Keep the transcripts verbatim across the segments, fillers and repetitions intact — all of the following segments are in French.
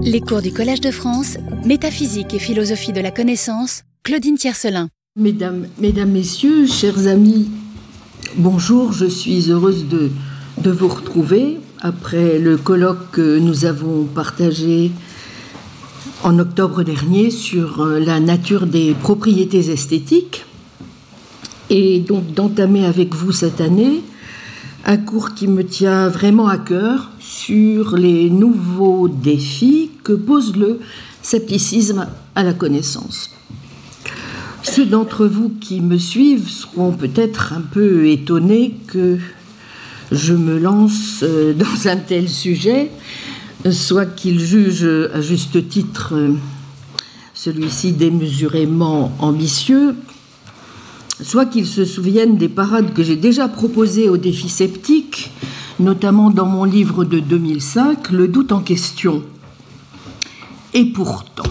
Les cours du Collège de France, Métaphysique et philosophie de la connaissance, Claudine Tiercelin. Mesdames, mesdames, messieurs, chers amis, bonjour, je suis heureuse de, de vous retrouver après le colloque que nous avons partagé en octobre dernier sur la nature des propriétés esthétiques et donc d'entamer avec vous cette année un cours qui me tient vraiment à cœur sur les nouveaux défis que pose le scepticisme à la connaissance. Ceux d'entre vous qui me suivent seront peut-être un peu étonnés que je me lance dans un tel sujet, soit qu'ils jugent à juste titre celui-ci démesurément ambitieux, soit qu'ils se souviennent des parades que j'ai déjà proposées aux défis sceptiques, notamment dans mon livre de deux mille cinq, Le doute en question. Et pourtant,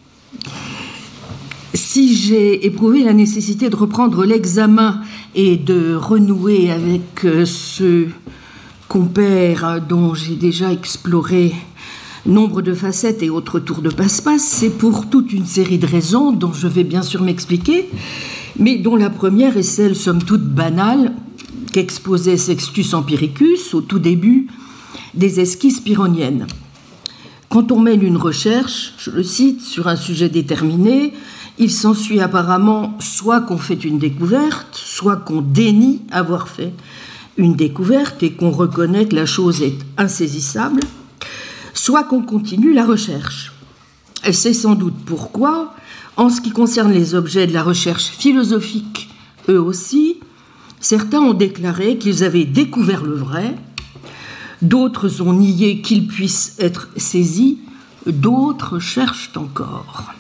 si j'ai éprouvé la nécessité de reprendre l'examen et de renouer avec ce compère dont j'ai déjà exploré nombre de facettes et autres tours de passe-passe, c'est pour toute une série de raisons dont je vais bien sûr m'expliquer, mais dont la première est celle, somme toute banale, qu'exposait Sextus Empiricus au tout début des esquisses pyrrhoniennes. Quand on mène une recherche, je le cite, sur un sujet déterminé, il s'ensuit apparemment soit qu'on fait une découverte, soit qu'on dénie avoir fait une découverte et qu'on reconnaît que la chose est insaisissable, soit qu'on continue la recherche. Et c'est sans doute pourquoi, en ce qui concerne les objets de la recherche philosophique, eux aussi, certains ont déclaré qu'ils avaient découvert le vrai, d'autres ont nié qu'il puisse être saisi, d'autres cherchent encore.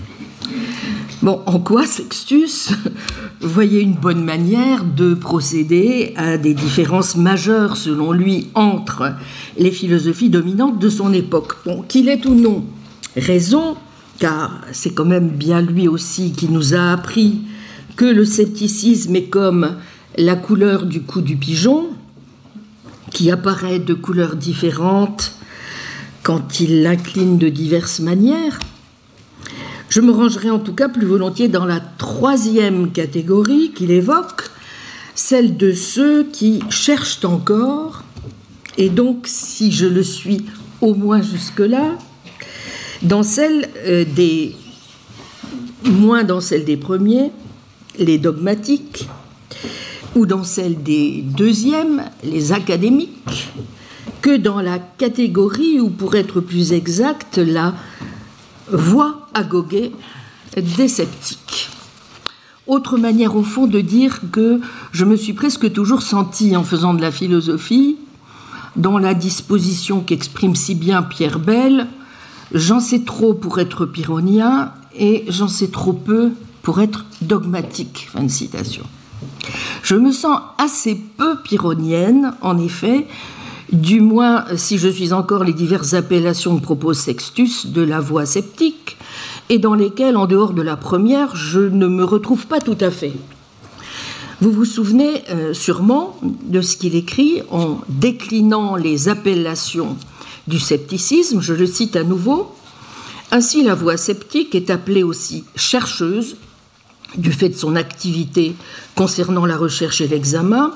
Bon, en quoi Sextus voyait une bonne manière de procéder à des différences majeures, selon lui, entre les philosophies dominantes de son époque. Bon, qu'il ait ou non raison, car c'est quand même bien lui aussi qui nous a appris que le scepticisme est comme la couleur du cou du pigeon, qui apparaît de couleurs différentes quand il l'incline de diverses manières. Je me rangerai en tout cas plus volontiers dans la troisième catégorie qu'il évoque, celle de ceux qui cherchent encore, et donc, si je le suis au moins jusque-là, dans celle des, moins dans celle des premiers, les dogmatiques, ou dans celle des deuxièmes, les académiques, que dans la catégorie, ou pour être plus exact, la voie agoguée des sceptiques. Autre manière au fond de dire que je me suis presque toujours sentie en faisant de la philosophie, dans la disposition qu'exprime si bien Pierre Bell, j'en sais trop pour être pyrrhonien et j'en sais trop peu pour être dogmatique. Fin de citation. Je me sens assez peu pyrrhonienne, en effet, du moins si je suis encore les diverses appellations que propose Sextus de la voie sceptique, et dans lesquelles, en dehors de la première, je ne me retrouve pas tout à fait. Vous vous souvenez euh, sûrement de ce qu'il écrit en déclinant les appellations du scepticisme, je le cite à nouveau. Ainsi, la voie sceptique est appelée aussi chercheuse, du fait de son activité concernant la recherche et l'examen,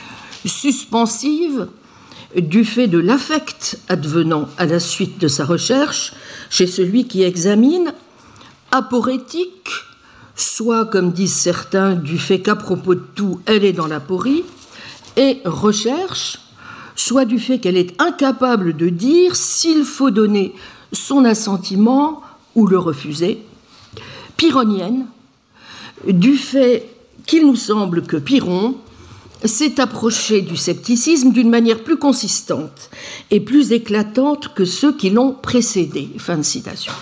suspensive, du fait de l'affect advenant à la suite de sa recherche chez celui qui examine, aporétique, soit, comme disent certains, du fait qu'à propos de tout, elle est dans l'aporie, et recherche, soit du fait qu'elle est incapable de dire s'il faut donner son assentiment ou le refuser, pyrrhonienne, du fait qu'il nous semble que Pyrrhon s'est approché du scepticisme d'une manière plus consistante et plus éclatante que ceux qui l'ont précédé. Fin de citation.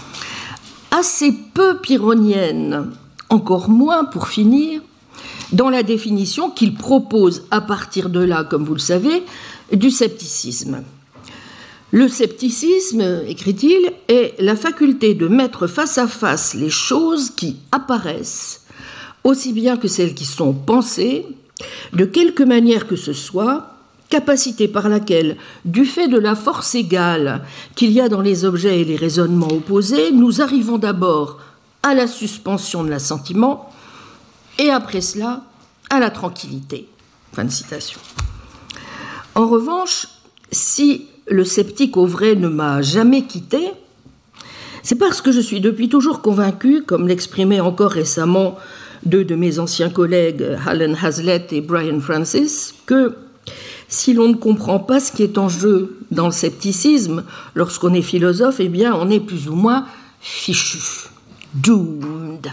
Assez peu pyrrhonienne, encore moins pour finir, dans la définition qu'il propose à partir de là, comme vous le savez, du scepticisme. Le scepticisme, écrit-il, est la faculté de mettre face à face les choses qui apparaissent, aussi bien que celles qui sont pensées, de quelque manière que ce soit, capacité par laquelle, du fait de la force égale qu'il y a dans les objets et les raisonnements opposés, nous arrivons d'abord à la suspension de l'assentiment et après cela à la tranquillité. Fin de citation. En revanche, si le sceptique au vrai ne m'a jamais quitté, c'est parce que je suis depuis toujours convaincu, comme l'exprimaient encore récemment deux de mes anciens collègues, Alan Hazlitt et Brian Francis, que si l'on ne comprend pas ce qui est en jeu dans le scepticisme, lorsqu'on est philosophe, eh bien, on est plus ou moins fichu, doomed.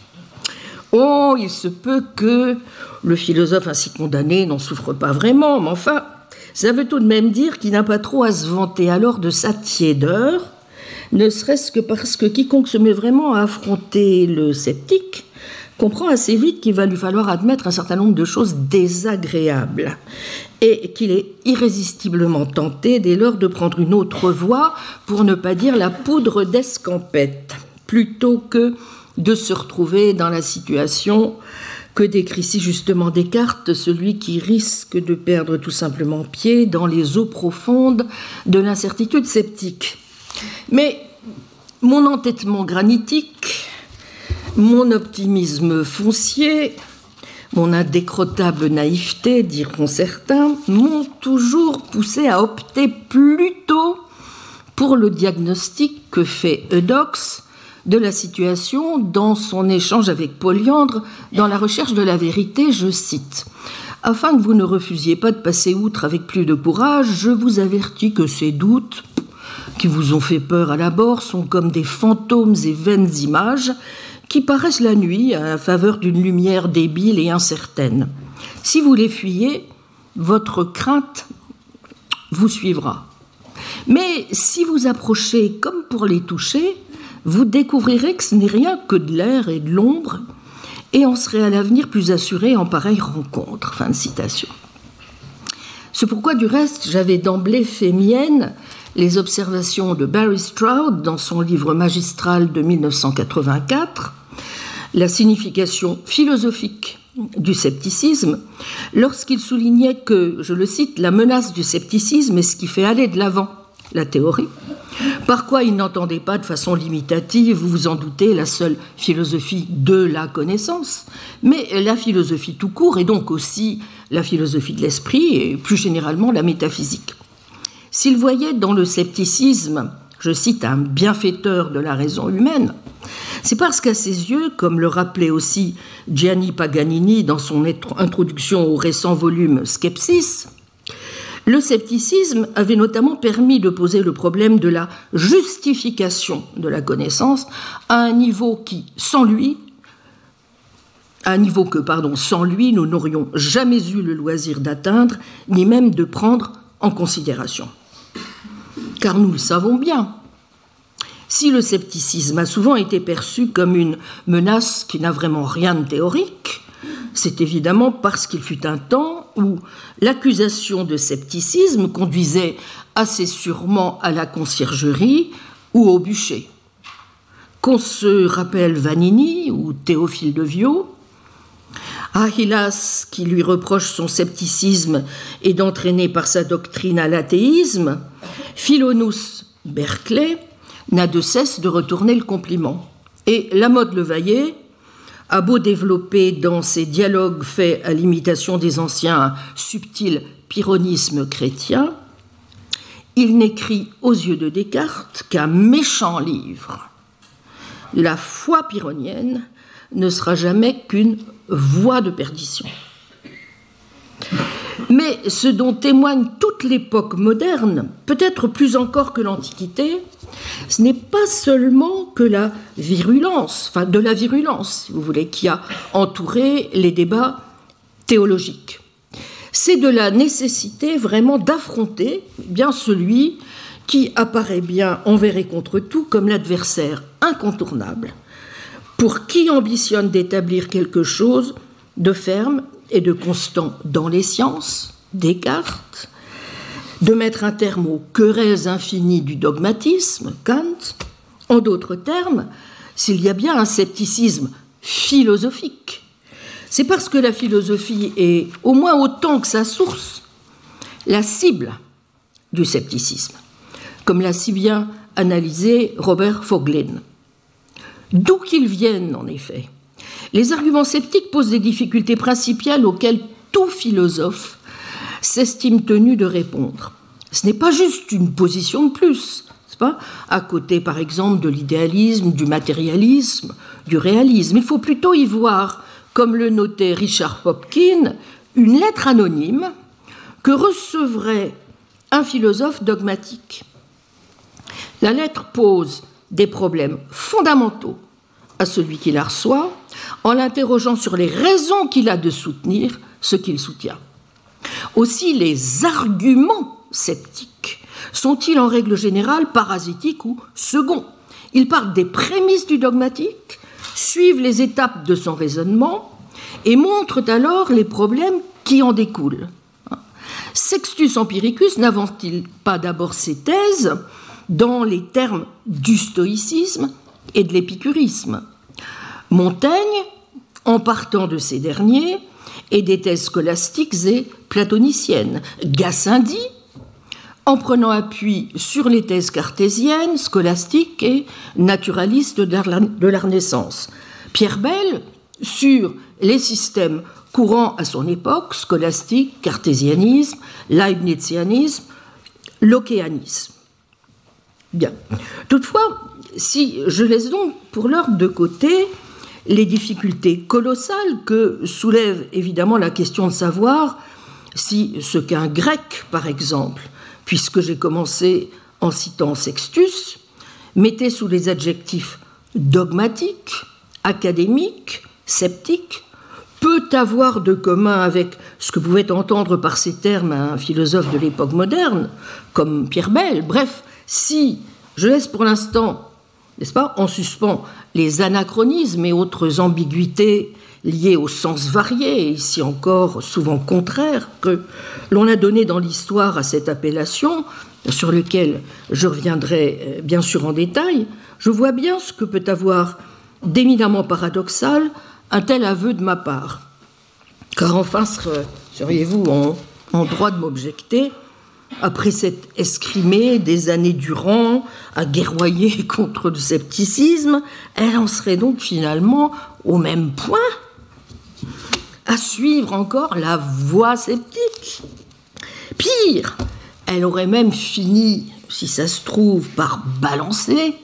Oh, il se peut que le philosophe ainsi condamné n'en souffre pas vraiment, mais enfin, ça veut tout de même dire qu'il n'a pas trop à se vanter alors de sa tiédeur, ne serait-ce que parce que quiconque se met vraiment à affronter le sceptique comprend assez vite qu'il va lui falloir admettre un certain nombre de choses désagréables et qu'il est irrésistiblement tenté dès lors de prendre une autre voie, pour ne pas dire la poudre d'escampette, plutôt que de se retrouver dans la situation que décrit si justement Descartes, celui qui risque de perdre tout simplement pied dans les eaux profondes de l'incertitude sceptique. Mais mon entêtement granitique, mon optimisme foncier, mon indécrottable naïveté, diront certains, m'ont toujours poussé à opter plutôt pour le diagnostic que fait Eudoxe de la situation dans son échange avec Polyandre dans la recherche de la vérité, je cite. « Afin que vous ne refusiez pas de passer outre avec plus de courage, je vous avertis que ces doutes qui vous ont fait peur à l'abord sont comme des fantômes et vaines images qui paraissent la nuit à la faveur d'une lumière débile et incertaine. Si vous les fuyez, votre crainte vous suivra. Mais si vous approchez comme pour les toucher, vous découvrirez que ce n'est rien que de l'air et de l'ombre, et on serait à l'avenir plus assuré en pareille rencontre. » Fin de citation. C'est pourquoi, du reste, j'avais d'emblée fait mienne les observations de Barry Stroud dans son livre magistral de mille neuf cent quatre-vingt-quatre, La signification philosophique du scepticisme, lorsqu'il soulignait que, je le cite, la menace du scepticisme est ce qui fait aller de l'avant la théorie, par quoi il n'entendait pas de façon limitative, vous vous en doutez, la seule philosophie de la connaissance, mais la philosophie tout court, et donc aussi la philosophie de l'esprit, et plus généralement la métaphysique. S'il voyait dans le scepticisme, je cite, un bienfaiteur de la raison humaine, c'est parce qu'à ses yeux, comme le rappelait aussi Gianni Paganini dans son introduction au récent volume Skepsis, le scepticisme avait notamment permis de poser le problème de la justification de la connaissance à un niveau qui, sans lui, à un niveau que, pardon, sans lui, nous n'aurions jamais eu le loisir d'atteindre, ni même de prendre en considération. Car nous le savons bien, si le scepticisme a souvent été perçu comme une menace qui n'a vraiment rien de théorique, c'est évidemment parce qu'il fut un temps où l'accusation de scepticisme conduisait assez sûrement à la conciergerie ou au bûcher. Qu'on se rappelle Vanini ou Théophile de Viau, Achillas, qui lui reproche son scepticisme et d'entraîner par sa doctrine à l'athéisme, Philonous Berkeley n'a de cesse de retourner le compliment. Et Lamotte Levaillé a beau développer dans ses dialogues faits à l'imitation des anciens un subtil pyrrhonisme chrétien, il n'écrit aux yeux de Descartes qu'un méchant livre. La foi pyrrhonienne ne sera jamais qu'une voie de perdition. Mais ce dont témoigne toute l'époque moderne, peut-être plus encore que l'Antiquité, ce n'est pas seulement que la virulence, enfin de la virulence, si vous voulez, qui a entouré les débats théologiques. C'est de la nécessité vraiment d'affronter bien celui qui apparaît bien envers et contre tout comme l'adversaire incontournable, pour qui ambitionne d'établir quelque chose de ferme et de constant dans les sciences, Descartes, de mettre un terme aux querelles infinies du dogmatisme, Kant. En d'autres termes, s'il y a bien un scepticisme philosophique, c'est parce que la philosophie est, au moins autant que sa source, la cible du scepticisme, comme l'a si bien analysé Robert Voegelin. D'où qu'ils viennent, en effet, les arguments sceptiques posent des difficultés principales auxquelles tout philosophe s'estime tenu de répondre. Ce n'est pas juste une position de plus, n'est-ce pas ? À côté, par exemple, de l'idéalisme, du matérialisme, du réalisme. Il faut plutôt y voir, comme le notait Richard Popkin, une lettre anonyme que recevrait un philosophe dogmatique. La lettre pose des problèmes fondamentaux à celui qui la reçoit, en l'interrogeant sur les raisons qu'il a de soutenir ce qu'il soutient. Aussi, les arguments sceptiques sont-ils en règle générale parasitiques ou seconds ? Ils partent des prémices du dogmatique, suivent les étapes de son raisonnement et montrent alors les problèmes qui en découlent. Sextus Empiricus n'avance-t-il pas d'abord ses thèses dans les termes du stoïcisme et de l'épicurisme ? Montaigne, en partant de ces derniers, et des thèses scolastiques et platoniciennes. Gassendi, en prenant appui sur les thèses cartésiennes, scolastiques et naturalistes de la Renaissance. Pierre Bell, sur les systèmes courants à son époque, scolastique, cartésianisme, leibnizianisme, lockéanisme. Bien. Toutefois, si je laisse donc pour l'heure de côté les difficultés colossales que soulève évidemment la question de savoir si ce qu'un grec, par exemple, puisque j'ai commencé en citant Sextus, mettait sous les adjectifs dogmatique, académique, sceptique, peut avoir de commun avec ce que pouvait entendre par ces termes un philosophe de l'époque moderne, comme Pierre Bell. Bref, si je laisse pour l'instant, n'est-ce pas, en suspens les anachronismes et autres ambiguïtés liées au sens varié, et ici encore souvent contraires, que l'on a donné dans l'histoire à cette appellation, sur lequel je reviendrai bien sûr en détail, je vois bien ce que peut avoir d'éminemment paradoxal un tel aveu de ma part. Car enfin, seriez-vous en, en droit de m'objecter, après s'être escrimée des années durant à guerroyer contre le scepticisme, elle en serait donc finalement au même point à suivre encore la voie sceptique. Pire, elle aurait même fini, si ça se trouve, par balancer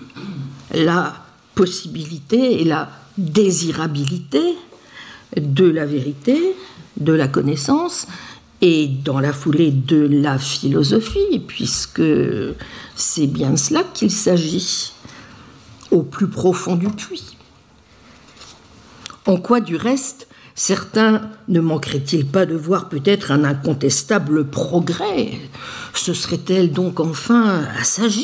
la possibilité et la désirabilité de la vérité, de la connaissance, et dans la foulée de la philosophie, puisque c'est bien de cela qu'il s'agit, au plus profond du puits. En quoi, du reste, certains ne manqueraient-ils pas de voir peut-être un incontestable progrès ? Se serait-elle donc enfin assagie ?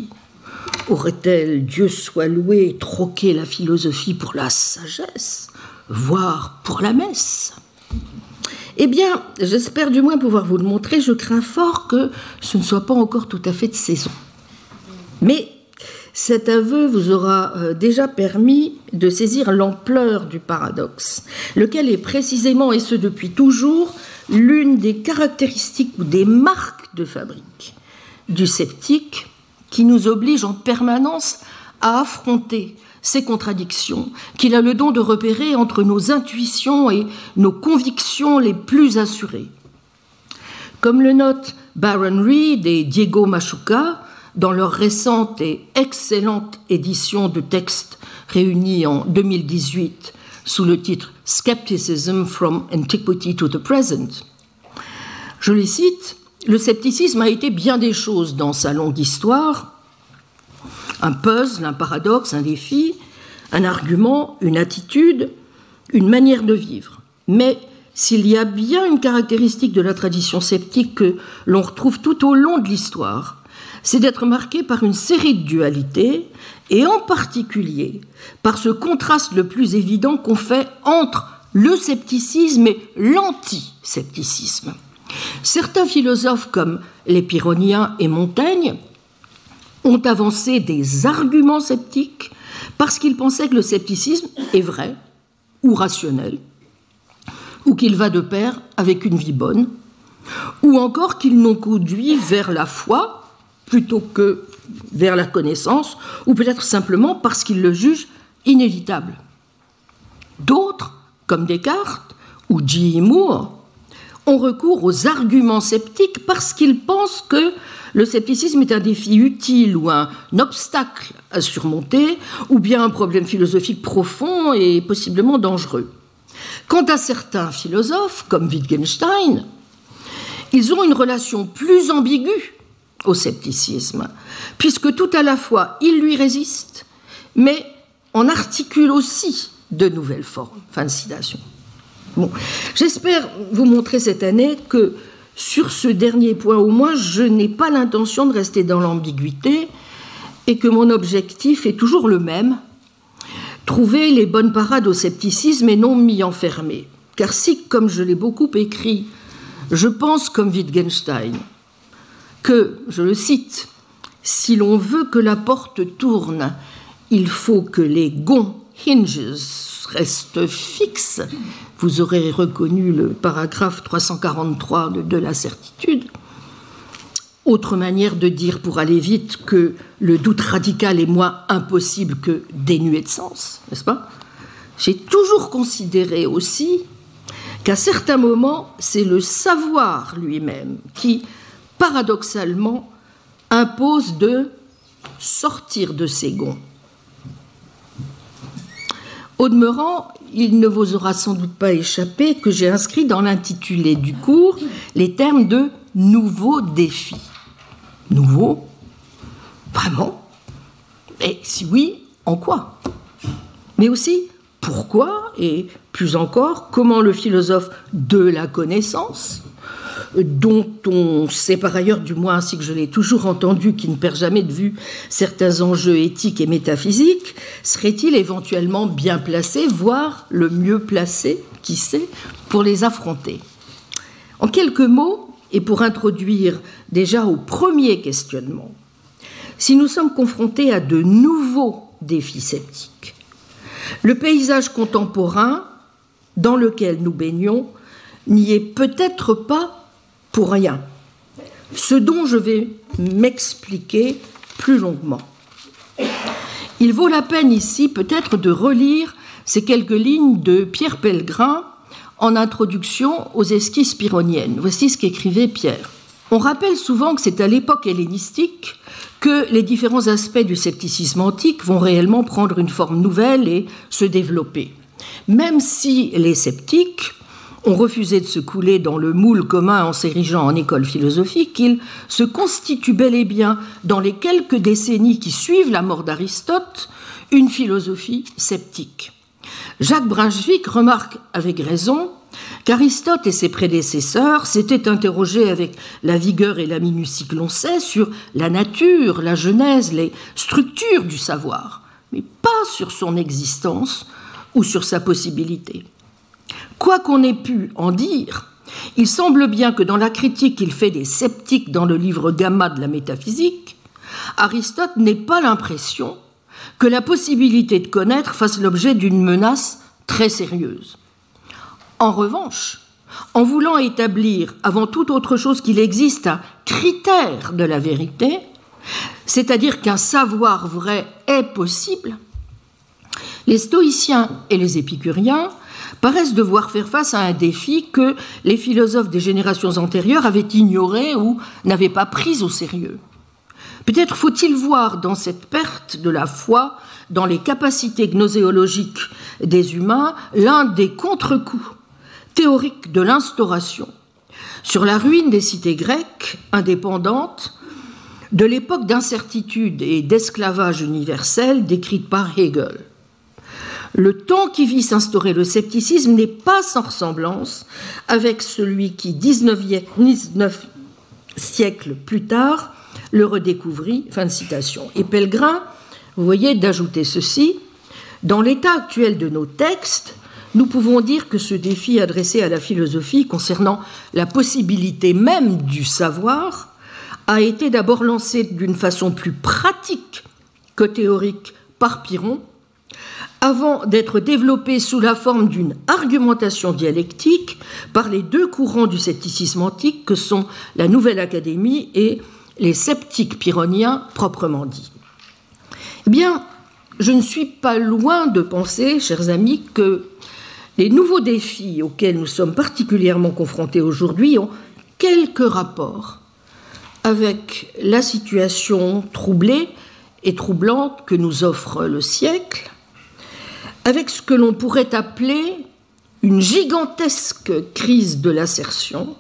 Aurait-elle, Dieu soit loué, troqué la philosophie pour la sagesse, voire pour la messe ? Eh bien, j'espère du moins pouvoir vous le montrer. Je crains fort que ce ne soit pas encore tout à fait de saison. Mais cet aveu vous aura déjà permis de saisir l'ampleur du paradoxe, lequel est précisément, et ce depuis toujours, l'une des caractéristiques ou des marques de fabrique du sceptique qui nous oblige en permanence à affronter ces contradictions qu'il a le don de repérer entre nos intuitions et nos convictions les plus assurées. Comme le notent Baron Reed et Diego Machuca dans leur récente et excellente édition de textes réunis en deux mille dix-huit sous le titre « Skepticism from Antiquity to the Present », je les cite, « Le scepticisme a été bien des choses dans sa longue histoire, un puzzle, un paradoxe, un défi, un argument, une attitude, une manière de vivre. Mais s'il y a bien une caractéristique de la tradition sceptique que l'on retrouve tout au long de l'histoire, c'est d'être marqué par une série de dualités, et en particulier par ce contraste le plus évident qu'on fait entre le scepticisme et l'anti-scepticisme. Certains philosophes comme les Pyrrhoniens et Montaigne ont avancé des arguments sceptiques parce qu'ils pensaient que le scepticisme est vrai ou rationnel, ou qu'il va de pair avec une vie bonne ou encore qu'ils n'ont conduit vers la foi plutôt que vers la connaissance, ou peut-être simplement parce qu'ils le jugent inévitable. D'autres, comme Descartes ou J E Moore, ont recours aux arguments sceptiques parce qu'ils pensent que le scepticisme est un défi utile ou un obstacle à surmonter, ou bien un problème philosophique profond et possiblement dangereux. Quant à certains philosophes, comme Wittgenstein, ils ont une relation plus ambiguë au scepticisme, puisque tout à la fois ils lui résistent, mais en articulent aussi de nouvelles formes. Fin de citation. Bon, j'espère vous montrer cette année que sur ce dernier point au moins, je n'ai pas l'intention de rester dans l'ambiguïté et que mon objectif est toujours le même, trouver les bonnes parades au scepticisme et non m'y enfermer. Car si, comme je l'ai beaucoup écrit, je pense comme Wittgenstein, que, je le cite, « Si l'on veut que la porte tourne, il faut que les gonds, hinges, restent fixes », vous aurez reconnu le paragraphe trois cent quarante-trois de, de la certitude. Autre manière de dire, pour aller vite, que le doute radical est moins impossible que dénué de sens, n'est-ce pas ? J'ai toujours considéré aussi qu'à certains moments, c'est le savoir lui-même qui, paradoxalement, impose de sortir de ses gonds. Au demeurant, il ne vous aura sans doute pas échappé que j'ai inscrit dans l'intitulé du cours les termes de « nouveaux défis ». Nouveau ? Vraiment ? Et si oui, en quoi ? Mais aussi, pourquoi ? Et plus encore, comment le philosophe de la connaissance, dont on sait par ailleurs, du moins ainsi que je l'ai toujours entendu, qui ne perd jamais de vue certains enjeux éthiques et métaphysiques, serait-il éventuellement bien placé, voire le mieux placé, qui sait, pour les affronter ? En quelques mots, et pour introduire déjà au premier questionnement, si nous sommes confrontés à de nouveaux défis sceptiques, le paysage contemporain dans lequel nous baignons n'y est peut-être pas pour rien, ce dont je vais m'expliquer plus longuement. Il vaut la peine ici peut-être de relire ces quelques lignes de Pierre Pellegrin en introduction aux esquisses pyrrhoniennes. Voici ce qu'écrivait Pierre. On rappelle souvent que c'est à l'époque hellénistique que les différents aspects du scepticisme antique vont réellement prendre une forme nouvelle et se développer. Même si les sceptiques ont refusé de se couler dans le moule commun en s'érigeant en école philosophique, ils se constituent bel et bien, dans les quelques décennies qui suivent la mort d'Aristote, une philosophie sceptique. Jacques Brunswick remarque avec raison qu'Aristote et ses prédécesseurs s'étaient interrogés avec la vigueur et la minutie que l'on sait sur la nature, la genèse, les structures du savoir, mais pas sur son existence ou sur sa possibilité. Quoi qu'on ait pu en dire, il semble bien que dans la critique qu'il fait des sceptiques dans le livre Gamma de la métaphysique, Aristote n'ait pas l'impression que la possibilité de connaître fasse l'objet d'une menace très sérieuse. En revanche, en voulant établir avant toute autre chose qu'il existe un critère de la vérité, c'est-à-dire qu'un savoir vrai est possible, les stoïciens et les épicuriens paraissent devoir faire face à un défi que les philosophes des générations antérieures avaient ignoré ou n'avaient pas pris au sérieux. Peut-être faut-il voir dans cette perte de la foi dans les capacités gnoséologiques des humains l'un des contre-coups théoriques de l'instauration sur la ruine des cités grecques indépendantes de l'époque d'incertitude et d'esclavage universel décrite par Hegel. Le temps qui vit s'instaurer le scepticisme n'est pas sans ressemblance avec celui qui, dix-neuf siècles plus tard, le redécouvrit. Fin de citation. Et Pellegrin, vous voyez, d'ajouter ceci, dans l'état actuel de nos textes, nous pouvons dire que ce défi adressé à la philosophie concernant la possibilité même du savoir a été d'abord lancé d'une façon plus pratique que théorique par Pyrrhon, avant d'être développée sous la forme d'une argumentation dialectique par les deux courants du scepticisme antique que sont la Nouvelle Académie et les sceptiques pyrrhoniens proprement dits. Eh bien, je ne suis pas loin de penser, chers amis, que les nouveaux défis auxquels nous sommes particulièrement confrontés aujourd'hui ont quelques rapports avec la situation troublée et troublante que nous offre le siècle, avec ce que l'on pourrait appeler une gigantesque crise de l'assertion,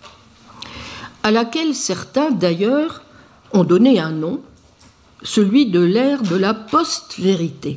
à laquelle certains d'ailleurs ont donné un nom, celui de l'ère de la post-vérité,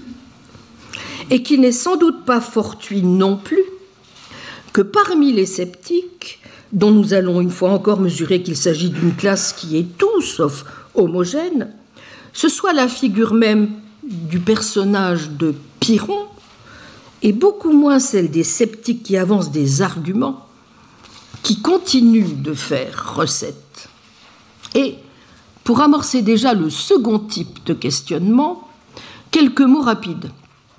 et qui n'est sans doute pas fortuit non plus que parmi les sceptiques, dont nous allons une fois encore mesurer qu'il s'agit d'une classe qui est tout sauf homogène, ce soit la figure même du personnage de Pyrrhon, et beaucoup moins celle des sceptiques qui avancent des arguments, qui continuent de faire recette. Et pour amorcer déjà le second type de questionnement, quelques mots rapides.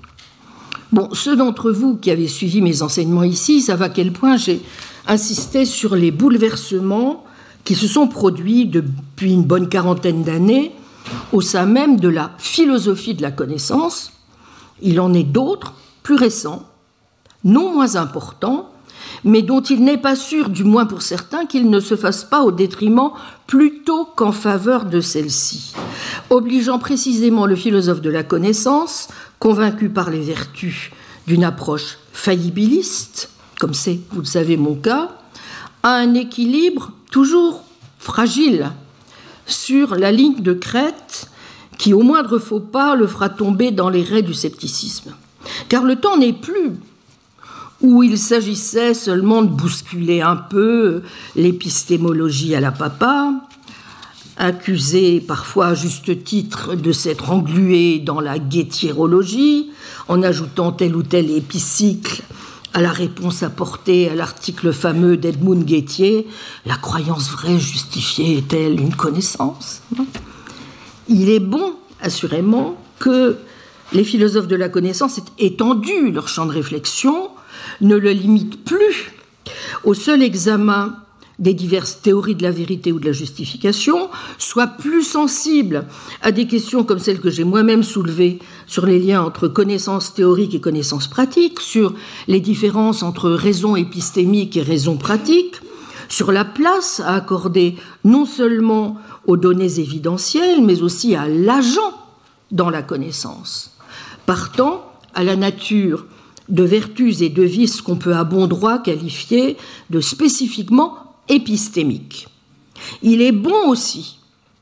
Bon, ceux d'entre vous qui avez suivi mes enseignements ici savent à quel point j'ai insisté sur les bouleversements qui se sont produits depuis une bonne quarantaine d'années au sein même de la philosophie de la connaissance. Il en est d'autres, plus récents, non moins importants, mais dont il n'est pas sûr, du moins pour certains, qu'ils ne se fassent pas au détriment plutôt qu'en faveur de celle-ci, obligeant précisément le philosophe de la connaissance, convaincu par les vertus d'une approche faillibiliste, comme c'est, vous le savez, mon cas, à un équilibre toujours fragile sur la ligne de crête qui, au moindre faux pas, le fera tomber dans les raies du scepticisme. Car le temps n'est plus où il s'agissait seulement de bousculer un peu l'épistémologie à la papa, accusée parfois à juste titre de s'être engluée dans la guétiérologie, en ajoutant tel ou tel épicycle à la réponse apportée à l'article fameux d'Edmund Guettier, la croyance vraie justifiée est-elle une connaissance ? Il est bon, assurément, que les philosophes de la connaissance aient étendu leur champ de réflexion, ne le limitent plus au seul examen des diverses théories de la vérité ou de la justification, soient plus sensibles à des questions comme celles que j'ai moi-même soulevées sur les liens entre connaissances théoriques et connaissances pratiques, sur les différences entre raison épistémique et raison pratique, sur la place à accorder non seulement aux données évidentielles, mais aussi à l'agent dans la connaissance, partant à la nature de vertus et de vices qu'on peut à bon droit qualifier de spécifiquement épistémiques. Il est bon aussi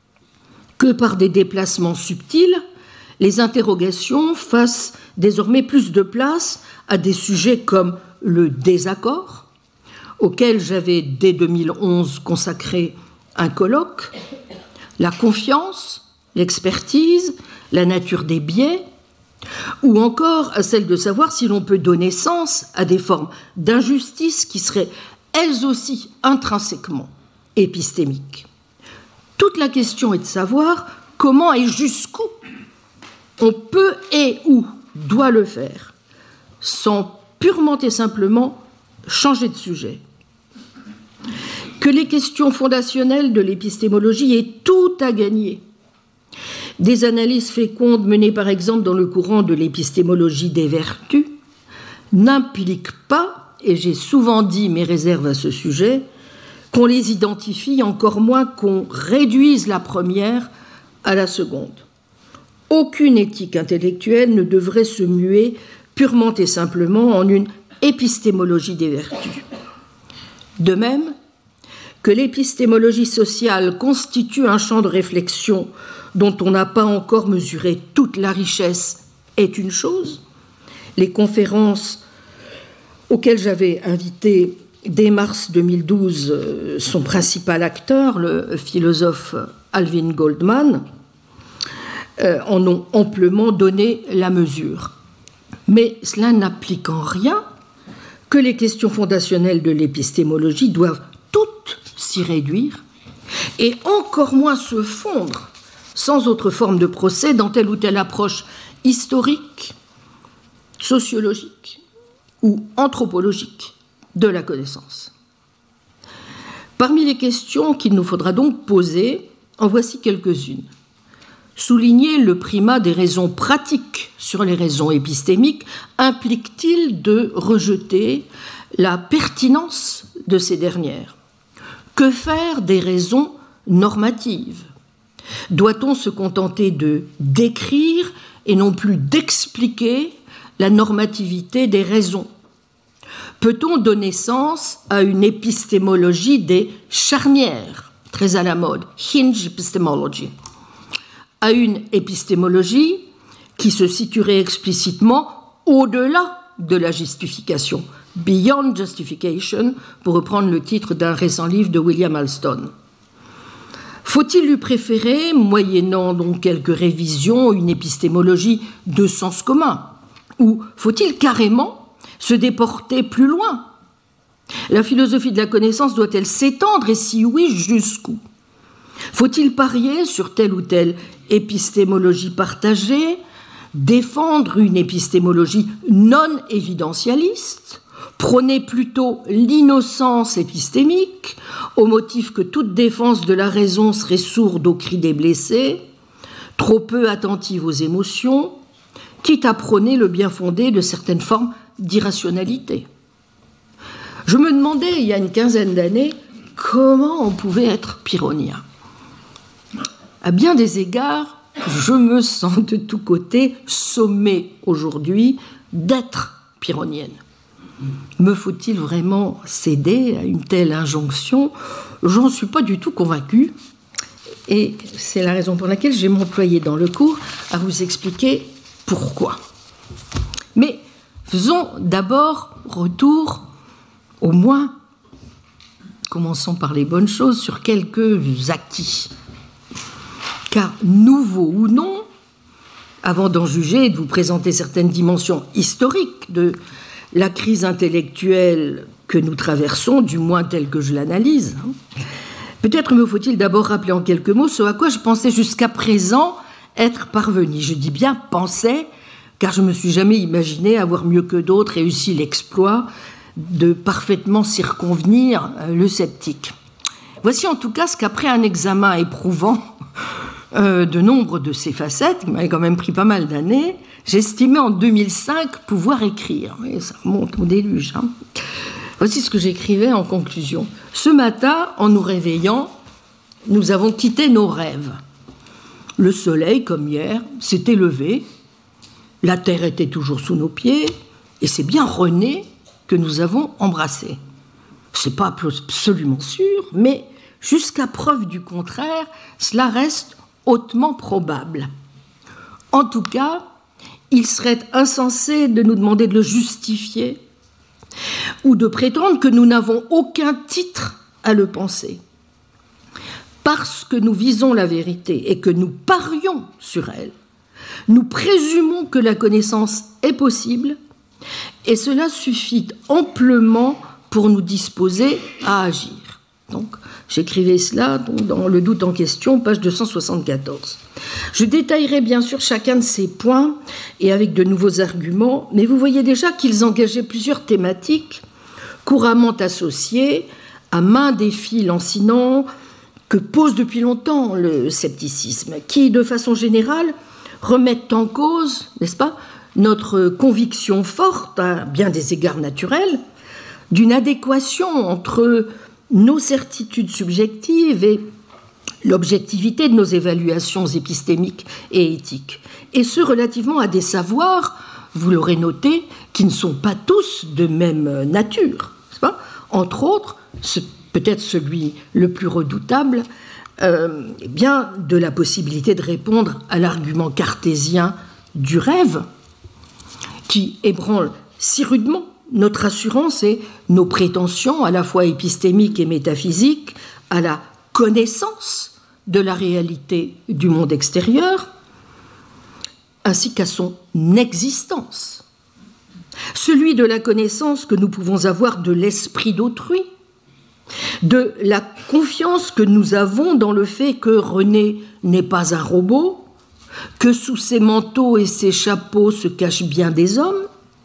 que par des déplacements subtils, les interrogations fassent désormais plus de place à des sujets comme le désaccord, auquel j'avais dès deux mille onze consacré un colloque, la confiance, l'expertise, la nature des biais, ou encore à celle de savoir si l'on peut donner sens à des formes d'injustice qui seraient elles aussi intrinsèquement épistémiques. Toute la question est de savoir comment et jusqu'où on peut et où doit le faire, sans purement et simplement changer de sujet. Que les questions fondationnelles de l'épistémologie aient tout à gagner. Des analyses fécondes menées par exemple dans le courant de l'épistémologie des vertus n'impliquent pas, et j'ai souvent dit mes réserves à ce sujet, qu'on les identifie, encore moins qu'on réduise la première à la seconde. Aucune éthique intellectuelle ne devrait se muer purement et simplement en une épistémologie des vertus. De même que l'épistémologie sociale constitue un champ de réflexion dont on n'a pas encore mesuré toute la richesse est une chose. Les conférences auxquelles j'avais invité dès mars deux mille douze son principal acteur, le philosophe Alvin Goldman, en ont amplement donné la mesure. Mais cela n'implique en rien que les questions fondationnelles de l'épistémologie doivent toutes s'y réduire et encore moins se fondre sans autre forme de procès dans telle ou telle approche historique, sociologique ou anthropologique de la connaissance. Parmi les questions qu'il nous faudra donc poser, en voici quelques-unes. Souligner le primat des raisons pratiques sur les raisons épistémiques implique-t-il de rejeter la pertinence de ces dernières? Que faire des raisons normatives? Doit-on se contenter de décrire et non plus d'expliquer la normativité des raisons? Peut-on donner sens à une épistémologie des charnières, très à la mode, hinge epistemology, à une épistémologie qui se situerait explicitement au-delà de la justification, beyond justification, pour reprendre le titre d'un récent livre de William Alston. Faut-il lui préférer, moyennant donc quelques révisions, une épistémologie de sens commun? Ou faut-il carrément se déporter plus loin? La philosophie de la connaissance doit-elle s'étendre, et si oui, jusqu'où? Faut-il parier sur telle ou telle épistémologie partagée, défendre une épistémologie non évidentialiste, prôner plutôt l'innocence épistémique, au motif que toute défense de la raison serait sourde aux cris des blessés, trop peu attentive aux émotions, quitte à prôner le bien fondé de certaines formes d'irrationalité? Je me demandais, il y a une quinzaine d'années, comment on pouvait être pyrrhonien. À bien des égards, je me sens de tous côtés sommée aujourd'hui d'être pyrrhonienne. Me faut-il vraiment céder à une telle injonction? J'en suis pas du tout convaincue. Et c'est la raison pour laquelle je vais m'employer dans le cours à vous expliquer pourquoi. Mais faisons d'abord retour, au moins, commençons par les bonnes choses, sur quelques acquis. Car nouveau ou non, avant d'en juger et de vous présenter certaines dimensions historiques de la crise intellectuelle que nous traversons, du moins telle que je l'analyse, peut-être me faut-il d'abord rappeler en quelques mots ce à quoi je pensais jusqu'à présent être parvenu. Je dis bien « pensais », car je ne me suis jamais imaginé avoir mieux que d'autres réussi l'exploit de parfaitement circonvenir le sceptique. Voici en tout cas ce qu'après un examen éprouvant euh, de nombre de ces facettes, qui m'avait quand même pris pas mal d'années, j'estimais en deux mille cinq pouvoir écrire. Et ça remonte au déluge. Hein. Voici ce que j'écrivais en conclusion. Ce matin, en nous réveillant, nous avons quitté nos rêves. Le soleil, comme hier, s'était levé, la terre était toujours sous nos pieds, et c'est bien René que nous avons embrassé. C'est pas absolument sûr, mais jusqu'à preuve du contraire, cela reste hautement probable. En tout cas, il serait insensé de nous demander de le justifier ou de prétendre que nous n'avons aucun titre à le penser. Parce que nous visons la vérité et que nous parions sur elle, nous présumons que la connaissance est possible et cela suffit amplement pour nous disposer à agir. Donc, j'écrivais cela donc, dans Le doute en question, page deux cent soixante-quatorze. Je détaillerai bien sûr chacun de ces points et avec de nouveaux arguments, mais vous voyez déjà qu'ils engageaient plusieurs thématiques couramment associées à main des fils lancinants que pose depuis longtemps le scepticisme, qui, de façon générale, remettent en cause, n'est-ce pas, notre conviction forte, à bien des égards naturels, d'une adéquation entre nos certitudes subjectives et l'objectivité de nos évaluations épistémiques et éthiques, et ce relativement à des savoirs, vous l'aurez noté, qui ne sont pas tous de même nature, n'est-ce pas ? Entre autres, ce, peut-être celui le plus redoutable, euh, eh bien, de la possibilité de répondre à l'argument cartésien du rêve, qui ébranle si rudement notre assurance et nos prétentions, à la fois épistémiques et métaphysiques, à la connaissance de la réalité du monde extérieur, ainsi qu'à son existence. Celui de la connaissance que nous pouvons avoir de l'esprit d'autrui, de la confiance que nous avons dans le fait que René n'est pas un robot, que sous ses manteaux et ses chapeaux se cachent bien des hommes,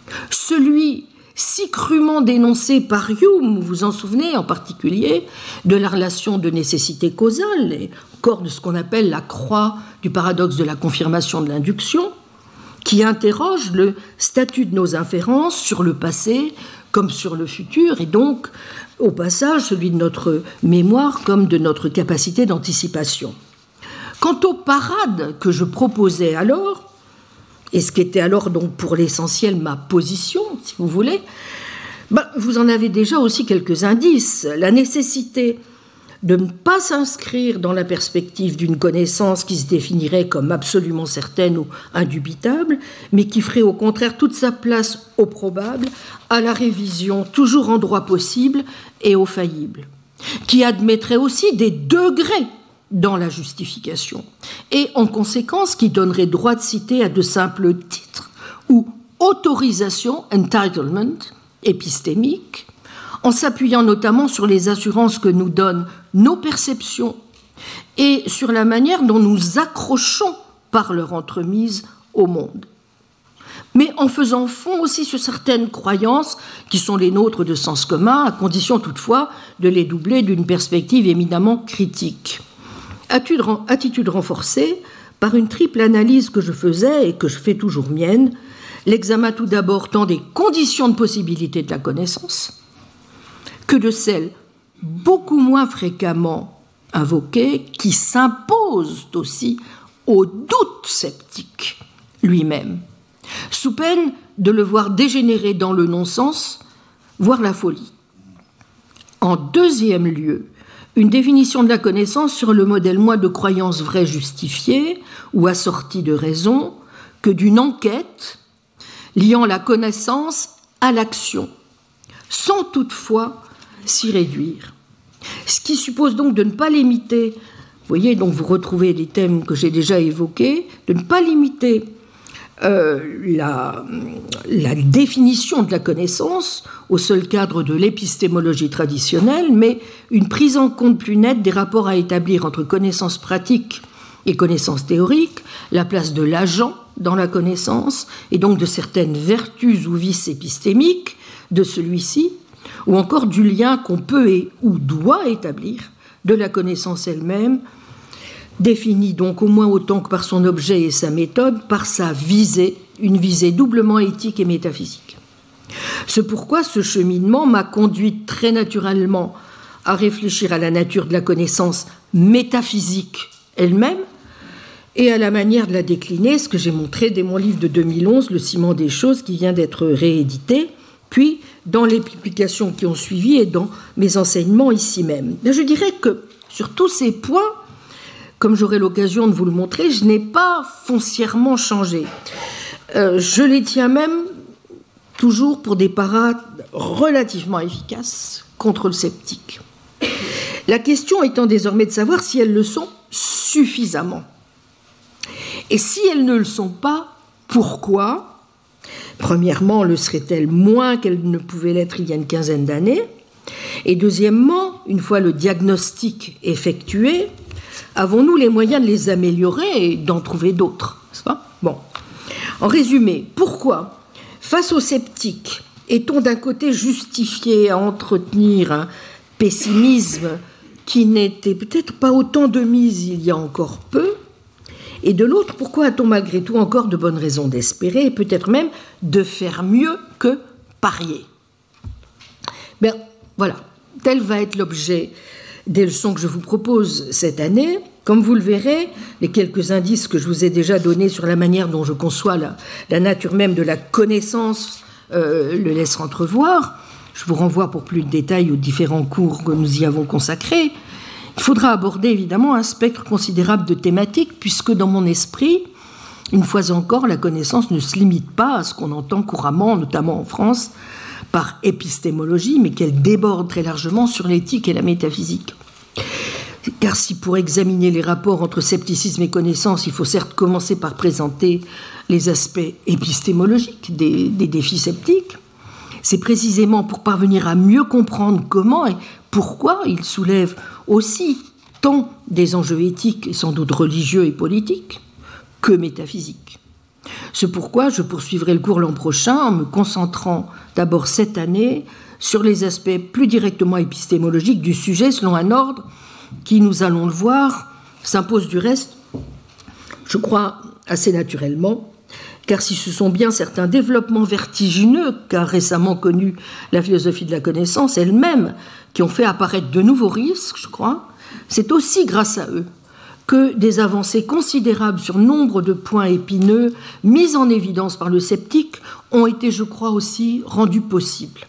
celui si crûment dénoncé par Hume, vous vous en souvenez en particulier, de la relation de nécessité causale, et encore de ce qu'on appelle la croix du paradoxe de la confirmation de l'induction, qui interroge le statut de nos inférences sur le passé comme sur le futur, et donc, au passage, celui de notre mémoire comme de notre capacité d'anticipation. Quant aux parades que je proposais alors, et ce qui était alors donc pour l'essentiel ma position, si vous voulez, ben, vous en avez déjà aussi quelques indices. La nécessité de ne pas s'inscrire dans la perspective d'une connaissance qui se définirait comme absolument certaine ou indubitable, mais qui ferait au contraire toute sa place au probable, à la révision toujours en droit possible et au faillible, qui admettrait aussi des degrés dans la justification, et en conséquence qui donnerait droit de citer à de simples titres ou autorisation, entitlement, épistémique, en s'appuyant notamment sur les assurances que nous donnent nos perceptions et sur la manière dont nous accrochons par leur entremise au monde. Mais en faisant fond aussi sur certaines croyances qui sont les nôtres de sens commun, à condition toutefois de les doubler d'une perspective éminemment critique. Attitude renforcée par une triple analyse que je faisais et que je fais toujours mienne, l'examen tout d'abord tant des conditions de possibilité de la connaissance que de celles beaucoup moins fréquemment invoquées qui s'imposent aussi au doute sceptique lui-même, sous peine de le voir dégénérer dans le non-sens, voire la folie. En deuxième lieu, une définition de la connaissance sur le modèle moins de croyances vraies justifiées ou assorties de raison que d'une enquête liant la connaissance à l'action, sans toutefois s'y réduire. Ce qui suppose donc de ne pas limiter, vous voyez, donc vous retrouvez les thèmes que j'ai déjà évoqués, de ne pas limiter euh, la, la définition de la connaissance au seul cadre de l'épistémologie traditionnelle, mais une prise en compte plus nette des rapports à établir entre connaissance pratique et connaissance théorique, la place de l'agent dans la connaissance, et donc de certaines vertus ou vices épistémiques de celui-ci, ou encore du lien qu'on peut et ou doit établir de la connaissance elle-même, définie donc au moins autant que par son objet et sa méthode, par sa visée, une visée doublement éthique et métaphysique. C'est pourquoi ce cheminement m'a conduit très naturellement à réfléchir à la nature de la connaissance métaphysique elle-même et à la manière de la décliner, ce que j'ai montré dès mon livre de deux mille onze, Le ciment des choses, qui vient d'être réédité, puis dans les publications qui ont suivi et dans mes enseignements ici même. Je dirais que sur tous ces points, comme j'aurai l'occasion de vous le montrer, je n'ai pas foncièrement changé. Euh, je les tiens même toujours pour des parades relativement efficaces contre le sceptique. La question étant désormais de savoir si elles le sont suffisamment. Et si elles ne le sont pas, pourquoi ? Premièrement, le serait-elle moins qu'elle ne pouvait l'être il y a une quinzaine d'années ? Et deuxièmement, une fois le diagnostic effectué, avons-nous les moyens de les améliorer et d'en trouver d'autres, n'est-ce pas ? Bon. En résumé, pourquoi, face aux sceptiques, est-on d'un côté justifié à entretenir un pessimisme qui n'était peut-être pas autant de mise il y a encore peu ? Et de l'autre, pourquoi a-t-on malgré tout encore de bonnes raisons d'espérer et peut-être même de faire mieux que parier ? Bien, voilà, tel va être l'objet des leçons que je vous propose cette année. Comme vous le verrez, les quelques indices que je vous ai déjà donnés sur la manière dont je conçois la, la nature même de la connaissance euh, le laissent entrevoir. Je vous renvoie pour plus de détails aux différents cours que nous y avons consacrés. Il faudra aborder évidemment un spectre considérable de thématiques, puisque dans mon esprit, une fois encore, la connaissance ne se limite pas à ce qu'on entend couramment, notamment en France, par épistémologie, mais qu'elle déborde très largement sur l'éthique et la métaphysique. Car si pour examiner les rapports entre scepticisme et connaissance, il faut certes commencer par présenter les aspects épistémologiques des, des défis sceptiques, c'est précisément pour parvenir à mieux comprendre comment et pourquoi ils soulèvent aussi tant des enjeux éthiques et sans doute religieux et politiques que métaphysiques. C'est pourquoi je poursuivrai le cours l'an prochain en me concentrant d'abord cette année sur les aspects plus directement épistémologiques du sujet selon un ordre qui, nous allons le voir, s'impose du reste, je crois, assez naturellement, car si ce sont bien certains développements vertigineux qu'a récemment connu la philosophie de la connaissance elle-même qui ont fait apparaître de nouveaux risques, je crois, c'est aussi grâce à eux que des avancées considérables sur nombre de points épineux mis en évidence par le sceptique ont été, je crois, aussi rendues possibles.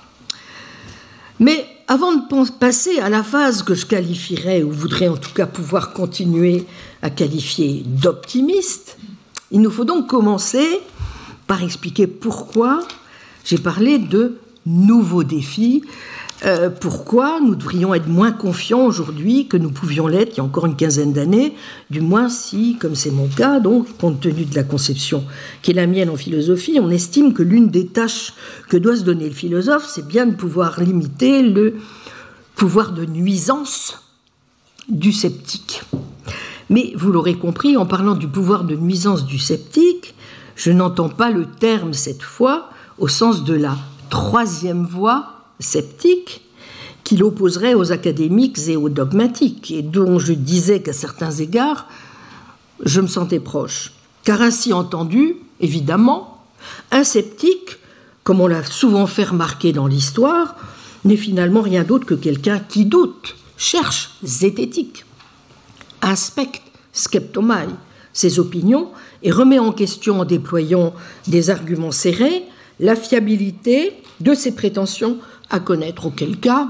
Mais avant de passer à la phase que je qualifierais, ou voudrais en tout cas pouvoir continuer à qualifier d'optimiste, il nous faut donc commencer par expliquer pourquoi j'ai parlé de nouveaux défis, euh, pourquoi nous devrions être moins confiants aujourd'hui que nous pouvions l'être il y a encore une quinzaine d'années, du moins si, comme c'est mon cas, donc, compte tenu de la conception qui est la mienne en philosophie, on estime que l'une des tâches que doit se donner le philosophe, c'est bien de pouvoir limiter le pouvoir de nuisance du sceptique. Mais vous l'aurez compris, en parlant du pouvoir de nuisance du sceptique, je n'entends pas le terme cette fois au sens de la troisième voie sceptique qui l'opposerait aux académiques et aux dogmatiques, et dont je disais qu'à certains égards, je me sentais proche. Car ainsi entendu, évidemment, un sceptique, comme on l'a souvent fait remarquer dans l'histoire, n'est finalement rien d'autre que quelqu'un qui doute, cherche, zététique, inspecte, skeptomai, ses opinions et remet en question en déployant des arguments serrés la fiabilité de ses prétentions à connaître, auquel cas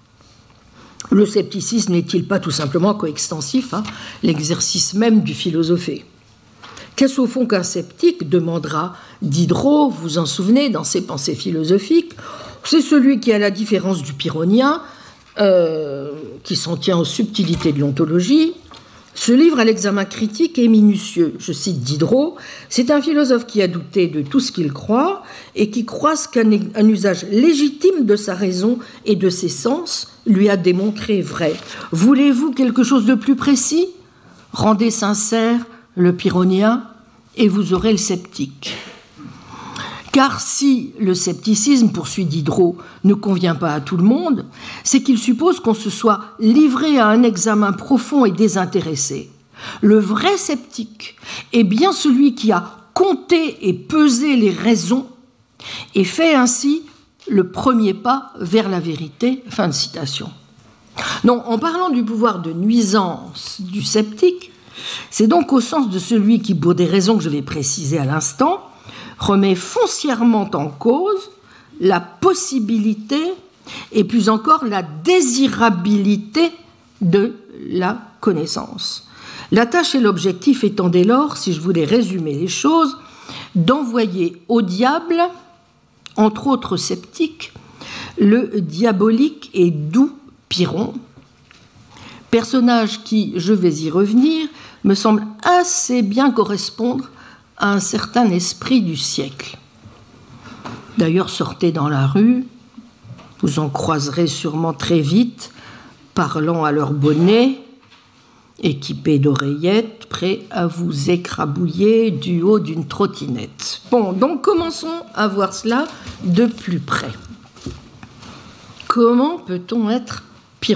le scepticisme n'est-il pas tout simplement coextensif, hein, l'exercice même du philosophé. Qu'est-ce au fond qu'un sceptique, demandera Diderot, vous vous en souvenez, dans ses pensées philosophiques? C'est celui qui, à la différence du pyrrhonien, euh, qui s'en tient aux subtilités de l'ontologie, se livre à l'examen critique et minutieux. Je cite Diderot, c'est un philosophe qui a douté de tout ce qu'il croit et qui croit qu'un un usage légitime de sa raison et de ses sens lui a démontré vrai. Voulez-vous quelque chose de plus précis? Rendez sincère le pyrrhonien et vous aurez le sceptique. Car si le scepticisme, poursuit Diderot, ne convient pas à tout le monde, c'est qu'il suppose qu'on se soit livré à un examen profond et désintéressé. Le vrai sceptique est bien celui qui a compté et pesé les raisons et fait ainsi le premier pas vers la vérité. Fin de citation. Non, en parlant du pouvoir de nuisance du sceptique, c'est donc au sens de celui qui, pour des raisons que je vais préciser à l'instant, remet foncièrement en cause la possibilité et plus encore la désirabilité de la connaissance. La tâche et l'objectif étant dès lors, si je voulais résumer les choses, d'envoyer au diable, entre autres sceptiques, le diabolique et doux Pyrrhon, personnage qui, je vais y revenir, me semble assez bien correspondre à un certain esprit du siècle. D'ailleurs, sortez dans la rue, vous en croiserez sûrement très vite, parlant à leur bonnet, équipés d'oreillettes, prêts à vous écrabouiller du haut d'une trottinette. Bon, donc commençons à voir cela de plus près. Comment peut-on être pyrrhonien ?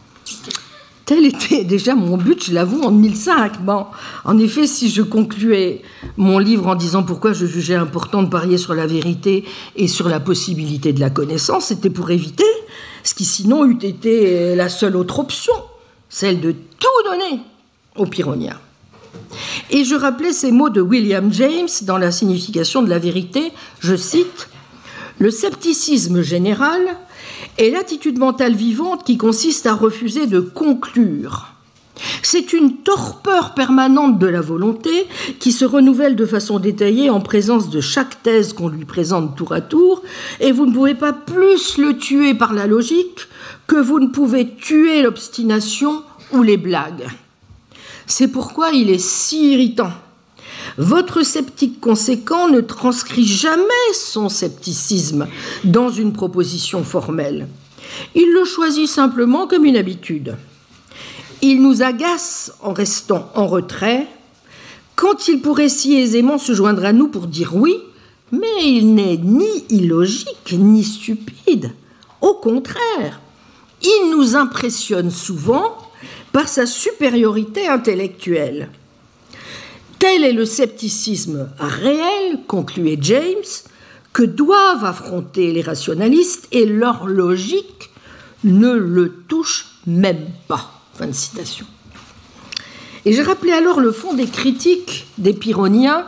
Tel était déjà mon but, je l'avoue, en mille cinq. Bon, en effet, si je concluais mon livre en disant pourquoi je jugeais important de parier sur la vérité et sur la possibilité de la connaissance, c'était pour éviter ce qui sinon eût été la seule autre option, celle de tout donner aux pyrrhoniens. Et je rappelais ces mots de William James dans la signification de la vérité, je cite, « Le scepticisme général est l'attitude mentale vivante qui consiste à refuser de conclure. C'est une torpeur permanente de la volonté qui se renouvelle de façon détaillée en présence de chaque thèse qu'on lui présente tour à tour, et vous ne pouvez pas plus le tuer par la logique que vous ne pouvez tuer l'obstination ou les blagues. C'est pourquoi il est si irritant. Votre sceptique conséquent ne transcrit jamais son scepticisme dans une proposition formelle. Il le choisit simplement comme une habitude. Il nous agace en restant en retrait, quand il pourrait si aisément se joindre à nous pour dire oui, mais il n'est ni illogique ni stupide. Au contraire, il nous impressionne souvent par sa supériorité intellectuelle. Tel est le scepticisme réel, concluait James, que doivent affronter les rationalistes, et leur logique ne le touche même pas. Fin de citation. Et j'ai rappelé alors le fond des critiques des pyrrhoniens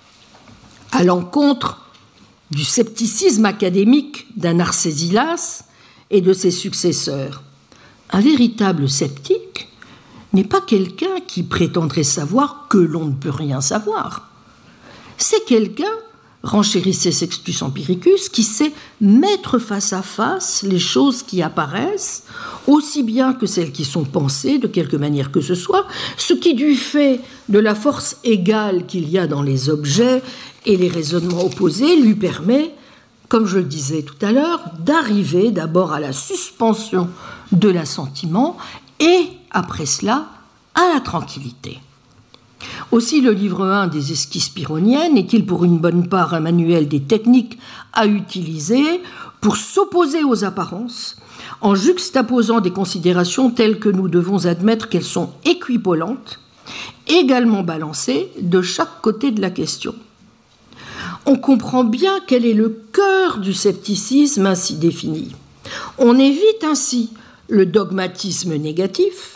à l'encontre du scepticisme académique d'Anarcésilas et de ses successeurs. Un véritable sceptique n'est pas quelqu'un qui prétendrait savoir que l'on ne peut rien savoir. C'est quelqu'un, renchérissait Sextus Empiricus, qui sait mettre face à face les choses qui apparaissent, aussi bien que celles qui sont pensées de quelque manière que ce soit, ce qui, du fait de la force égale qu'il y a dans les objets et les raisonnements opposés, lui permet, comme je le disais tout à l'heure, d'arriver d'abord à la suspension de l'assentiment et, après cela, à la tranquillité. Aussi, le livre un des esquisses pyrrhoniennes est-il pour une bonne part un manuel des techniques à utiliser pour s'opposer aux apparences, en juxtaposant des considérations telles que nous devons admettre qu'elles sont équipolantes, également balancées de chaque côté de la question. On comprend bien quel est le cœur du scepticisme ainsi défini. On évite ainsi le dogmatisme négatif,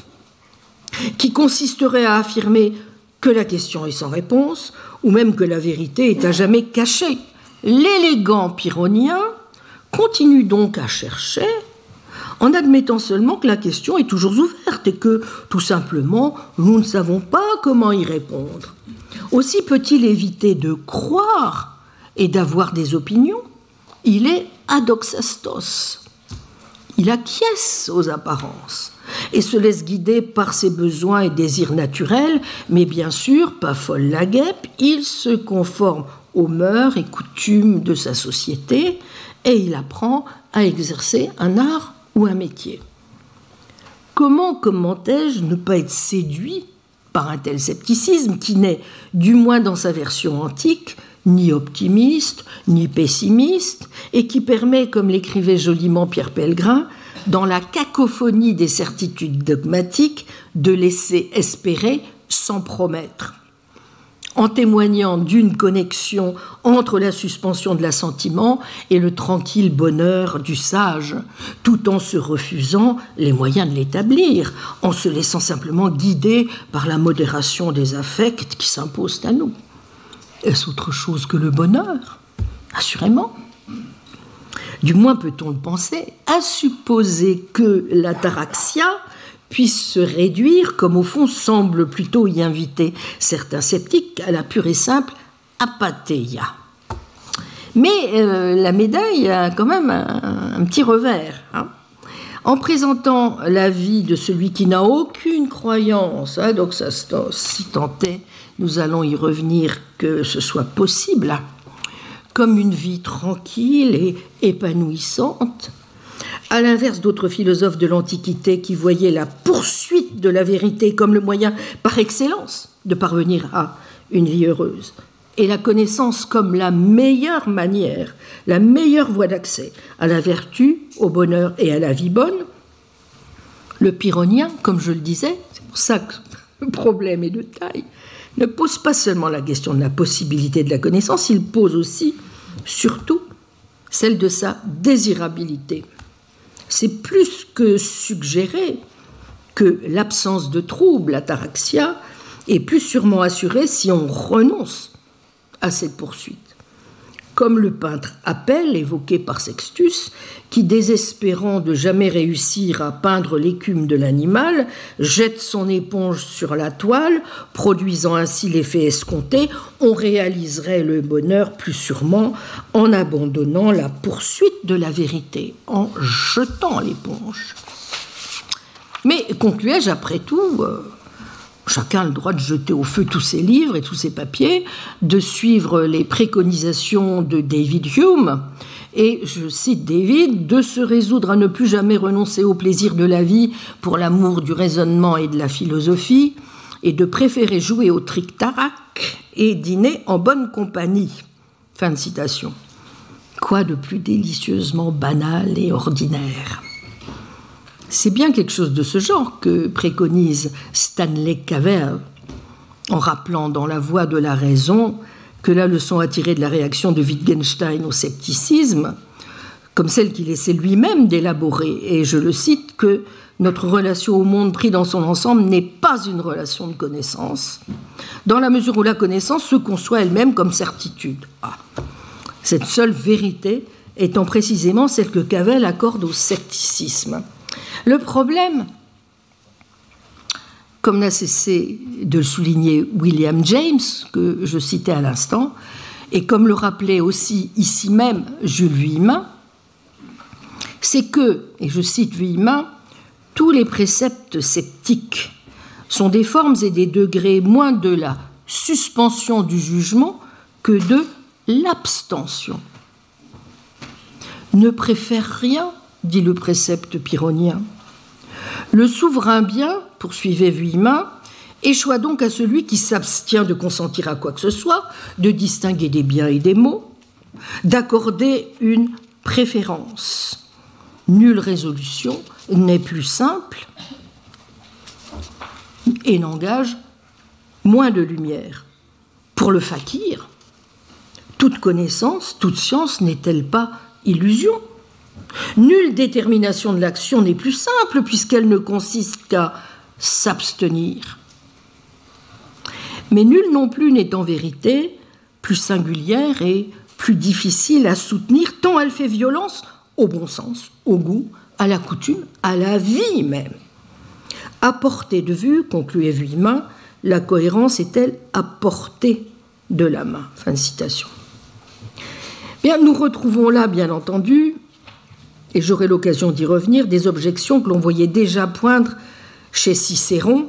qui consisterait à affirmer que la question est sans réponse, ou même que la vérité est à jamais cachée. L'élégant pyrrhonien continue donc à chercher, en admettant seulement que la question est toujours ouverte et que, tout simplement, nous ne savons pas comment y répondre. Aussi peut-il éviter de croire et d'avoir des opinions. Il est adoxastos. Il acquiesce aux apparences et se laisse guider par ses besoins et désirs naturels, mais bien sûr, pas folle la guêpe, il se conforme aux mœurs et coutumes de sa société et il apprend à exercer un art ou un métier. Comment, commentais-je, ne pas être séduit par un tel scepticisme qui n'est, du moins dans sa version antique, ni optimiste, ni pessimiste, et qui permet, comme l'écrivait joliment Pierre Pellegrin, dans la cacophonie des certitudes dogmatiques, de laisser espérer sans promettre, en témoignant d'une connexion entre la suspension de l'assentiment et le tranquille bonheur du sage, tout en se refusant les moyens de l'établir, en se laissant simplement guider par la modération des affects qui s'imposent à nous. Est-ce autre chose que le bonheur ? Assurément. Du moins peut-on le penser, à supposer que l'ataraxia puisse se réduire, comme au fond semble plutôt y inviter certains sceptiques, à la pure et simple apatheia. Mais euh, la médaille a quand même un, un petit revers. Hein. En présentant la vie de celui qui n'a aucune croyance, hein, doxastos, si tant est, nous allons y revenir que ce soit possible, comme une vie tranquille et épanouissante, à l'inverse d'autres philosophes de l'Antiquité qui voyaient la poursuite de la vérité comme le moyen par excellence de parvenir à une vie heureuse, et la connaissance comme la meilleure manière, la meilleure voie d'accès à la vertu, au bonheur et à la vie bonne. Le pyrrhonien, comme je le disais, c'est pour ça que le problème est de taille, ne pose pas seulement la question de la possibilité de la connaissance, il pose aussi, surtout, celle de sa désirabilité. C'est plus que suggérer que l'absence de trouble, ataraxia, est plus sûrement assurée si on renonce à cette poursuite. Comme le peintre Apelle, évoqué par Sextus, qui, désespérant de jamais réussir à peindre l'écume de l'animal, jette son éponge sur la toile, produisant ainsi l'effet escompté, on réaliserait le bonheur plus sûrement en abandonnant la poursuite de la vérité, en jetant l'éponge. Mais, concluais-je, après tout, euh, chacun a le droit de jeter au feu tous ses livres et tous ses papiers, de suivre les préconisations de David Hume, et, je cite David, de se résoudre à ne plus jamais renoncer au plaisir de la vie pour l'amour du raisonnement et de la philosophie, et de préférer jouer au tric-tarac et dîner en bonne compagnie. Fin de citation. Quoi de plus délicieusement banal et ordinaire ? C'est bien quelque chose de ce genre que préconise Stanley Cavell, en rappelant dans La Voie de la raison que la leçon à tirer de la réaction de Wittgenstein au scepticisme, comme celle qu'il essaie lui-même d'élaborer, et je le cite, que notre relation au monde pris dans son ensemble n'est pas une relation de connaissance, dans la mesure où la connaissance se conçoit elle-même comme certitude. Ah. Cette seule vérité étant précisément celle que Cavell accorde au scepticisme. Le problème, comme n'a cessé de le souligner William James, que je citais à l'instant, et comme le rappelait aussi ici même Jules Vuillemin, c'est que, et je cite Vuillemin, tous les préceptes sceptiques sont des formes et des degrés moins de la suspension du jugement que de l'abstention. Ne préfère rien, dit le précepte pyrrhonien. Le souverain bien, poursuivait Vuillemin, échoit donc à celui qui s'abstient de consentir à quoi que ce soit, de distinguer des biens et des maux, d'accorder une préférence. Nulle résolution n'est plus simple et n'engage moins de lumière. Pour le fakir, toute connaissance, toute science n'est-elle pas illusion ? Nulle détermination de l'action n'est plus simple puisqu'elle ne consiste qu'à s'abstenir. Mais nulle non plus n'est en vérité plus singulière et plus difficile à soutenir tant elle fait violence au bon sens, au goût, à la coutume, à la vie même. À portée de vue, concluait Vuillemin, la cohérence est-elle à portée de la main ? Fin de citation. Bien, nous retrouvons là, bien entendu, et j'aurai l'occasion d'y revenir, des objections que l'on voyait déjà poindre chez Cicéron,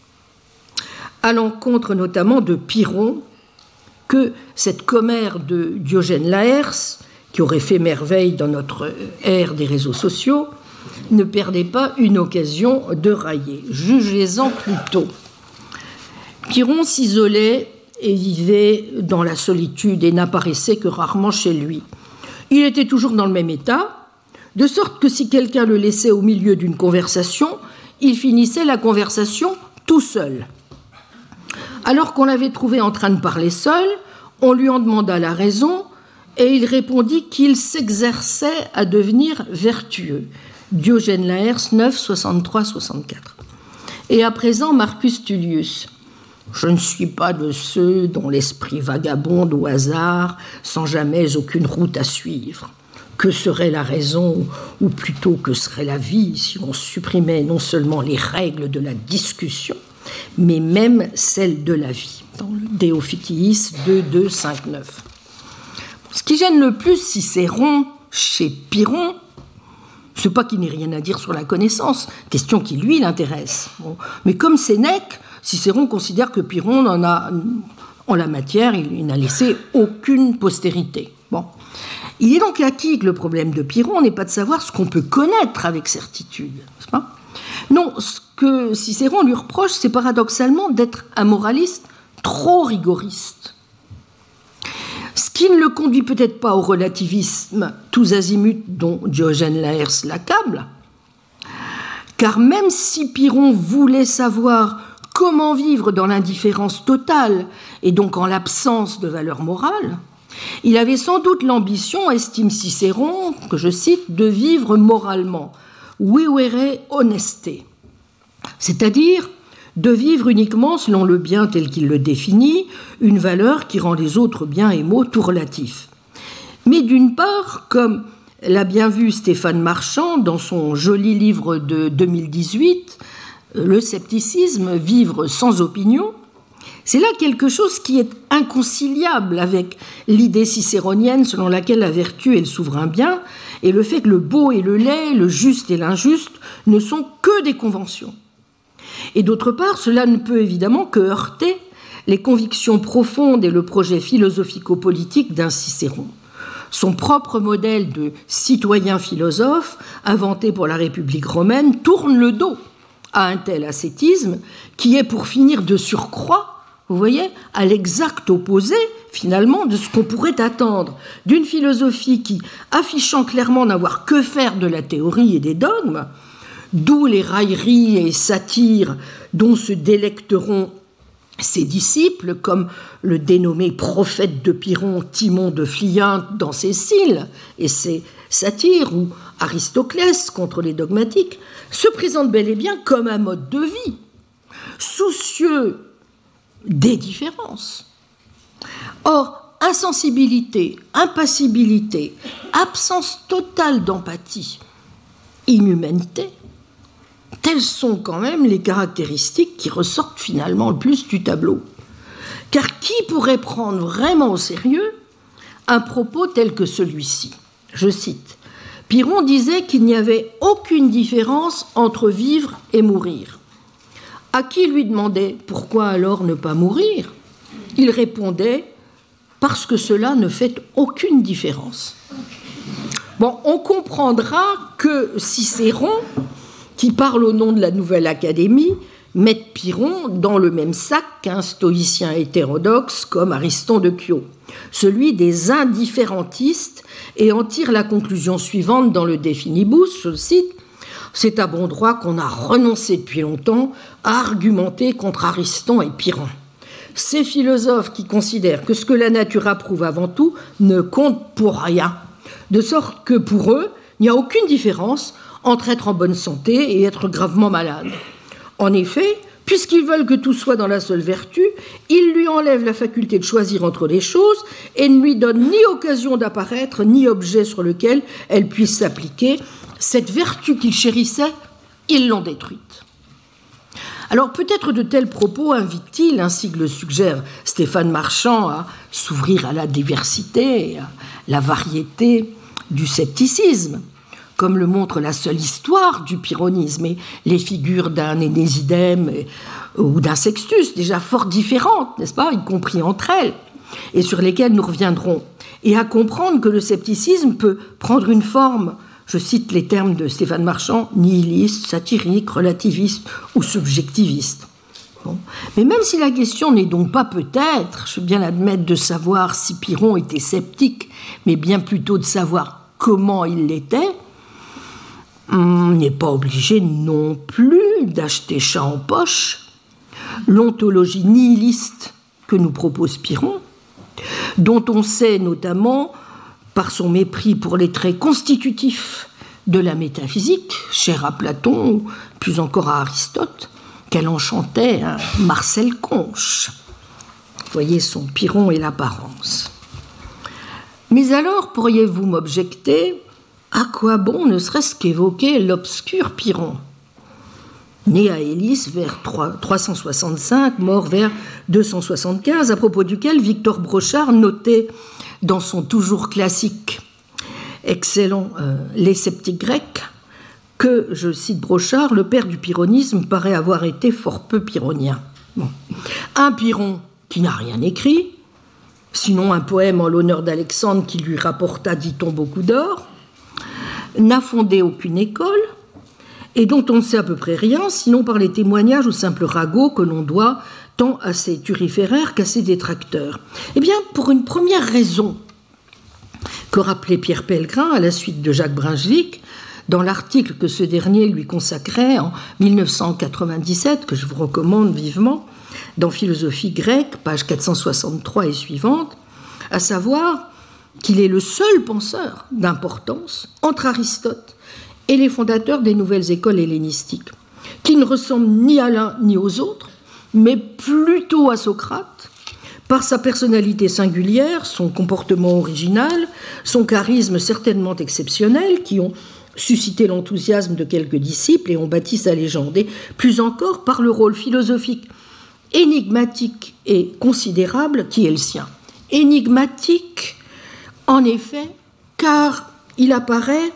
à l'encontre notamment de Pyrrhon, que cette commère de Diogène Laërce, qui aurait fait merveille dans notre ère des réseaux sociaux, ne perdait pas une occasion de railler. Jugez-en plutôt. Pyrrhon s'isolait et vivait dans la solitude et n'apparaissait que rarement chez lui. Il était toujours dans le même état, de sorte que si quelqu'un le laissait au milieu d'une conversation, il finissait la conversation tout seul. Alors qu'on l'avait trouvé en train de parler seul, on lui en demanda la raison et il répondit qu'il s'exerçait à devenir vertueux. Diogène Laërce neuf, soixante-trois soixante-quatre. Et à présent, Marcus Tullius. Je ne suis pas de ceux dont l'esprit vagabonde au hasard, sans jamais aucune route à suivre. Que serait la raison, ou plutôt que serait la vie, si l'on supprimait non seulement les règles de la discussion, mais même celles de la vie, dans le De Officiis deux, deux, cinq, neuf. Ce qui gêne le plus Cicéron chez Pyrrhon, c'est pas qu'il n'ait rien à dire sur la connaissance, question qui lui l'intéresse. Bon. Mais comme Sénèque, Cicéron considère que Pyrrhon n'en a, en la matière, il n'a laissé aucune postérité. Bon. Il est donc acquis que le problème de Pyrrhon n'est pas de savoir ce qu'on peut connaître avec certitude, n'est-ce pas ? Non, ce que Cicéron lui reproche, c'est paradoxalement d'être un moraliste trop rigoriste. Ce qui ne le conduit peut-être pas au relativisme tous azimuts dont Diogène Laërce l'accable, car même si Pyrrhon voulait savoir comment vivre dans l'indifférence totale et donc en l'absence de valeur morale, il avait sans doute l'ambition, estime Cicéron, que je cite, de vivre moralement, vivere honeste, c'est-à-dire de vivre uniquement selon le bien tel qu'il le définit, une valeur qui rend les autres biens et maux tout relatifs. Mais d'une part, comme l'a bien vu Stéphane Marchand dans son joli livre de deux mille dix-huit, Le scepticisme, vivre sans opinion, c'est là quelque chose qui est inconciliable avec l'idée cicéronienne selon laquelle la vertu est le souverain bien, et le fait que le beau et le laid, le juste et l'injuste ne sont que des conventions. Et d'autre part, cela ne peut évidemment que heurter les convictions profondes et le projet philosophico-politique d'un Cicéron. Son propre modèle de citoyen philosophe, inventé pour la République romaine, tourne le dos à un tel ascétisme qui est, pour finir de surcroît, vous voyez, à l'exact opposé, finalement, de ce qu'on pourrait attendre d'une philosophie qui, affichant clairement n'avoir que faire de la théorie et des dogmes, d'où les railleries et satires dont se délecteront ses disciples, comme le dénommé prophète de Pyrrhon, Timon de Phliinte dans ses Sylla et ses satires, ou Aristoclès contre les dogmatiques, se présente bel et bien comme un mode de vie, soucieux des différences. Or, insensibilité, impassibilité, absence totale d'empathie, inhumanité, telles sont quand même les caractéristiques qui ressortent finalement le plus du tableau. Car qui pourrait prendre vraiment au sérieux un propos tel que celui-ci ? Je cite, « Pyrrhon disait qu'il n'y avait aucune différence entre vivre et mourir. À qui lui demandait « Pourquoi alors ne pas mourir ?» Il répondait « Parce que cela ne fait aucune différence. » Bon, on comprendra que Cicéron, qui parle au nom de la Nouvelle Académie, mette Pyrrhon dans le même sac qu'un stoïcien hétérodoxe comme Ariston de Chios, celui des indifférentistes, et en tire la conclusion suivante dans le De Finibus, je le cite, « C'est à bon droit qu'on a renoncé depuis longtemps à argumenter contre Ariston et Pyrrhon. Ces philosophes qui considèrent que ce que la nature approuve avant tout ne compte pour rien, de sorte que pour eux, il n'y a aucune différence entre être en bonne santé et être gravement malade. En effet, puisqu'ils veulent que tout soit dans la seule vertu, ils lui enlèvent la faculté de choisir entre les choses et ne lui donnent ni occasion d'apparaître, ni objet sur lequel elle puisse s'appliquer. Cette vertu qu'ils chérissaient, ils l'ont détruite. » Alors peut-être de tels propos invitent-ils, ainsi que le suggère Stéphane Marchand, à s'ouvrir à la diversité et à la variété du scepticisme, comme le montre la seule histoire du pyrrhonisme et les figures d'un Énésidème ou d'un Sextus, déjà fort différentes, n'est-ce pas, y compris entre elles, et sur lesquelles nous reviendrons, et à comprendre que le scepticisme peut prendre une forme, je cite les termes de Stéphane Marchand, nihiliste, satirique, relativiste ou subjectiviste. Bon. Mais même si la question n'est donc pas peut-être, je veux bien l'admettre, de savoir si Pyrrhon était sceptique, mais bien plutôt de savoir comment il l'était, on n'est pas obligé non plus d'acheter chat en poche l'ontologie nihiliste que nous propose Pyrrhon, dont on sait notamment, par son mépris pour les traits constitutifs de la métaphysique, cher à Platon, ou plus encore à Aristote, qu'elle enchantait un Marcel Conche. Voyez son Pyrrhon et l'apparence. Mais alors, pourriez-vous m'objecter, à quoi bon ne serait-ce qu'évoquer l'obscur Pyrrhon, né à Élis vers trois cent soixante-cinq, mort vers deux cent soixante-quinze, à propos duquel Victor Brochard notait dans son toujours classique, excellent euh, Les sceptiques grecs, que, je cite Brochard, le père du pyrrhonisme paraît avoir été fort peu pyrrhonien. Bon. Un Pyrrhon qui n'a rien écrit, sinon un poème en l'honneur d'Alexandre qui lui rapporta, dit-on, beaucoup d'or, n'a fondé aucune école, et dont on ne sait à peu près rien, sinon par les témoignages ou simples ragots que l'on doit tant à ses turiféraires qu'à ses détracteurs. Eh bien, pour une première raison que rappelait Pierre Pellegrin à la suite de Jacques Brunswick, dans l'article que ce dernier lui consacrait en dix-neuf cent quatre-vingt-dix-sept, que je vous recommande vivement, dans Philosophie grecque, page quatre cent soixante-trois et suivante, à savoir qu'il est le seul penseur d'importance entre Aristote et les fondateurs des nouvelles écoles hellénistiques, qui ne ressemblent ni à l'un ni aux autres, mais plutôt à Socrate, par sa personnalité singulière, son comportement original, son charisme certainement exceptionnel, qui ont suscité l'enthousiasme de quelques disciples et ont bâti sa légende, et plus encore par le rôle philosophique énigmatique et considérable qui est le sien. Énigmatique, en effet, car il apparaît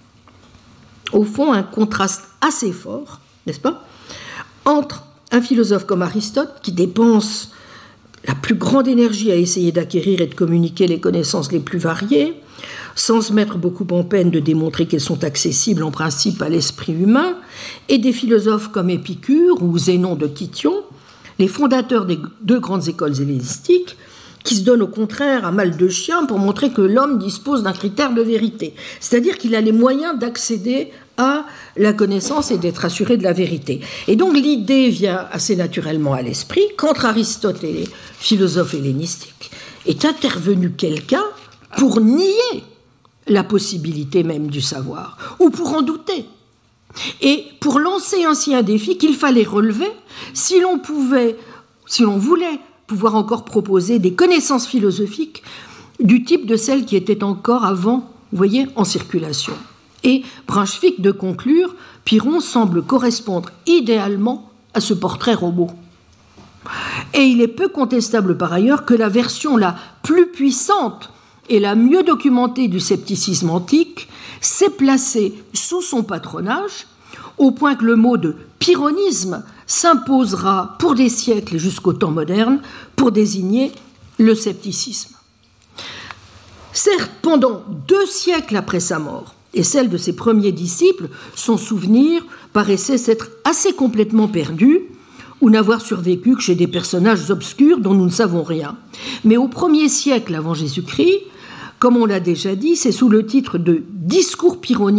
au fond un contraste assez fort, n'est-ce pas, entre un philosophe comme Aristote, qui dépense la plus grande énergie à essayer d'acquérir et de communiquer les connaissances les plus variées, sans se mettre beaucoup en peine de démontrer qu'elles sont accessibles en principe à l'esprit humain, et des philosophes comme Épicure ou Zénon de Kition, les fondateurs des deux grandes écoles hellénistiques, qui se donnent au contraire un mal de chien pour montrer que l'homme dispose d'un critère de vérité. C'est-à-dire qu'il a les moyens d'accéder à la connaissance et d'être assuré de la vérité. Et donc l'idée vient assez naturellement à l'esprit qu'entre Aristote et les philosophes hellénistiques est intervenu quelqu'un pour nier la possibilité même du savoir, ou pour en douter, et pour lancer ainsi un défi qu'il fallait relever si l'on pouvait, si l'on voulait pouvoir encore proposer des connaissances philosophiques du type de celles qui étaient encore avant, vous voyez, en circulation. Et Brunswick de conclure, Pyrrhon semble correspondre idéalement à ce portrait robot. Et il est peu contestable par ailleurs que la version la plus puissante et la mieux documentée du scepticisme antique s'est placée sous son patronage, au point que le mot de pyrrhonisme s'imposera pour des siècles jusqu'au temps moderne pour désigner le scepticisme. Certes, pendant deux siècles après sa mort, et celle de ses premiers disciples, son souvenir paraissait s'être assez complètement perdu ou n'avoir survécu que chez des personnages obscurs dont nous ne savons rien. Mais au premier siècle avant Jésus-Christ, comme on l'a déjà dit, c'est sous le titre de « Discours pyrrhonien »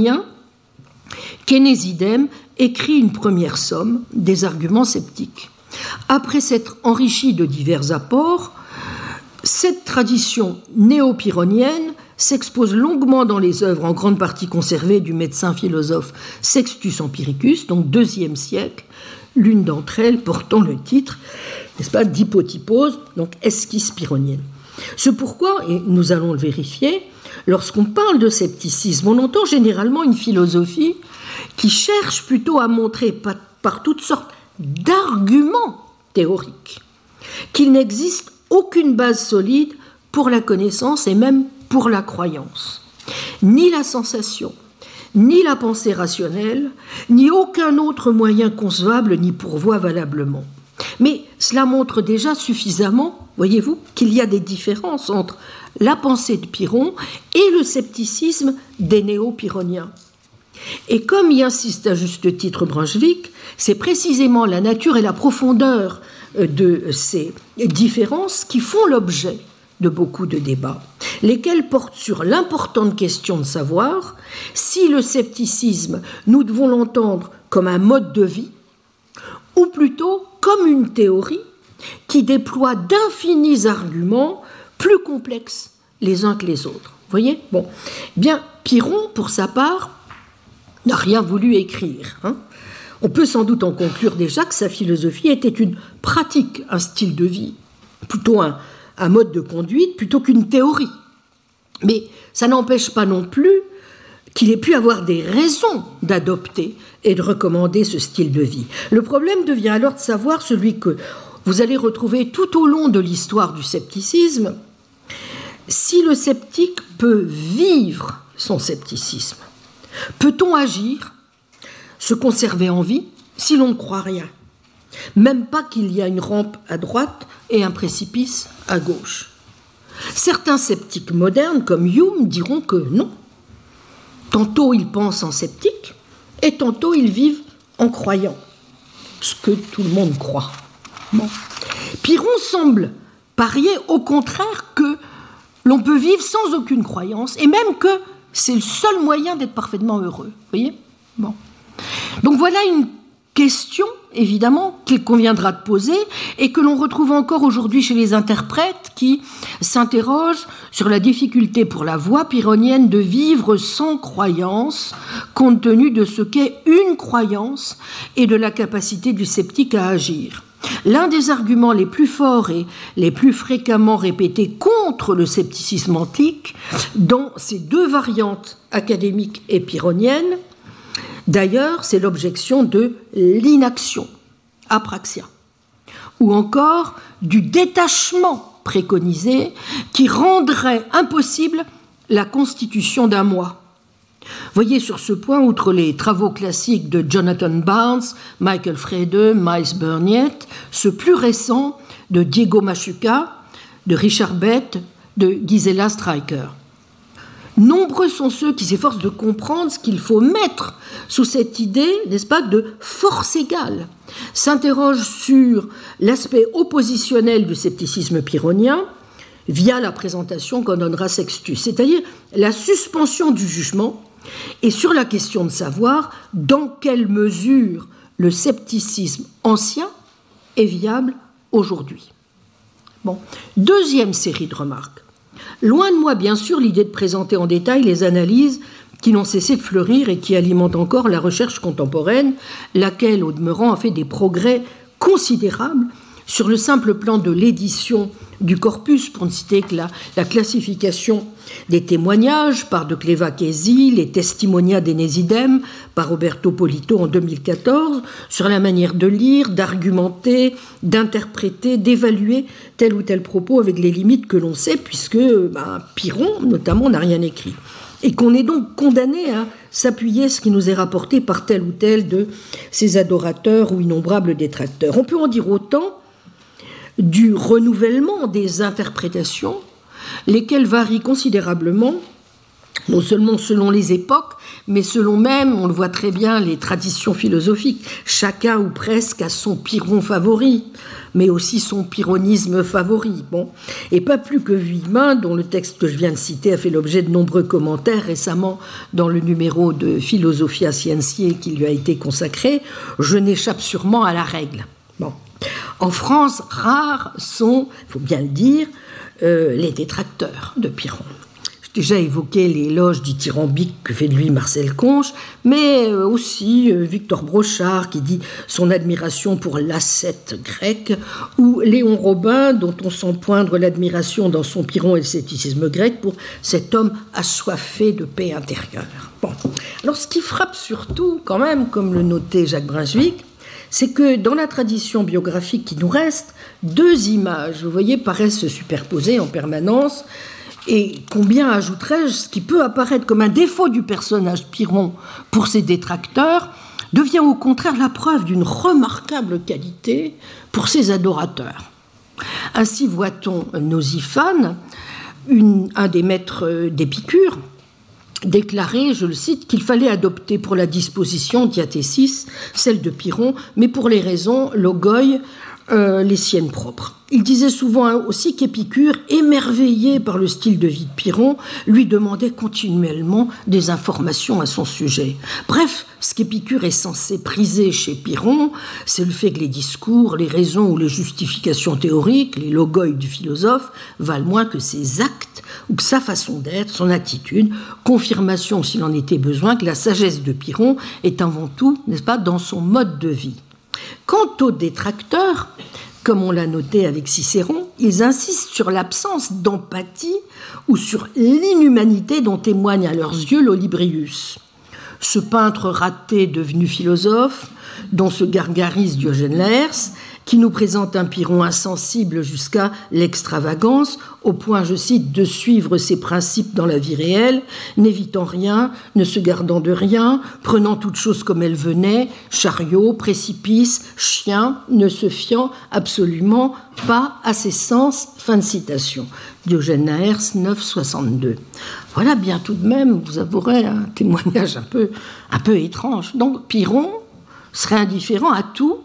qu'Énésidème écrit une première somme des arguments sceptiques. Après s'être enrichi de divers apports, cette tradition néo-pyrrhonienne s'expose longuement dans les œuvres en grande partie conservées du médecin philosophe Sextus Empiricus, donc deuxième siècle, l'une d'entre elles portant le titre, n'est-ce pas, d'hypotypose, donc esquisse pyrrhonienne. C'est pourquoi, et nous allons le vérifier, lorsqu'on parle de scepticisme, on entend généralement une philosophie qui cherche plutôt à montrer par, par toutes sortes d'arguments théoriques qu'il n'existe aucune base solide pour la connaissance et même pour la croyance. Ni la sensation, ni la pensée rationnelle, ni aucun autre moyen concevable n'y pourvoit valablement. Mais cela montre déjà suffisamment, voyez-vous, qu'il y a des différences entre la pensée de Pyrrhon et le scepticisme des néo-pyrrhoniens. Et comme y insiste à juste titre Brunswick, c'est précisément la nature et la profondeur de ces différences qui font l'objet de beaucoup de débats, lesquels portent sur l'importante question de savoir si le scepticisme, nous devons l'entendre comme un mode de vie, ou plutôt comme une théorie qui déploie d'infinis arguments plus complexes les uns que les autres. Vous voyez ? Bon. Bien, Pyrrhon, pour sa part, n'a rien voulu écrire. Hein. On peut sans doute en conclure déjà que sa philosophie était une pratique, un style de vie, plutôt un, un mode de conduite, plutôt qu'une théorie. Mais ça n'empêche pas non plus qu'il ait pu avoir des raisons d'adopter et de recommander ce style de vie. Le problème devient alors de savoir celui que vous allez retrouver tout au long de l'histoire du scepticisme, si le sceptique peut vivre son scepticisme. Peut-on agir, se conserver en vie, si l'on ne croit rien ? Même pas qu'il y a une rampe à droite et un précipice à gauche. Certains sceptiques modernes, comme Hume, diront que non. Tantôt ils pensent en sceptique, et tantôt ils vivent en croyant, ce que tout le monde croit. Bon. Pyrrhon semble parier au contraire que l'on peut vivre sans aucune croyance, et même que c'est le seul moyen d'être parfaitement heureux. Vous voyez ? Bon. Donc voilà une question, évidemment, qu'il conviendra de poser et que l'on retrouve encore aujourd'hui chez les interprètes qui s'interrogent sur la difficulté pour la voie pyrrhonienne de vivre sans croyance, compte tenu de ce qu'est une croyance et de la capacité du sceptique à agir. L'un des arguments les plus forts et les plus fréquemment répétés contre le scepticisme antique, dans ces deux variantes académiques et pyrrhoniennes, d'ailleurs, c'est l'objection de l'inaction, apraxia, ou encore du détachement préconisé qui rendrait impossible la constitution d'un moi. Voyez sur ce point, outre les travaux classiques de Jonathan Barnes, Michael Frede, Miles Burnett, ce plus récent de Diego Machuca, de Richard Bett, de Gisela Stryker. Nombreux sont ceux qui s'efforcent de comprendre ce qu'il faut mettre sous cette idée, n'est-ce pas, de force égale, s'interrogent sur l'aspect oppositionnel du scepticisme pyrrhonien via la présentation qu'en donnera Sextus, c'est-à-dire la suspension du jugement, et sur la question de savoir dans quelle mesure le scepticisme ancien est viable aujourd'hui. Bon. Deuxième série de remarques. Loin de moi, bien sûr, l'idée de présenter en détail les analyses qui n'ont cessé de fleurir et qui alimentent encore la recherche contemporaine, laquelle, au demeurant, a fait des progrès considérables sur le simple plan de l'édition du corpus, pour ne citer que la, la classification des témoignages par de Cleva-Chesi, les Testimonia d'Enesidem par Roberto Polito en deux mille quatorze, sur la manière de lire, d'argumenter, d'interpréter, d'évaluer tel ou tel propos avec les limites que l'on sait, puisque ben, Pyrrhon, notamment, n'a rien écrit. Et qu'on est donc condamné à s'appuyer sur ce qui nous est rapporté par tel ou tel de ses adorateurs ou innombrables détracteurs. On peut en dire autant du renouvellement des interprétations, lesquelles varient considérablement, non seulement selon les époques, mais selon même, on le voit très bien, les traditions philosophiques. Chacun ou presque a son Pyrrhon favori, mais aussi son pyrrhonisme favori. Bon. Et pas plus que Villemin, dont le texte que je viens de citer a fait l'objet de nombreux commentaires récemment dans le numéro de Philosophia Scientiae qui lui a été consacré, je n'échappe sûrement à la règle. Bon. En France, rares sont, il faut bien le dire, euh, les détracteurs de Pyrrhon. J'ai déjà évoqué l'éloge dithyrambique que fait de lui Marcel Conche, mais euh, aussi euh, Victor Brochard qui dit son admiration pour l'ascète grec, ou Léon Robin dont on sent poindre l'admiration dans son Pyrrhon et le scepticisme grec pour cet homme assoiffé de paix intérieure. Bon. Alors ce qui frappe surtout, quand même, comme le notait Jacques Brunswick, c'est que dans la tradition biographique qui nous reste, deux images, vous voyez, paraissent se superposer en permanence. Et combien ajouterais-je, ce qui peut apparaître comme un défaut du personnage Pyrrhon pour ses détracteurs, devient au contraire la preuve d'une remarquable qualité pour ses adorateurs. Ainsi voit-on Nausifane, une, un des maîtres d'Épicure, déclarer, je le cite, qu'il fallait adopter pour la disposition diathésis celle de Pyrrhon, mais pour les raisons logoi, euh, les siennes propres. Il disait souvent aussi qu'Épicure, émerveillé par le style de vie de Pyrrhon, lui demandait continuellement des informations à son sujet. Bref, ce qu'Épicure est censé priser chez Pyrrhon, c'est le fait que les discours, les raisons ou les justifications théoriques, les logoi du philosophe, valent moins que ses actes ou que sa façon d'être, son attitude, confirmation, s'il en était besoin, que la sagesse de Pyrrhon est avant tout, n'est-ce pas, dans son mode de vie. Quant aux détracteurs, comme on l'a noté avec Cicéron, ils insistent sur l'absence d'empathie ou sur l'inhumanité dont témoigne à leurs yeux l'Olibrius. Ce peintre raté devenu philosophe, dont se gargarise Diogène Laërce, qui nous présente un Pyrrhon insensible jusqu'à l'extravagance, au point, je cite, de suivre ses principes dans la vie réelle, n'évitant rien, ne se gardant de rien, prenant toute chose comme elle venait, chariot, précipice, chien, ne se fiant absolument pas à ses sens. Fin de citation. Diogène Laërce, neuf soixante-deux. Voilà bien tout de même, vous avouerez, un témoignage un peu, un peu étrange. Donc Pyrrhon serait indifférent à tout,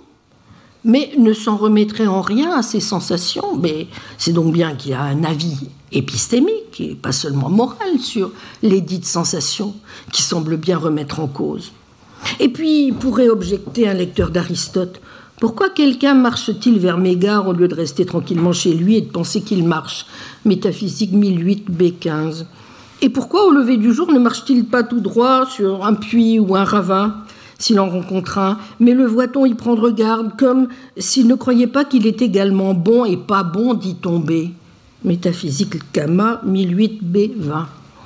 mais ne s'en remettrait en rien à ses sensations. Mais c'est donc bien qu'il a un avis épistémique, et pas seulement moral, sur les dites sensations, qui semble bien remettre en cause. Et puis, pourrait objecter un lecteur d'Aristote, pourquoi quelqu'un marche-t-il vers Mégare au lieu de rester tranquillement chez lui et de penser qu'il marche? Métaphysique mille huit, B quinze. Et pourquoi, au lever du jour, ne marche-t-il pas tout droit sur un puits ou un ravin, s'il en rencontre un, mais le voit-on y prendre garde, comme s'il ne croyait pas qu'il est également bon et pas bon d'y tomber. Métaphysique Kama, mille huit, B vingt.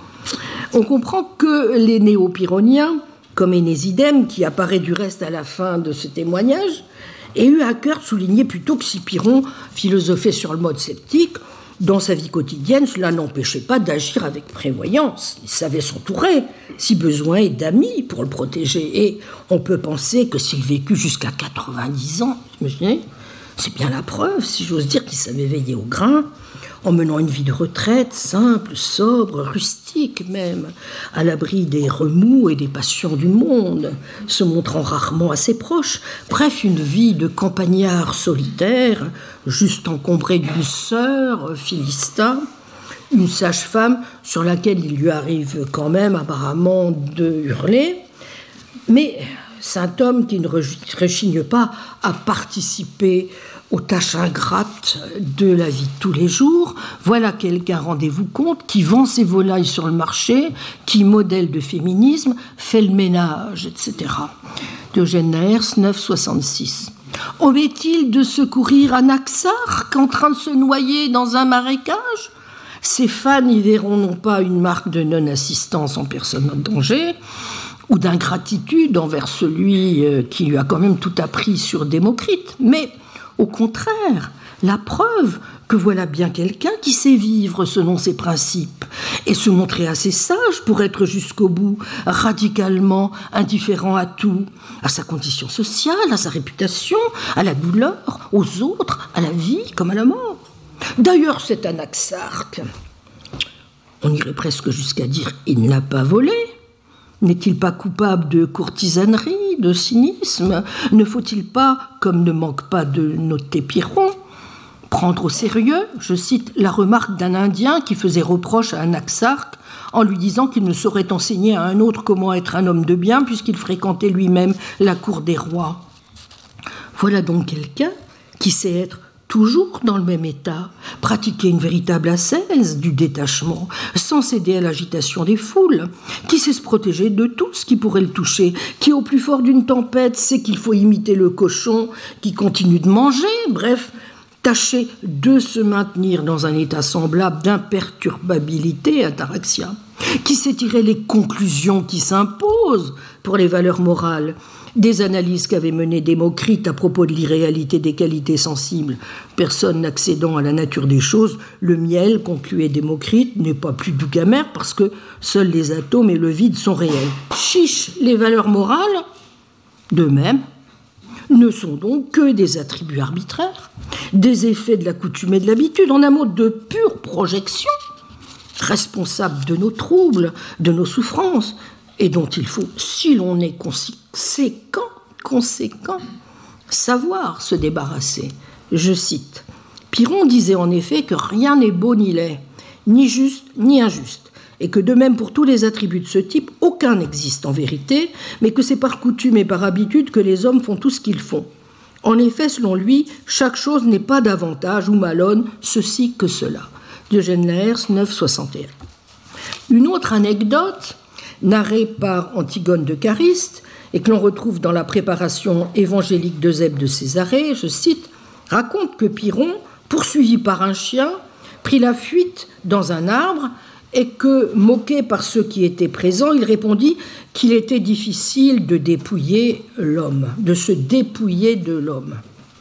On comprend que les néo-pyrrhoniens, comme Enésidème, qui apparaît du reste à la fin de ce témoignage, aient eu à cœur de souligner plutôt que si Pyrrhon philosophait sur le mode sceptique, dans sa vie quotidienne, cela n'empêchait pas d'agir avec prévoyance. Il savait s'entourer, si besoin, et d'amis pour le protéger. Et on peut penser que s'il vécut jusqu'à quatre-vingt-dix ans, imaginez, C'est bien la preuve, si j'ose dire, qu'il savait veiller au grain, en menant une vie de retraite, simple, sobre, rustique même, à l'abri des remous et des passions du monde, se montrant rarement à ses proches. Bref, une vie de campagnard solitaire, juste encombré d'une sœur, Philista, une sage-femme sur laquelle il lui arrive quand même apparemment de hurler, mais saint homme qui ne rechigne pas à participer aux tâches ingrates de la vie de tous les jours. Voilà quelqu'un, rendez-vous compte, qui vend ses volailles sur le marché, qui modèle de féminisme, fait le ménage, et cetera. Diogène Laërce, neuf soixante-six. Omet-il de secourir Anaxarque en train de se noyer dans un marécage ? Ses fans y verront non pas une marque de non-assistance en personne en danger, ou d'ingratitude envers celui qui lui a quand même tout appris sur Démocrite, mais au contraire, la preuve que voilà bien quelqu'un qui sait vivre selon ses principes et se montrer assez sage pour être jusqu'au bout radicalement indifférent à tout, à sa condition sociale, à sa réputation, à la douleur, aux autres, à la vie comme à la mort. D'ailleurs, cet Anaxarque, on irait presque jusqu'à dire il ne l'a pas volé. N'est-il pas coupable de courtisanerie, de cynisme ? Ne faut-il pas, comme ne manque pas de noter Pyrrhon, prendre au sérieux, je cite, la remarque d'un Indien qui faisait reproche à Anaxarque en lui disant qu'il ne saurait enseigner à un autre comment être un homme de bien puisqu'il fréquentait lui-même la cour des rois. Voilà donc quelqu'un qui sait être toujours dans le même état, pratiquer une véritable ascèse du détachement, sans céder à l'agitation des foules, qui sait se protéger de tout ce qui pourrait le toucher, qui au plus fort d'une tempête sait qu'il faut imiter le cochon, qui continue de manger, bref, tâcher de se maintenir dans un état semblable d'imperturbabilité ataraxia, qui sait tirer les conclusions qui s'imposent pour les valeurs morales, des analyses qu'avait menées Démocrite à propos de l'irréalité des qualités sensibles. Personne n'accédant à la nature des choses, le miel, concluait Démocrite, n'est pas plus doux qu'amer parce que seuls les atomes et le vide sont réels. Chiche, les valeurs morales, de même, ne sont donc que des attributs arbitraires, des effets de la coutume et de l'habitude, en un mot de pure projection, responsables de nos troubles, de nos souffrances, et dont il faut, si l'on est conséquent, conséquent, savoir se débarrasser. Je cite, Pyrrhon disait en effet que rien n'est beau ni laid, ni juste ni injuste, et que de même pour tous les attributs de ce type, aucun n'existe en vérité, mais que c'est par coutume et par habitude que les hommes font tout ce qu'ils font. En effet, selon lui, chaque chose n'est pas davantage ou malonne ceci que cela. Diogène Laërce, neuf soixante et un. Une autre anecdote narré par Antigone de Caryste, et que l'on retrouve dans la préparation évangélique d'Eusèbe de Césarée, je cite, raconte que Pyrrhon, poursuivi par un chien, prit la fuite dans un arbre et que, moqué par ceux qui étaient présents, il répondit qu'il était difficile de dépouiller l'homme, de se dépouiller de l'homme.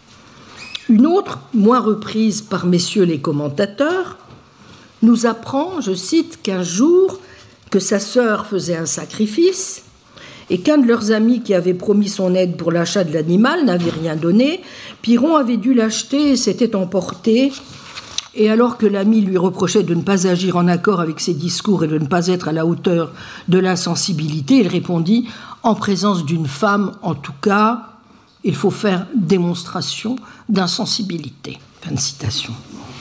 Une autre, moins reprise par messieurs les commentateurs, nous apprend, je cite, qu'un jour, que sa sœur faisait un sacrifice et qu'un de leurs amis qui avait promis son aide pour l'achat de l'animal n'avait rien donné, Pyrrhon avait dû l'acheter et s'était emporté. Et alors que l'ami lui reprochait de ne pas agir en accord avec ses discours et de ne pas être à la hauteur de l'insensibilité, il répondit « En présence d'une femme, en tout cas, il faut faire démonstration d'insensibilité. » Fin de citation.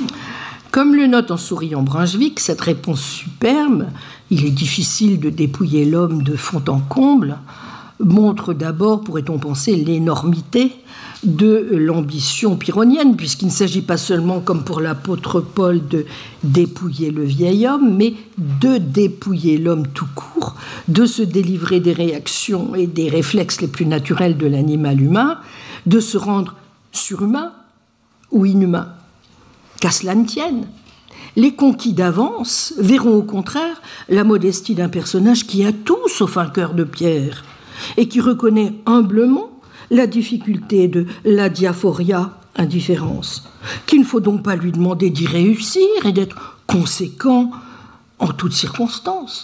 Comme le note en souriant Brunswick, cette réponse superbe, il est difficile de dépouiller l'homme de fond en comble, montre d'abord, pourrait-on penser, l'énormité de l'ambition pyrrhonienne, puisqu'il ne s'agit pas seulement, comme pour l'apôtre Paul, de dépouiller le vieil homme, mais de dépouiller l'homme tout court, de se délivrer des réactions et des réflexes les plus naturels de l'animal humain, de se rendre surhumain ou inhumain. Qu'à cela ne tienne, les conquis d'avance verront au contraire la modestie d'un personnage qui a tout sauf un cœur de pierre et qui reconnaît humblement la difficulté de la diaphoria, indifférence, qu'il ne faut donc pas lui demander d'y réussir et d'être conséquent en toutes circonstances.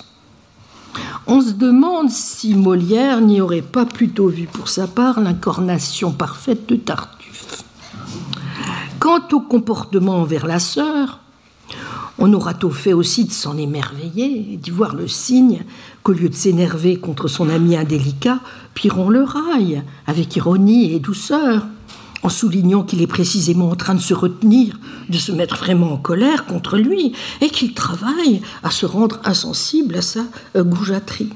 On se demande si Molière n'y aurait pas plutôt vu pour sa part l'incarnation parfaite de Tartuffe. Quant au comportement envers la sœur, on aura tôt fait aussi de s'en émerveiller et d'y voir le signe qu'au lieu de s'énerver contre son ami indélicat, Pyrrhon le raille avec ironie et douceur, en soulignant qu'il est précisément en train de se retenir, de se mettre vraiment en colère contre lui, et qu'il travaille à se rendre insensible à sa euh, goujaterie.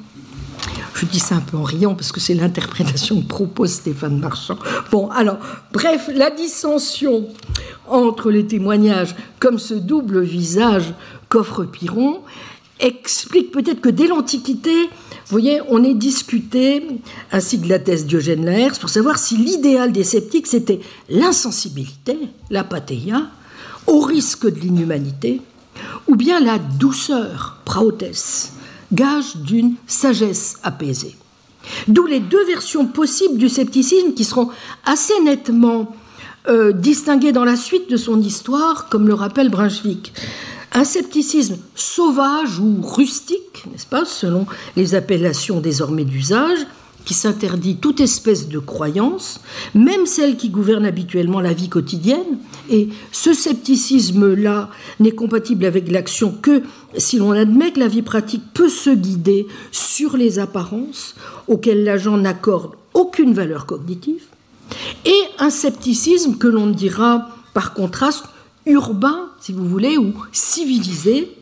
Je dis ça un peu en riant parce que c'est l'interprétation que propose Stéphane Marchand. Bon, alors, bref, la dissension entre les témoignages, comme ce double visage qu'offre Pyrrhon, explique peut-être que dès l'Antiquité, vous voyez, on est discuté, ainsi que l'atteste Diogène Laërce, pour savoir si l'idéal des sceptiques, c'était l'insensibilité, l'apathéia, au risque de l'inhumanité, ou bien la douceur, praotès, gage d'une sagesse apaisée. D'où les deux versions possibles du scepticisme qui seront assez nettement euh, distinguées dans la suite de son histoire, comme le rappelle Brunswick. Un scepticisme sauvage ou rustique, n'est-ce pas, selon les appellations désormais d'usage, qui s'interdit toute espèce de croyance, même celle qui gouverne habituellement la vie quotidienne. Et ce scepticisme-là n'est compatible avec l'action que si l'on admet que la vie pratique peut se guider sur les apparences auxquelles l'agent n'accorde aucune valeur cognitive, et un scepticisme que l'on dira par contraste urbain, si vous voulez, ou civilisé,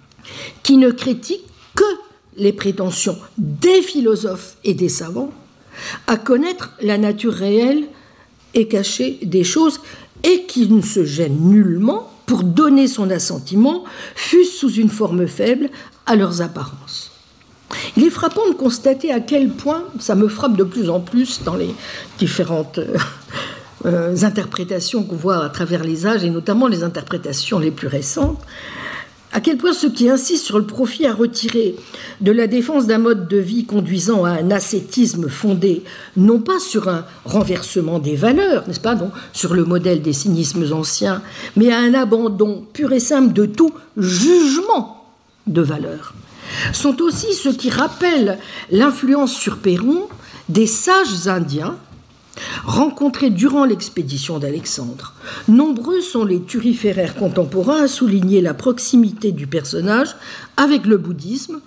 qui ne critique que les prétentions des philosophes et des savants à connaître la nature réelle et cachée des choses, et qui ne se gêne nullement pour donner son assentiment, fût-ce sous une forme faible, à leurs apparences. Il est frappant de constater à quel point, ça me frappe de plus en plus dans les différentes euh, euh, interprétations qu'on voit à travers les âges, et notamment les interprétations les plus récentes, à quel point ceux qui insistent sur le profit à retirer de la défense d'un mode de vie conduisant à un ascétisme fondé non pas sur un renversement des valeurs, n'est-ce pas, non, sur le modèle des cynismes anciens, mais à un abandon pur et simple de tout jugement de valeur, sont aussi ceux qui rappellent l'influence sur Pyrrhon des sages indiens rencontrés durant l'expédition d'Alexandre. Nombreux sont les turiféraires contemporains à souligner la proximité du personnage avec le bouddhisme,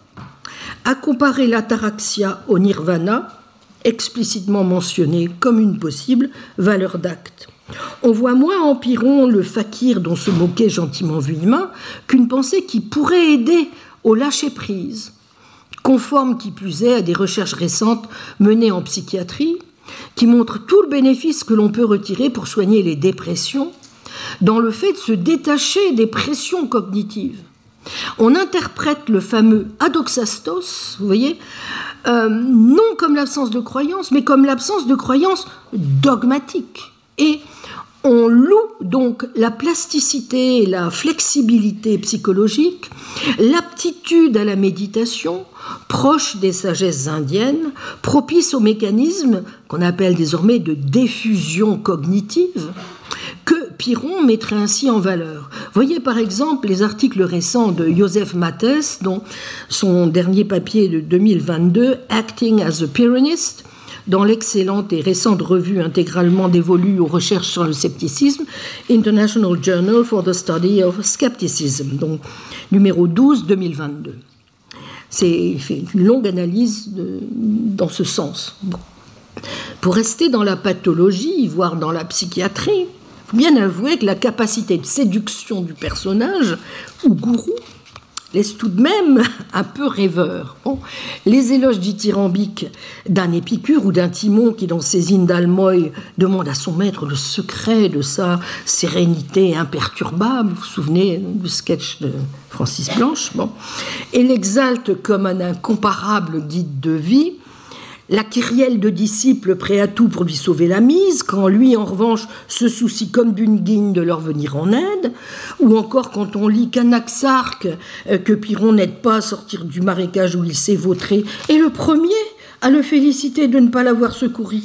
à comparer l'ataraxia au nirvana, explicitement mentionné comme une possible valeur d'acte. On voit moins en Pyrrhon le fakir dont se moquait gentiment Vuillemin qu'une pensée qui pourrait aider au lâcher-prise, conforme qui plus est à des recherches récentes menées en psychiatrie, qui montre tout le bénéfice que l'on peut retirer pour soigner les dépressions, dans le fait de se détacher des pressions cognitives. On interprète le fameux adoxastos, vous voyez, euh, non comme l'absence de croyance, mais comme l'absence de croyance dogmatique. Et on loue donc la plasticité et la flexibilité psychologique, l'aptitude à la méditation, proche des sagesses indiennes, propice aux mécanismes qu'on appelle désormais de diffusion cognitive, que Pyrrhon mettrait ainsi en valeur. Voyez par exemple les articles récents de Joseph Mathès, dont son dernier papier de deux mille vingt-deux, Acting as a Pyrrhonist, dans l'excellente et récente revue intégralement dévolue aux recherches sur le scepticisme, International Journal for the Study of Skepticism, donc numéro douze, deux mille vingt-deux. C'est, il fait une longue analyse de, dans ce sens. Bon. Pour rester dans la pathologie, voire dans la psychiatrie, il faut bien avouer que la capacité de séduction du personnage, ou gourou, laisse tout de même un peu rêveur. Bon, les éloges dithyrambiques d'un Épicure ou d'un Timon qui, dans ses hymnes d'Almoï, demande à son maître le secret de sa sérénité imperturbable, vous vous souvenez du sketch de Francis Blanche, bon, et l'exalte comme un incomparable guide de vie, la kyrielle de disciples prêts à tout pour lui sauver la mise, quand lui, en revanche, se soucie comme d'une guigne de leur venir en aide, ou encore quand on lit qu'Anaxarque, euh, que Pyrrhon n'aide pas à sortir du marécage où il s'est vautré, est le premier à le féliciter de ne pas l'avoir secouru,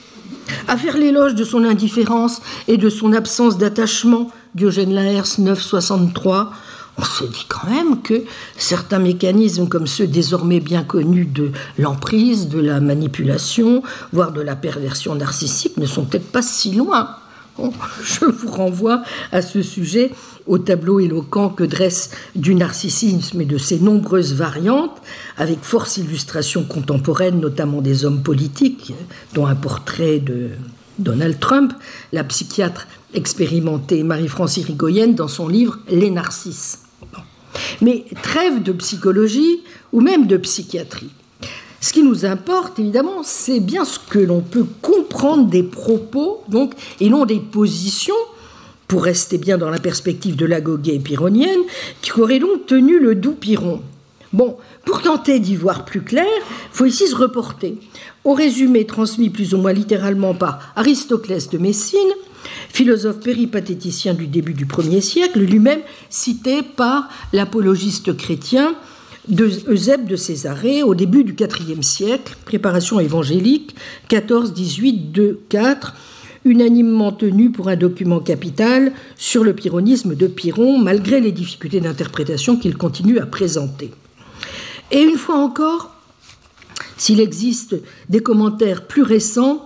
à faire l'éloge de son indifférence et de son absence d'attachement, Diogène Laërce neuf soixante-trois, on se dit quand même que certains mécanismes comme ceux désormais bien connus de l'emprise, de la manipulation, voire de la perversion narcissique ne sont peut-être pas si loin Bon, je vous renvoie à ce sujet au tableau éloquent que dresse du narcissisme et de ses nombreuses variantes, avec force illustration contemporaine, notamment des hommes politiques, dont un portrait de Donald Trump, la psychiatre expérimentée Marie-France Irigoyen dans son livre « Les narcisses ». Bon. Mais trêve de psychologie ou même de psychiatrie. Ce qui nous importe, évidemment, c'est bien ce que l'on peut comprendre des propos, donc, et non des positions, pour rester bien dans la perspective de l'agoguet pyrrhonienne, qui aurait donc tenu le doux Pyrrhon. Bon, pour tenter d'y voir plus clair, il faut ici se reporter au résumé transmis plus ou moins littéralement par Aristoclès de Messine, philosophe péripatéticien du début du premier siècle, lui-même cité par l'apologiste chrétien de Eusèbe de Césarée au début du quatrième siècle, préparation évangélique, quatorze dix-huit deux quatre, unanimement tenu pour un document capital sur le pyrrhonisme de Pyrrhon, malgré les difficultés d'interprétation qu'il continue à présenter. Et une fois encore, s'il existe des commentaires plus récents,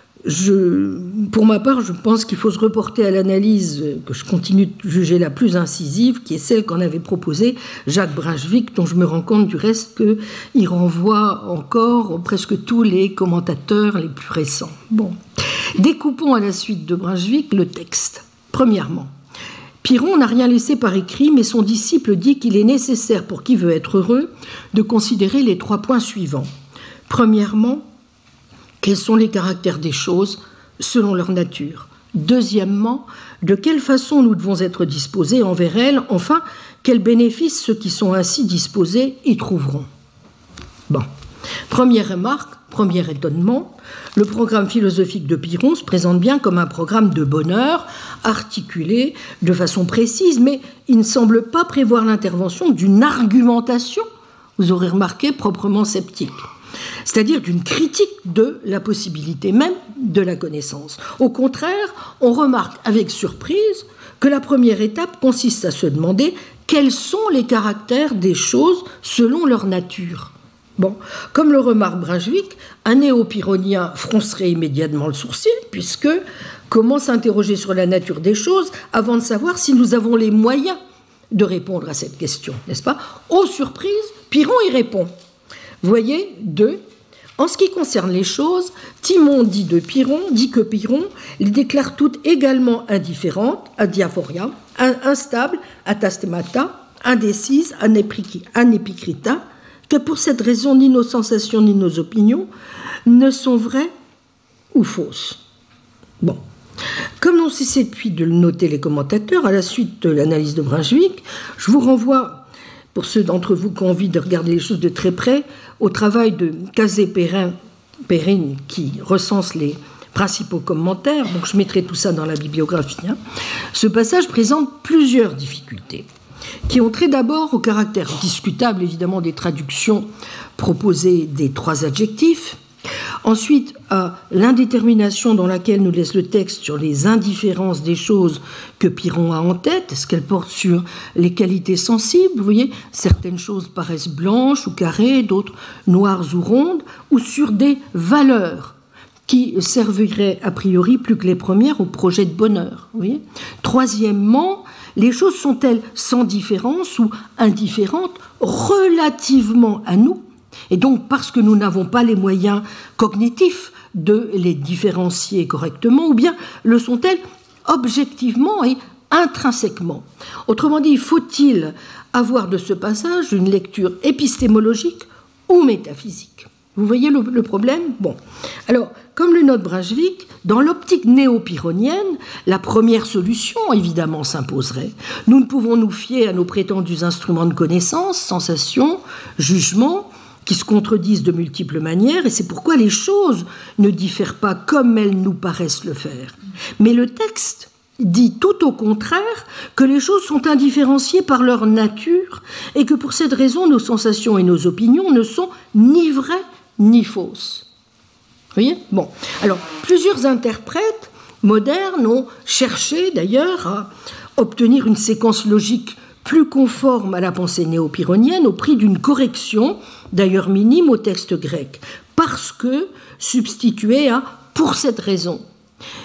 je, pour ma part, je pense qu'il faut se reporter à l'analyse que je continue de juger la plus incisive, qui est celle qu'en avait proposée Jacques Brunswick, dont je me rends compte du reste qu'il renvoie encore presque tous les commentateurs les plus récents. Bon. Découpons à la suite de Brunswick le texte. Premièrement, Pyrrhon n'a rien laissé par écrit, mais son disciple dit qu'il est nécessaire, pour qui veut être heureux, de considérer les trois points suivants. Premièrement, quels sont les caractères des choses selon leur nature? Deuxièmement, de quelle façon nous devons être disposés envers elles? Enfin, quels bénéfices ceux qui sont ainsi disposés y trouveront? Bon. Première remarque, premier étonnement, le programme philosophique de Pyrrhon se présente bien comme un programme de bonheur, articulé de façon précise, mais il ne semble pas prévoir l'intervention d'une argumentation, vous aurez remarqué, proprement sceptique. C'est-à-dire d'une critique de la possibilité même de la connaissance. Au contraire, on remarque avec surprise que la première étape consiste à se demander quels sont les caractères des choses selon leur nature. Bon, comme le remarque Brunswick, un néo-pyrrhonien froncerait immédiatement le sourcil, puisque comment s'interroger sur la nature des choses avant de savoir si nous avons les moyens de répondre à cette question, n'est-ce pas? Aux surprises, Pyrrhon y répond. Voyez, deux. En ce qui concerne les choses, Timon dit de Pyrrhon, dit que Pyrrhon les déclare toutes également indifférentes, adiaphoria, instables, atastemata, indécises, anépicrita, que pour cette raison, ni nos sensations ni nos opinions ne sont vraies ou fausses. Bon. Comme l'on cessait depuis de le noter les commentateurs, à la suite de l'analyse de Brunswick, je vous renvoie, pour ceux d'entre vous qui ont envie de regarder les choses de très près, au travail de Cazé-Perrin qui recense les principaux commentaires. Donc je mettrai tout ça dans la bibliographie. Hein. Ce passage présente plusieurs difficultés, qui ont trait d'abord au caractère discutable, évidemment, des traductions proposées des trois adjectifs, ensuite à l'indétermination dans laquelle nous laisse le texte sur les indifférences des choses que Pyrrhon a en tête, est-ce qu'elles portent sur les qualités sensibles, vous voyez, certaines choses paraissent blanches ou carrées, d'autres noires ou rondes, ou sur des valeurs qui serviraient a priori plus que les premières au projet de bonheur, vous voyez. Troisièmement, les choses sont-elles sans différence ou indifférentes relativement à nous? Et donc, parce que nous n'avons pas les moyens cognitifs de les différencier correctement, ou bien le sont-elles objectivement et intrinsèquement? Autrement dit, faut-il avoir de ce passage une lecture épistémologique ou métaphysique? Vous voyez le, le problème? Bon. Alors, comme le note Brunswick, dans l'optique néo-pyrrhonienne, la première solution, évidemment, s'imposerait. Nous ne pouvons nous fier à nos prétendus instruments de connaissance, sensations, jugements, qui se contredisent de multiples manières, et c'est pourquoi les choses ne diffèrent pas comme elles nous paraissent le faire. Mais le texte dit tout au contraire que les choses sont indifférenciées par leur nature, et que pour cette raison, nos sensations et nos opinions ne sont ni vraies ni fausses. Vous voyez ? Bon. Alors, plusieurs interprètes modernes ont cherché d'ailleurs à obtenir une séquence logique plus conforme à la pensée néo-pyrrhonienne au prix d'une correction, d'ailleurs minime, au texte grec, parce que substituée à « pour cette raison ».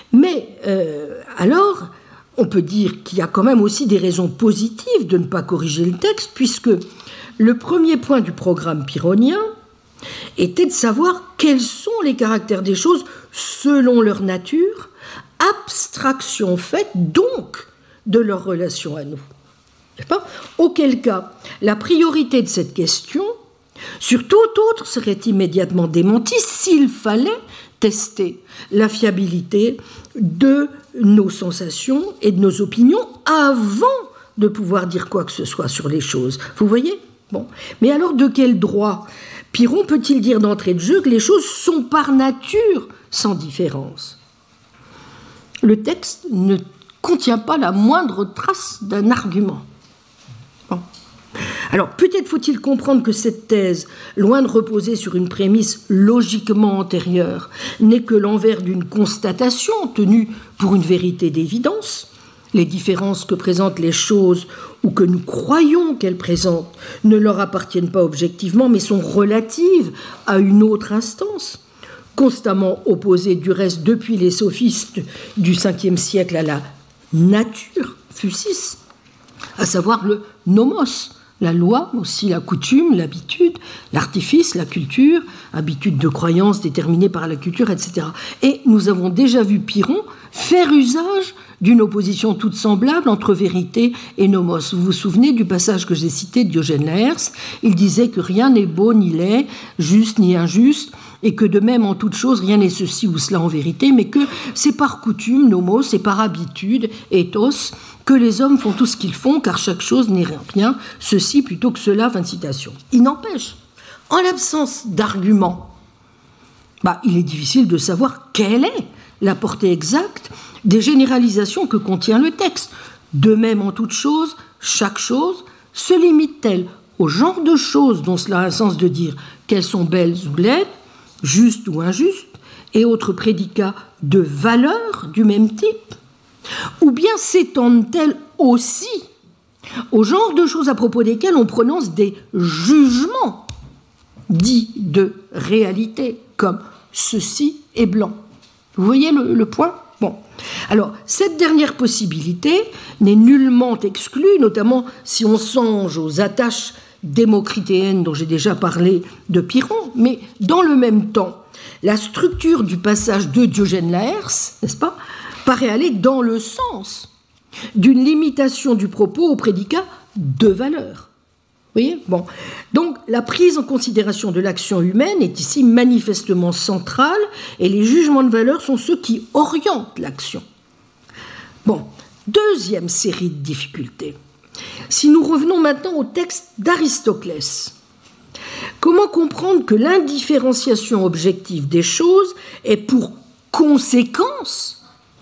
Mais euh, alors, on peut dire qu'il y a quand même aussi des raisons positives de ne pas corriger le texte, puisque le premier point du programme pyrrhonien était de savoir quels sont les caractères des choses selon leur nature, abstraction faite donc de leur relation à nous. N'est-ce pas ? Auquel cas, la priorité de cette question, sur toute autre, serait immédiatement démentie s'il fallait tester la fiabilité de nos sensations et de nos opinions avant de pouvoir dire quoi que ce soit sur les choses. Vous voyez ? Bon. Mais alors, de quel droit Pyrrhon peut-il dire d'entrée de jeu que les choses sont par nature sans différence ? Le texte ne contient pas la moindre trace d'un argument. Bon. Alors, peut-être faut-il comprendre que cette thèse, loin de reposer sur une prémisse logiquement antérieure, n'est que l'envers d'une constatation tenue pour une vérité d'évidence. Les différences que présentent les choses ou que nous croyons qu'elles présentent ne leur appartiennent pas objectivement, mais sont relatives à une autre instance, constamment opposée du reste depuis les sophistes du cinquième siècle à la nature, fusis, à savoir le nomos, la loi, aussi la coutume, l'habitude, l'artifice, la culture, habitude de croyance déterminée par la culture, et cetera. Et nous avons déjà vu Pyrrhon faire usage d'une opposition toute semblable entre vérité et nomos. Vous vous souvenez du passage que j'ai cité de Diogène Laërce ? Il disait que rien n'est beau ni laid, juste ni injuste, et que de même en toute chose rien n'est ceci ou cela en vérité, mais que c'est par coutume, nomos, c'est par habitude, ethos, que les hommes font tout ce qu'ils font, car chaque chose n'est rien, ceci plutôt que cela, fin de citation. Il n'empêche, en l'absence d'arguments, bah, il est difficile de savoir quelle est la portée exacte des généralisations que contient le texte. De même en toute chose, chaque chose se limite-t-elle au genre de choses dont cela a un sens de dire qu'elles sont belles ou laides, justes ou injustes, et autres prédicats de valeur du même type, ou bien s'étendent-elles aussi au genre de choses à propos desquelles on prononce des jugements dits de réalité, comme ceci est blanc. Vous voyez le, le point ? Bon. Alors, cette dernière possibilité n'est nullement exclue, notamment si on songe aux attaches démocritéennes dont j'ai déjà parlé de Pyrrhon, mais dans le même temps, la structure du passage de Diogène Laërce, n'est-ce pas, paraît aller dans le sens d'une limitation du propos au prédicat de valeur. Vous voyez ? Bon. Donc, la prise en considération de l'action humaine est ici manifestement centrale et les jugements de valeur sont ceux qui orientent l'action. Bon. Deuxième série de difficultés. Si nous revenons maintenant au texte d'Aristoclès, comment comprendre que l'indifférenciation objective des choses est pour conséquence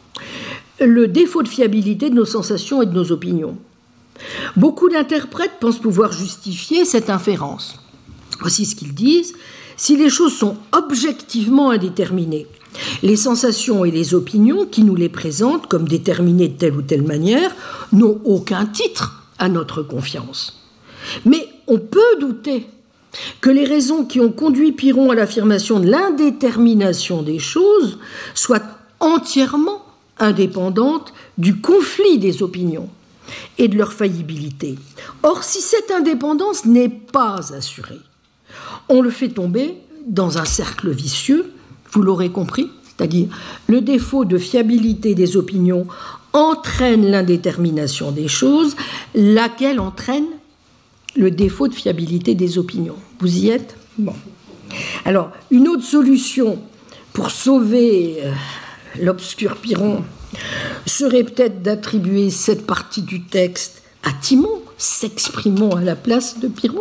le défaut de fiabilité de nos sensations et de nos opinions ? Beaucoup d'interprètes pensent pouvoir justifier cette inférence. Voici ce qu'ils disent. Si les choses sont objectivement indéterminées, les sensations et les opinions qui nous les présentent comme déterminées de telle ou telle manière n'ont aucun titre à notre confiance. Mais on peut douter que les raisons qui ont conduit Pyrrhon à l'affirmation de l'indétermination des choses soient entièrement indépendantes du conflit des opinions et de leur faillibilité. Or, si cette indépendance n'est pas assurée, on le fait tomber dans un cercle vicieux, vous l'aurez compris, c'est-à-dire le défaut de fiabilité des opinions entraîne l'indétermination des choses, laquelle entraîne le défaut de fiabilité des opinions. Vous y êtes ? Bon. Alors, une autre solution pour sauver euh, l'obscur Pyrrhon serait peut-être d'attribuer cette partie du texte à Timon, s'exprimant à la place de Pyrrhon.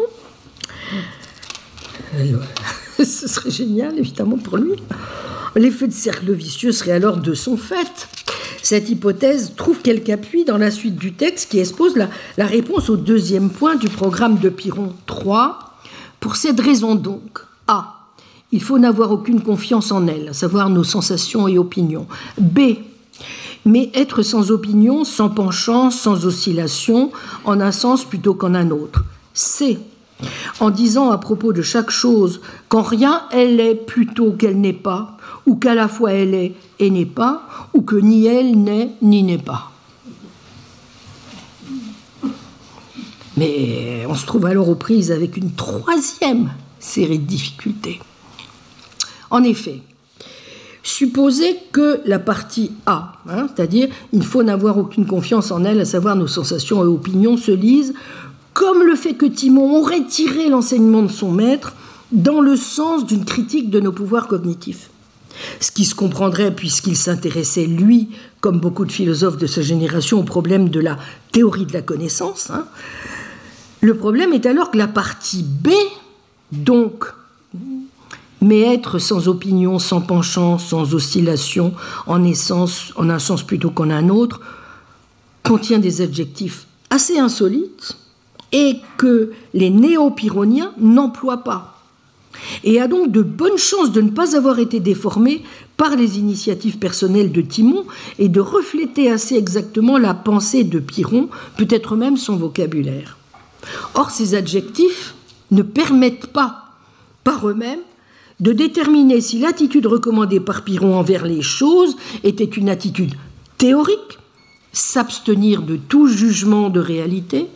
Alors, ce serait génial, évidemment, pour lui. L'effet de cercle vicieux serait alors de son fait. Cette hypothèse trouve quelque appui dans la suite du texte qui expose la, la réponse au deuxième point du programme de Pyrrhon trois. Pour cette raison donc, A. Il faut n'avoir aucune confiance en elles, à savoir nos sensations et opinions. B. Mais être sans opinion, sans penchant, sans oscillation, en un sens plutôt qu'en un autre. C. en disant à propos de chaque chose qu'en rien elle est plutôt qu'elle n'est pas, ou qu'à la fois elle est et n'est pas, ou que ni elle n'est ni n'est pas. Mais on se trouve alors aux prises avec une troisième série de difficultés. En effet, supposez que la partie A, hein, c'est-à-dire il faut n'avoir aucune confiance en elle, à savoir nos sensations et opinions, se lise comme le fait que Timon aurait tiré l'enseignement de son maître dans le sens d'une critique de nos pouvoirs cognitifs. Ce qui se comprendrait puisqu'il s'intéressait, lui, comme beaucoup de philosophes de sa génération, au problème de la théorie de la connaissance. Hein. Le problème est alors que la partie B, donc, mais être sans opinion, sans penchant, sans oscillation, en essence, en un sens plutôt qu'en un autre, contient des adjectifs assez insolites et que les néo-pyrrhoniens n'emploient pas. Et a donc de bonnes chances de ne pas avoir été déformé par les initiatives personnelles de Timon et de refléter assez exactement la pensée de Pyrrhon, peut-être même son vocabulaire. Or, ces adjectifs ne permettent pas, par eux-mêmes, de déterminer si l'attitude recommandée par Pyrrhon envers les choses était une attitude théorique, s'abstenir de tout jugement de réalité,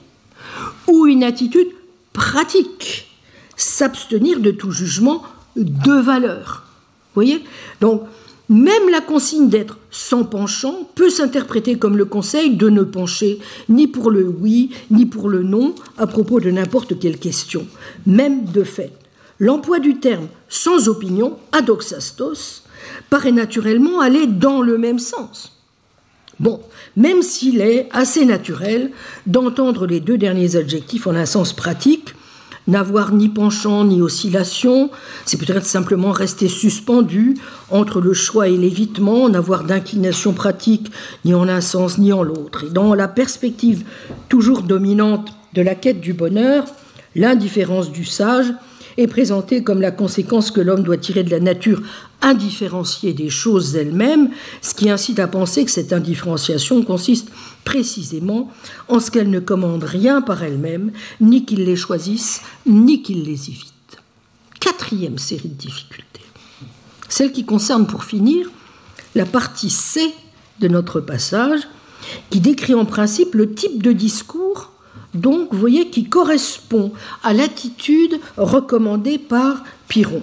ou une attitude pratique, s'abstenir de tout jugement de valeur. Vous voyez ? Donc, même la consigne d'être sans penchant peut s'interpréter comme le conseil de ne pencher ni pour le oui, ni pour le non à propos de n'importe quelle question. Même de fait, l'emploi du terme sans opinion, adoxastos, paraît naturellement aller dans le même sens. Bon, même s'il est assez naturel d'entendre les deux derniers adjectifs en un sens pratique, n'avoir ni penchant ni oscillation, c'est peut-être simplement rester suspendu entre le choix et l'évitement, n'avoir d'inclination pratique ni en un sens ni en l'autre. Et dans la perspective toujours dominante de la quête du bonheur, l'indifférence du sage est présentée comme la conséquence que l'homme doit tirer de la nature indifférenciée des choses elles-mêmes, ce qui incite à penser que cette indifférenciation consiste précisément en ce qu'elle ne commande rien par elle-même, ni qu'il les choisisse, ni qu'il les évite. Quatrième série de difficultés, celle qui concerne, pour finir, la partie C de notre passage, qui décrit en principe le type de discours, donc, vous voyez, qui correspond à l'attitude recommandée par Pyrrhon.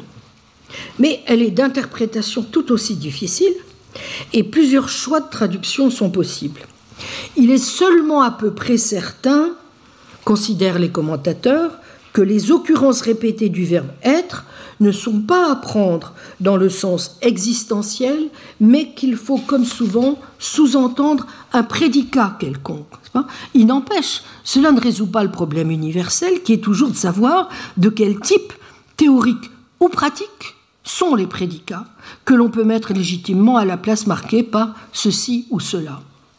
Mais elle est d'interprétation tout aussi difficile et plusieurs choix de traduction sont possibles. Il est seulement à peu près certain, considèrent les commentateurs, que les occurrences répétées du verbe être ne sont pas à prendre dans le sens existentiel, mais qu'il faut, comme souvent, sous-entendre un prédicat quelconque. Il n'empêche, cela ne résout pas le problème universel qui est toujours de savoir de quel type théorique ou pratique sont les prédicats que l'on peut mettre légitimement à la place marquée par ceci ou cela.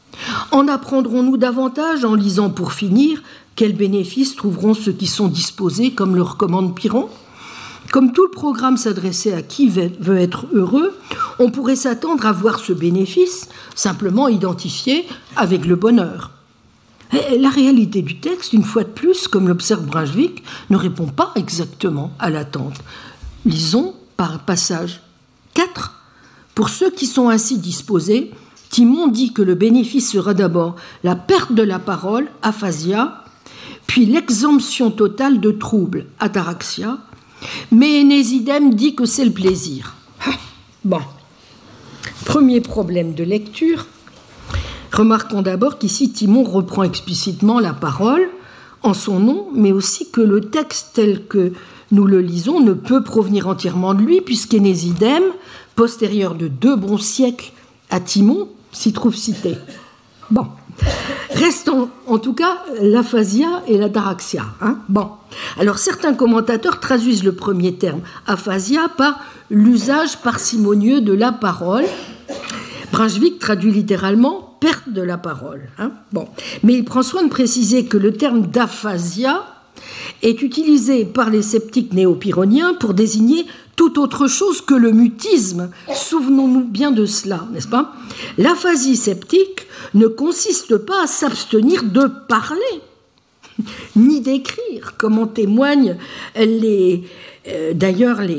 En apprendrons-nous davantage en lisant pour finir quels bénéfices trouveront ceux qui sont disposés, comme le recommande Pyrrhon ? Comme tout le programme s'adressait à qui veut être heureux, on pourrait s'attendre à voir ce bénéfice simplement identifié avec le bonheur. Et la réalité du texte, une fois de plus, comme l'observe Brunswick, ne répond pas exactement à l'attente. Lisons par passage quatre. Pour ceux qui sont ainsi disposés, Timon dit que le bénéfice sera d'abord la perte de la parole, aphasia, puis l'exemption totale de troubles, ataraxia, mais Énésidème dit que c'est le plaisir. Ah, bon. Premier problème de lecture. Remarquons d'abord qu'ici Timon reprend explicitement la parole en son nom, mais aussi que le texte tel que nous le lisons ne peut provenir entièrement de lui, puisqu'Énésidème, postérieur de deux bons siècles à Timon, s'y trouve cité. Bon. Reste en, en tout cas l'aphasia et l'ataraxia. Hein bon. Alors certains commentateurs traduisent le premier terme, aphasia, par l'usage parcimonieux de la parole. Brunswick traduit littéralement perte de la parole. Hein bon. Mais il prend soin de préciser que le terme d'aphasia est utilisé par les sceptiques néo-pyrrhoniens pour désigner tout autre chose que le mutisme. Souvenons-nous bien de cela, n'est-ce pas ? L'aphasie sceptique ne consiste pas à s'abstenir de parler, ni d'écrire, comme en témoignent les, euh, d'ailleurs les,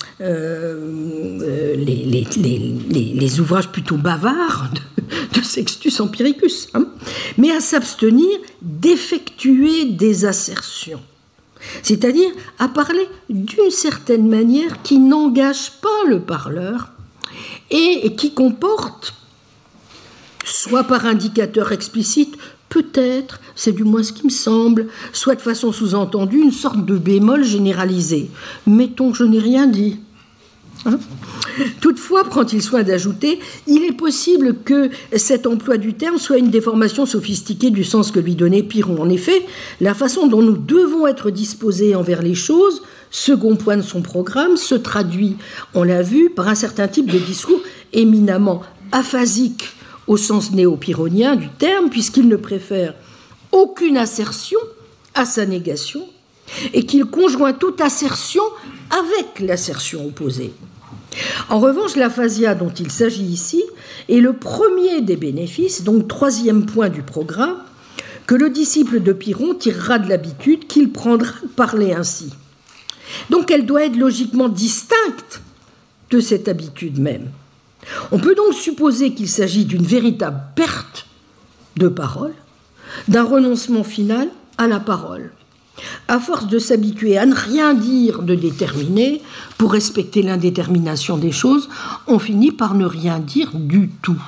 euh, les, les, les, les, les ouvrages plutôt bavards de, de Sextus Empiricus, hein, mais à s'abstenir d'effectuer des assertions, c'est-à-dire à parler d'une certaine manière qui n'engage pas le parleur et qui comporte, soit par indicateur explicite, peut-être, c'est du moins ce qui me semble, soit de façon sous-entendue, une sorte de bémol généralisé. Mettons que je n'ai rien dit. Hein ? Toutefois, prend-il soin d'ajouter, il est possible que cet emploi du terme soit une déformation sophistiquée du sens que lui donnait Pyrrhon. En effet, la façon dont nous devons être disposés envers les choses, second point de son programme, se traduit, on l'a vu, par un certain type de discours éminemment aphasique au sens néo-pyrrhonien du terme, puisqu'il ne préfère aucune assertion à sa négation et qu'il conjoint toute assertion avec l'assertion opposée. En revanche, l'aphasia dont il s'agit ici est le premier des bénéfices, donc troisième point du programme, que le disciple de Pyrrhon tirera de l'habitude qu'il prendra de parler ainsi. Donc elle doit être logiquement distincte de cette habitude même. On peut donc supposer qu'il s'agit d'une véritable perte de parole, d'un renoncement final à la parole. À force de s'habituer à ne rien dire de déterminé, pour respecter l'indétermination des choses, on finit par ne rien dire du tout.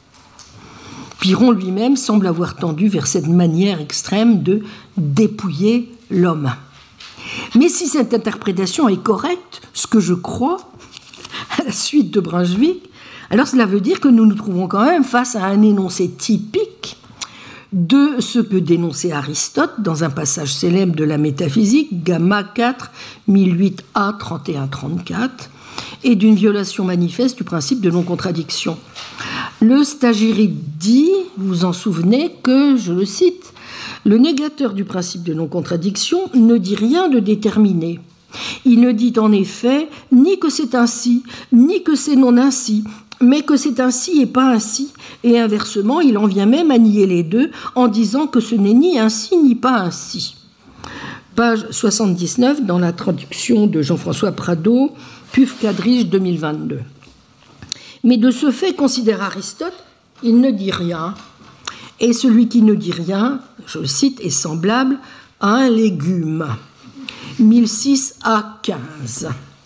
Pyrrhon lui-même semble avoir tendu vers cette manière extrême de dépouiller l'homme. Mais si cette interprétation est correcte, ce que je crois, à la suite de Brunswick, alors cela veut dire que nous nous trouvons quand même face à un énoncé typique de ce que dénonçait Aristote dans un passage célèbre de la métaphysique, Gamma quatre, mille huit a, trente et un trente-quatre, et d'une violation manifeste du principe de non-contradiction. Le Stagirite dit, vous vous en souvenez, que, je le cite, « Le négateur du principe de non-contradiction ne dit rien de déterminé. Il ne dit en effet ni que c'est ainsi, ni que c'est non ainsi, mais que c'est ainsi et pas ainsi, et inversement, il en vient même à nier les deux en disant que ce n'est ni ainsi ni pas ainsi. » Page soixante-dix-neuf, dans la traduction de Jean-François Prado, P U F Quadrige deux mille vingt-deux. Mais de ce fait, considère Aristote, il ne dit rien. Et celui qui ne dit rien, je le cite, est semblable à un légume. mille six à quinze.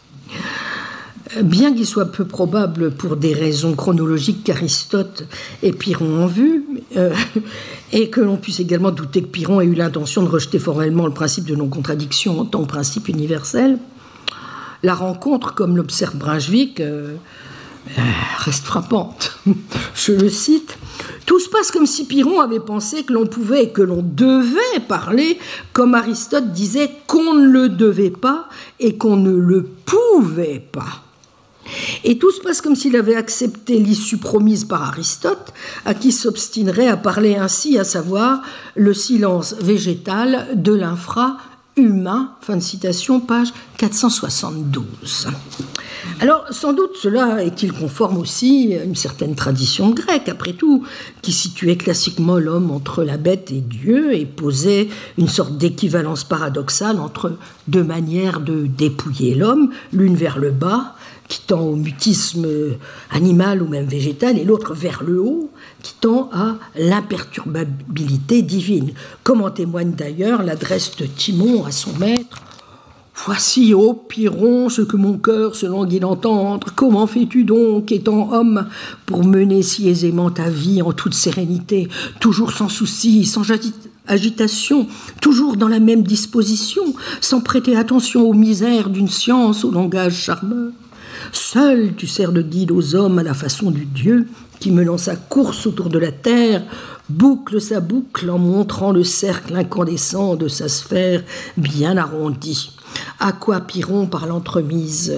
Bien qu'il soit peu probable, pour des raisons chronologiques, qu'Aristote et Pyrrhon en vue, euh, et que l'on puisse également douter que Pyrrhon ait eu l'intention de rejeter formellement le principe de non-contradiction en tant que principe universel, la rencontre, comme l'observe Brunswick, euh, euh, reste frappante. Je le cite, « Tout se passe comme si Pyrrhon avait pensé que l'on pouvait et que l'on devait parler, comme Aristote disait qu'on ne le devait pas et qu'on ne le pouvait pas. Et tout se passe comme s'il avait accepté l'issue promise par Aristote, à qui s'obstinerait à parler ainsi, à savoir le silence végétal de l'infra-humain. » Fin de citation, page quatre cent soixante-douze. Alors, sans doute, cela est-il conforme aussi à une certaine tradition grecque, après tout, qui situait classiquement l'homme entre la bête et Dieu et posait une sorte d'équivalence paradoxale entre deux manières de dépouiller l'homme, l'une vers le bas, qui tend au mutisme animal ou même végétal, et l'autre vers le haut, qui tend à l'imperturbabilité divine, comme en témoigne d'ailleurs l'adresse de Timon à son maître. « Voici, ô Pyrrhon, ce que mon cœur se languit d'entendre. Comment fais-tu donc, étant homme, pour mener si aisément ta vie en toute sérénité, toujours sans souci, sans agitation, toujours dans la même disposition, sans prêter attention aux misères d'une science au langage charmeur? Seul tu sers de guide aux hommes à la façon du Dieu qui, menant sa course autour de la terre, boucle sa boucle en montrant le cercle incandescent de sa sphère bien arrondie. » À quoi Pyrrhon, par l'entremise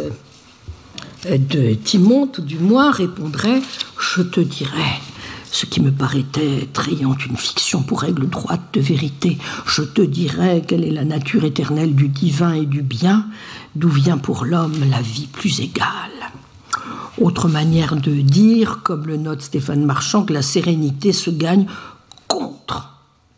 de Timon, tout du moins, répondrait « Je te dirai ce qui me paraît être ayant une fiction pour règle droite de vérité. Je te dirai quelle est la nature éternelle du divin et du bien, d'où vient pour l'homme la vie plus égale. » Autre manière de dire, comme le note Stéphane Marchand, que la sérénité se gagne contre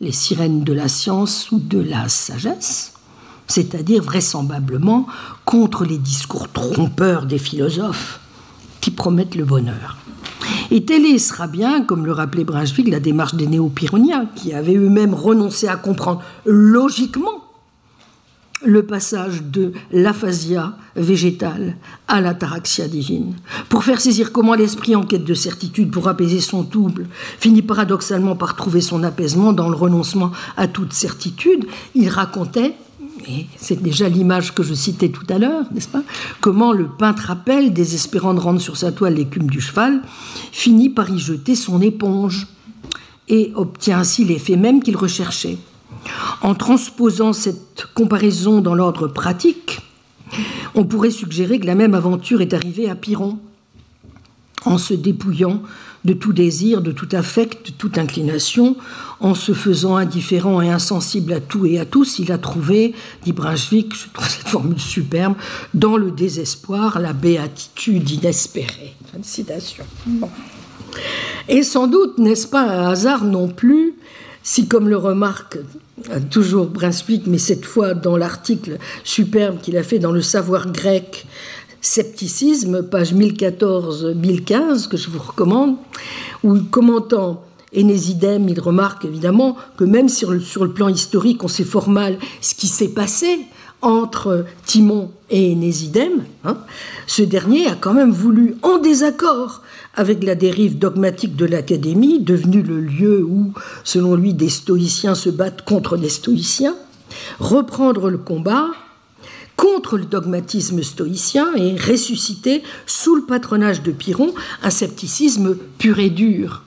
les sirènes de la science ou de la sagesse, c'est-à-dire vraisemblablement contre les discours trompeurs des philosophes qui promettent le bonheur. Et telle sera bien, comme le rappelait Brunswick, la démarche des néo-pyrrhoniens, qui avaient eux-mêmes renoncé à comprendre logiquement le passage de l'aphasia végétale à l'ataraxia divine, pour faire saisir comment l'esprit en quête de certitude pour apaiser son trouble finit paradoxalement par trouver son apaisement dans le renoncement à toute certitude. Il racontait, et c'est déjà l'image que je citais tout à l'heure, n'est-ce pas, comment le peintre Apelle, désespérant de rendre sur sa toile l'écume du cheval, finit par y jeter son éponge et obtient ainsi l'effet même qu'il recherchait. En transposant cette comparaison dans l'ordre pratique, on pourrait suggérer que la même aventure est arrivée à Pyrrhon. En se dépouillant de tout désir, de tout affect, de toute inclination, en se faisant indifférent et insensible à tout et à tous, il a trouvé, dit Brunswick, je trouve cette formule superbe, dans le désespoir, la béatitude inespérée. Fin de citation. Bon. Et sans doute, n'est-ce pas un hasard non plus, si, comme le remarque toujours Brunswick, mais cette fois dans l'article superbe qu'il a fait dans le savoir grec, Scepticisme, page mille quatorze mille quinze, que je vous recommande, où commentant Énésidème, il remarque évidemment que même sur le, sur le plan historique, on sait fort mal ce qui s'est passé entre Timon et Énésidème, hein, ce dernier a quand même voulu, en désaccord avec la dérive dogmatique de l'Académie, devenue le lieu où, selon lui, des stoïciens se battent contre des stoïciens, reprendre le combat contre le dogmatisme stoïcien et ressusciter, sous le patronage de Pyrrhon, un scepticisme pur et dur.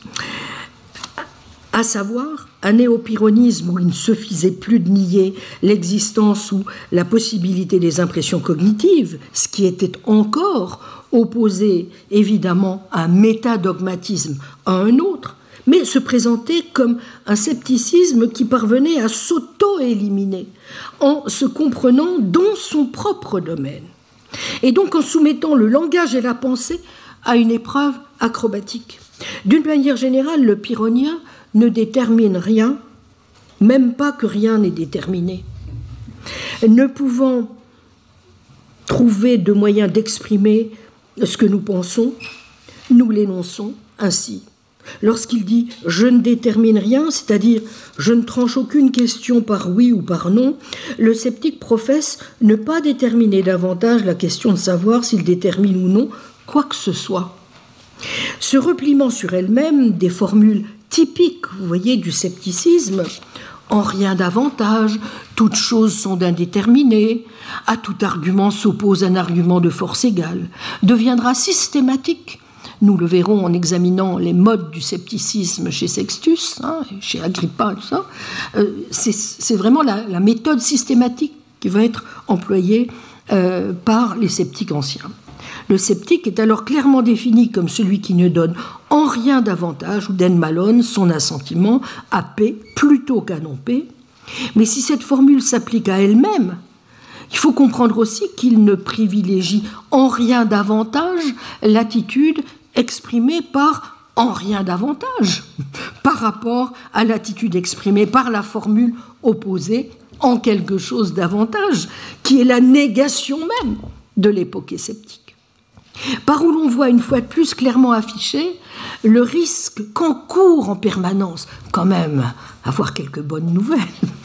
À savoir, un néo-pyrrhonisme où il ne suffisait plus de nier l'existence ou la possibilité des impressions cognitives, ce qui était encore opposé évidemment à un métadogmatisme à un autre, mais se présentait comme un scepticisme qui parvenait à s'auto-éliminer en se comprenant dans son propre domaine, et donc en soumettant le langage et la pensée à une épreuve acrobatique. D'une manière générale, le pyrrhonien ne détermine rien, même pas que rien n'est déterminé. Ne pouvant trouver de moyens d'exprimer ce que nous pensons, nous l'énonçons ainsi. Lorsqu'il dit « je ne détermine rien », c'est-à-dire « je ne tranche aucune question par oui ou par non », le sceptique professe ne pas déterminer davantage la question de savoir s'il détermine ou non quoi que ce soit. Ce repliement sur elle-même des formules typiques, vous voyez, du scepticisme, en rien davantage, toutes choses sont indéterminées, à tout argument s'oppose un argument de force égale, deviendra systématique. Nous le verrons en examinant les modes du scepticisme chez Sextus, hein, chez Agrippa, tout ça. Euh, c'est, c'est vraiment la, la méthode systématique qui va être employée euh, par les sceptiques anciens. Le sceptique est alors clairement défini comme celui qui ne donne en rien davantage ou d'en malone son assentiment à paix plutôt qu'à non paix. Mais si cette formule s'applique à elle-même, il faut comprendre aussi qu'il ne privilégie en rien davantage l'attitude exprimée par en rien davantage par rapport à l'attitude exprimée par la formule opposée en quelque chose davantage, qui est la négation même de l'époque sceptique. Par où l'on voit une fois de plus clairement affiché le risque qu'encourt en permanence, quand même, avoir quelques bonnes nouvelles,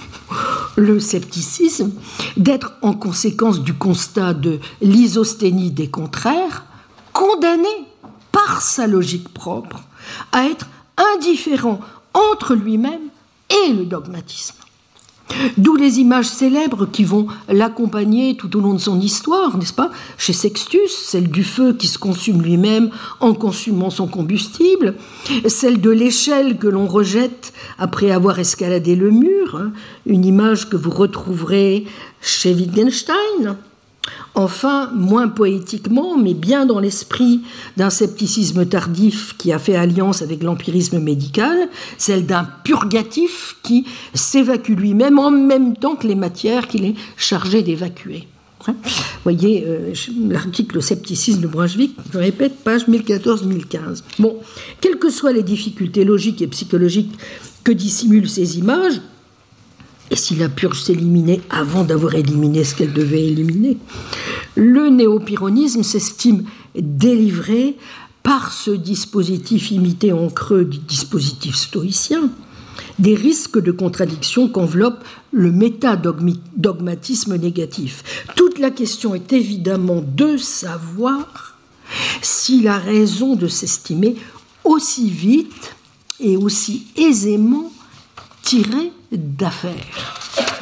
le scepticisme, d'être en conséquence du constat de l'isosthénie des contraires, condamné par sa logique propre à être indifférent entre lui-même et le dogmatisme. D'où les images célèbres qui vont l'accompagner tout au long de son histoire, n'est-ce pas ? Chez Sextus, celle du feu qui se consume lui-même en consumant son combustible, celle de l'échelle que l'on rejette après avoir escaladé le mur, hein, une image que vous retrouverez chez Wittgenstein. Enfin, moins poétiquement, mais bien dans l'esprit d'un scepticisme tardif qui a fait alliance avec l'empirisme médical, celle d'un purgatif qui s'évacue lui-même en même temps que les matières qu'il est chargé d'évacuer. Vous voyez, euh, l'article Scepticisme de Brunswick, je répète, page mille quatorze mille quinze. Bon, quelles que soient les difficultés logiques et psychologiques que dissimulent ces images, et si la purge s'éliminait avant d'avoir éliminé ce qu'elle devait éliminer, le néopyrrhonisme s'estime délivré par ce dispositif imité en creux du dispositif stoïcien, des risques de contradiction qu'enveloppe le métadogmatisme négatif. Toute la question est évidemment de savoir s'il a raison de s'estimer aussi vite et aussi aisément tiré d'affaire.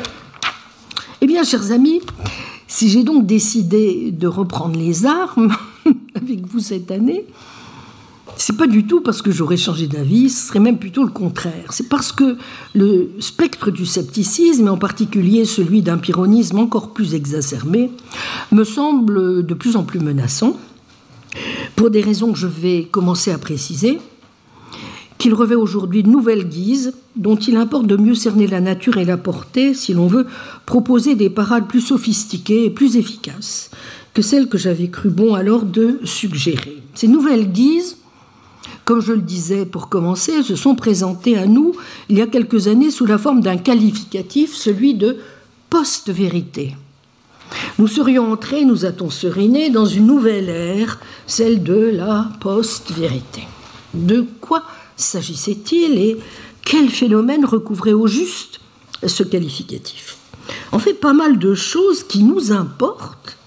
Eh bien, chers amis, si j'ai donc décidé de reprendre les armes avec vous cette année, c'est pas du tout parce que j'aurais changé d'avis, ce serait même plutôt le contraire. C'est parce que le spectre du scepticisme, et en particulier celui d'un pyrrhonisme encore plus exacerbé, me semble de plus en plus menaçant, pour des raisons que je vais commencer à préciser, qu'il revêt aujourd'hui de nouvelles guises dont il importe de mieux cerner la nature et la portée si l'on veut proposer des parades plus sophistiquées et plus efficaces que celles que j'avais cru bon alors de suggérer. Ces nouvelles guises, comme je le disais pour commencer, se sont présentées à nous il y a quelques années sous la forme d'un qualificatif, celui de post-vérité. Nous serions entrés, nous a-t-on sereiné, dans une nouvelle ère, celle de la post-vérité. De quoi s'agissait-il et quel phénomène recouvrait au juste ce qualificatif? En fait, pas mal de choses qui nous importent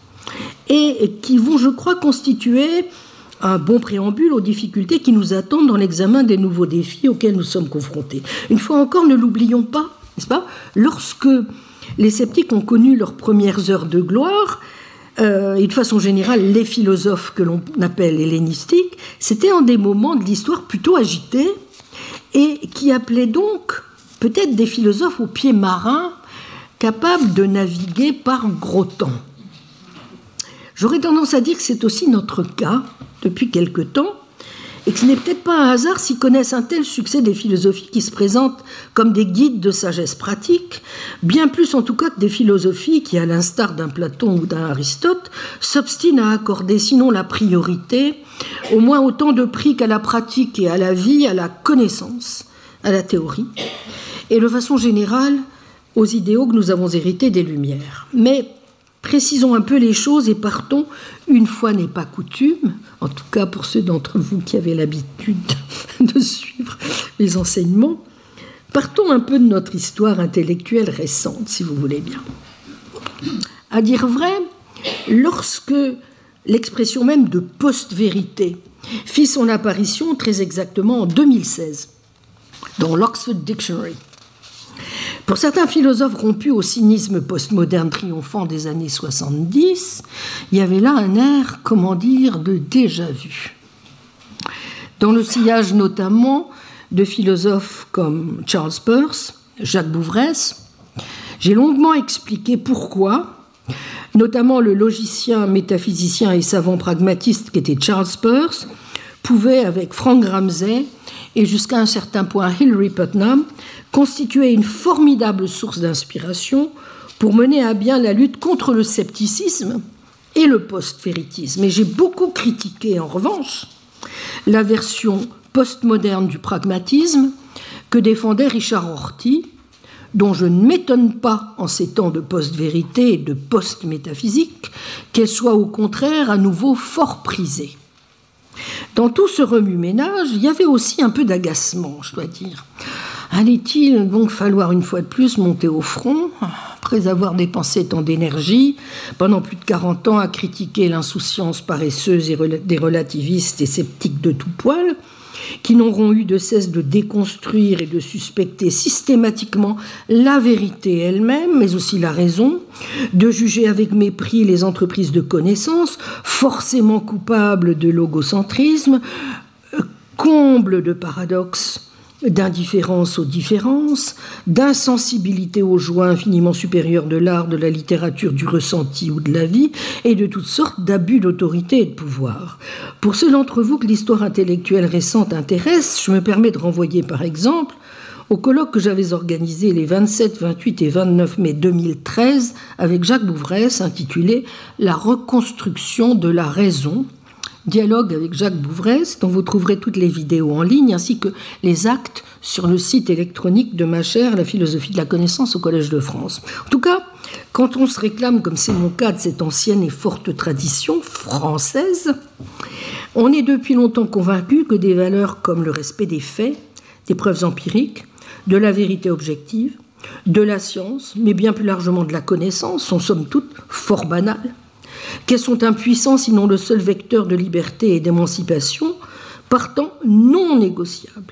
et qui vont, je crois, constituer un bon préambule aux difficultés qui nous attendent dans l'examen des nouveaux défis auxquels nous sommes confrontés. Une fois encore, ne l'oublions pas, n'est-ce pas? Lorsque les sceptiques ont connu leurs premières heures de gloire, euh, et de façon générale, les philosophes que l'on appelle hellénistiques, c'était en des moments de l'histoire plutôt agités et qui appelaient donc peut-être des philosophes aux pieds marins capables de naviguer par gros temps. J'aurais tendance à dire que c'est aussi notre cas depuis quelque temps, et que ce n'est peut-être pas un hasard s'ils connaissent un tel succès des philosophies qui se présentent comme des guides de sagesse pratique, bien plus en tout cas que des philosophies qui, à l'instar d'un Platon ou d'un Aristote, s'obstinent à accorder sinon la priorité, au moins autant de prix qu'à la pratique et à la vie, à la connaissance, à la théorie, et de façon générale aux idéaux que nous avons hérités des Lumières. Mais précisons un peu les choses et partons, une fois n'est pas coutume, en tout cas pour ceux d'entre vous qui avaient l'habitude de suivre les enseignements, partons un peu de notre histoire intellectuelle récente, si vous voulez bien. À dire vrai, lorsque l'expression même de post-vérité fit son apparition très exactement en deux mille seize, dans l'Oxford Dictionary, pour certains philosophes rompus au cynisme postmoderne triomphant des années soixante-dix, il y avait là un air, comment dire, de déjà-vu. Dans le sillage notamment de philosophes comme Charles Peirce, Jacques Bouvresse, j'ai longuement expliqué pourquoi, notamment le logicien, métaphysicien et savant pragmatiste qu'était Charles Peirce, pouvait, avec Frank Ramsey et jusqu'à un certain point Hilary Putnam, constituer une formidable source d'inspiration pour mener à bien la lutte contre le scepticisme et le post-véritisme. Et j'ai beaucoup critiqué, en revanche, la version postmoderne du pragmatisme que défendait Richard Rorty, dont je ne m'étonne pas, en ces temps de post-vérité et de post-métaphysique, qu'elle soit au contraire à nouveau fort prisée. Dans tout ce remue-ménage, il y avait aussi un peu d'agacement, je dois dire. Allait-il donc falloir une fois de plus monter au front, après avoir dépensé tant d'énergie, pendant plus de quarante ans à critiquer l'insouciance paresseuse des relativistes et sceptiques de tout poil, qui n'auront eu de cesse de déconstruire et de suspecter systématiquement la vérité elle-même, mais aussi la raison, de juger avec mépris les entreprises de connaissance, forcément coupables de logocentrisme, comble de paradoxes, d'indifférence aux différences, d'insensibilité aux joies infiniment supérieures de l'art, de la littérature, du ressenti ou de la vie, et de toutes sortes d'abus d'autorité et de pouvoir. Pour ceux d'entre vous que l'histoire intellectuelle récente intéresse, je me permets de renvoyer par exemple au colloque que j'avais organisé les vingt-sept, vingt-huit et vingt-neuf mai deux mille treize avec Jacques Bouvresse, intitulé « La reconstruction de la raison », Dialogue avec Jacques Bouvresse, dont vous trouverez toutes les vidéos en ligne, ainsi que les actes sur le site électronique de ma chaire, La philosophie de la connaissance au Collège de France. En tout cas, quand on se réclame, comme c'est mon cas, de cette ancienne et forte tradition française, on est depuis longtemps convaincu que des valeurs comme le respect des faits, des preuves empiriques, de la vérité objective, de la science, mais bien plus largement de la connaissance, sont somme toute fort banales, qu'elles sont impuissantes, sinon le seul vecteur de liberté et d'émancipation, partant non négociables.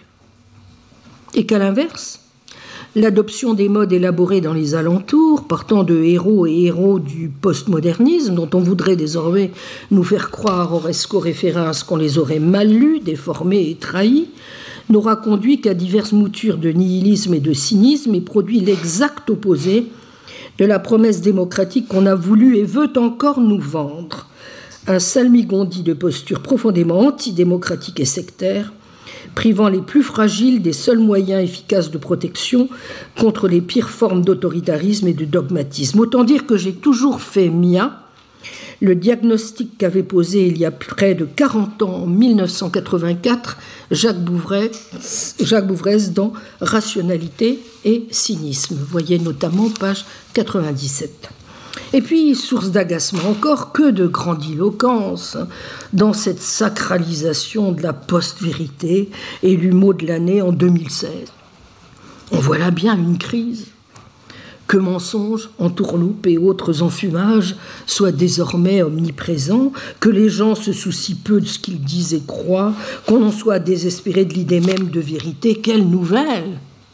Et qu'à l'inverse, l'adoption des modes élaborés dans les alentours, partant de héros et héros du postmodernisme, dont on voudrait désormais nous faire croire Oresco référence qu'on les aurait mal lus, déformés et trahis, n'aura conduit qu'à diverses moutures de nihilisme et de cynisme et produit l'exact opposé de la promesse démocratique qu'on a voulu et veut encore nous vendre. Un salmigondis de postures profondément antidémocratiques et sectaires, privant les plus fragiles des seuls moyens efficaces de protection contre les pires formes d'autoritarisme et de dogmatisme. Autant dire que j'ai toujours fait mien le diagnostic qu'avait posé il y a près de quarante ans, en mille neuf cent quatre-vingt-quatre, Jacques Bouvresse, Jacques Bouvresse dans Rationalité et cynisme. Vous voyez notamment page quatre-vingt-dix-sept. Et puis, source d'agacement encore, que de grandiloquence dans cette sacralisation de la post-vérité, élu mot de l'année en deux mille seize. On voit là bien une crise. Que mensonges, entourloupes et autres enfumages soient désormais omniprésents, que les gens se soucient peu de ce qu'ils disent et croient, qu'on en soit désespéré de l'idée même de vérité. Quelle nouvelle!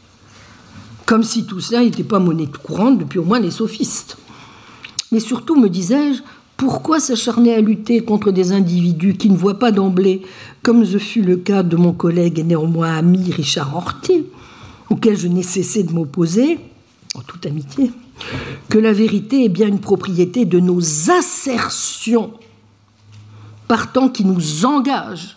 Comme si tout cela n'était pas monnaie courante depuis au moins les sophistes. Mais surtout, me disais-je, pourquoi s'acharner à lutter contre des individus qui ne voient pas d'emblée, comme ce fut le cas de mon collègue et néanmoins ami Richard Horty, auquel je n'ai cessé de m'opposer, en toute amitié, que la vérité est bien une propriété de nos assertions, partant qui nous engagent,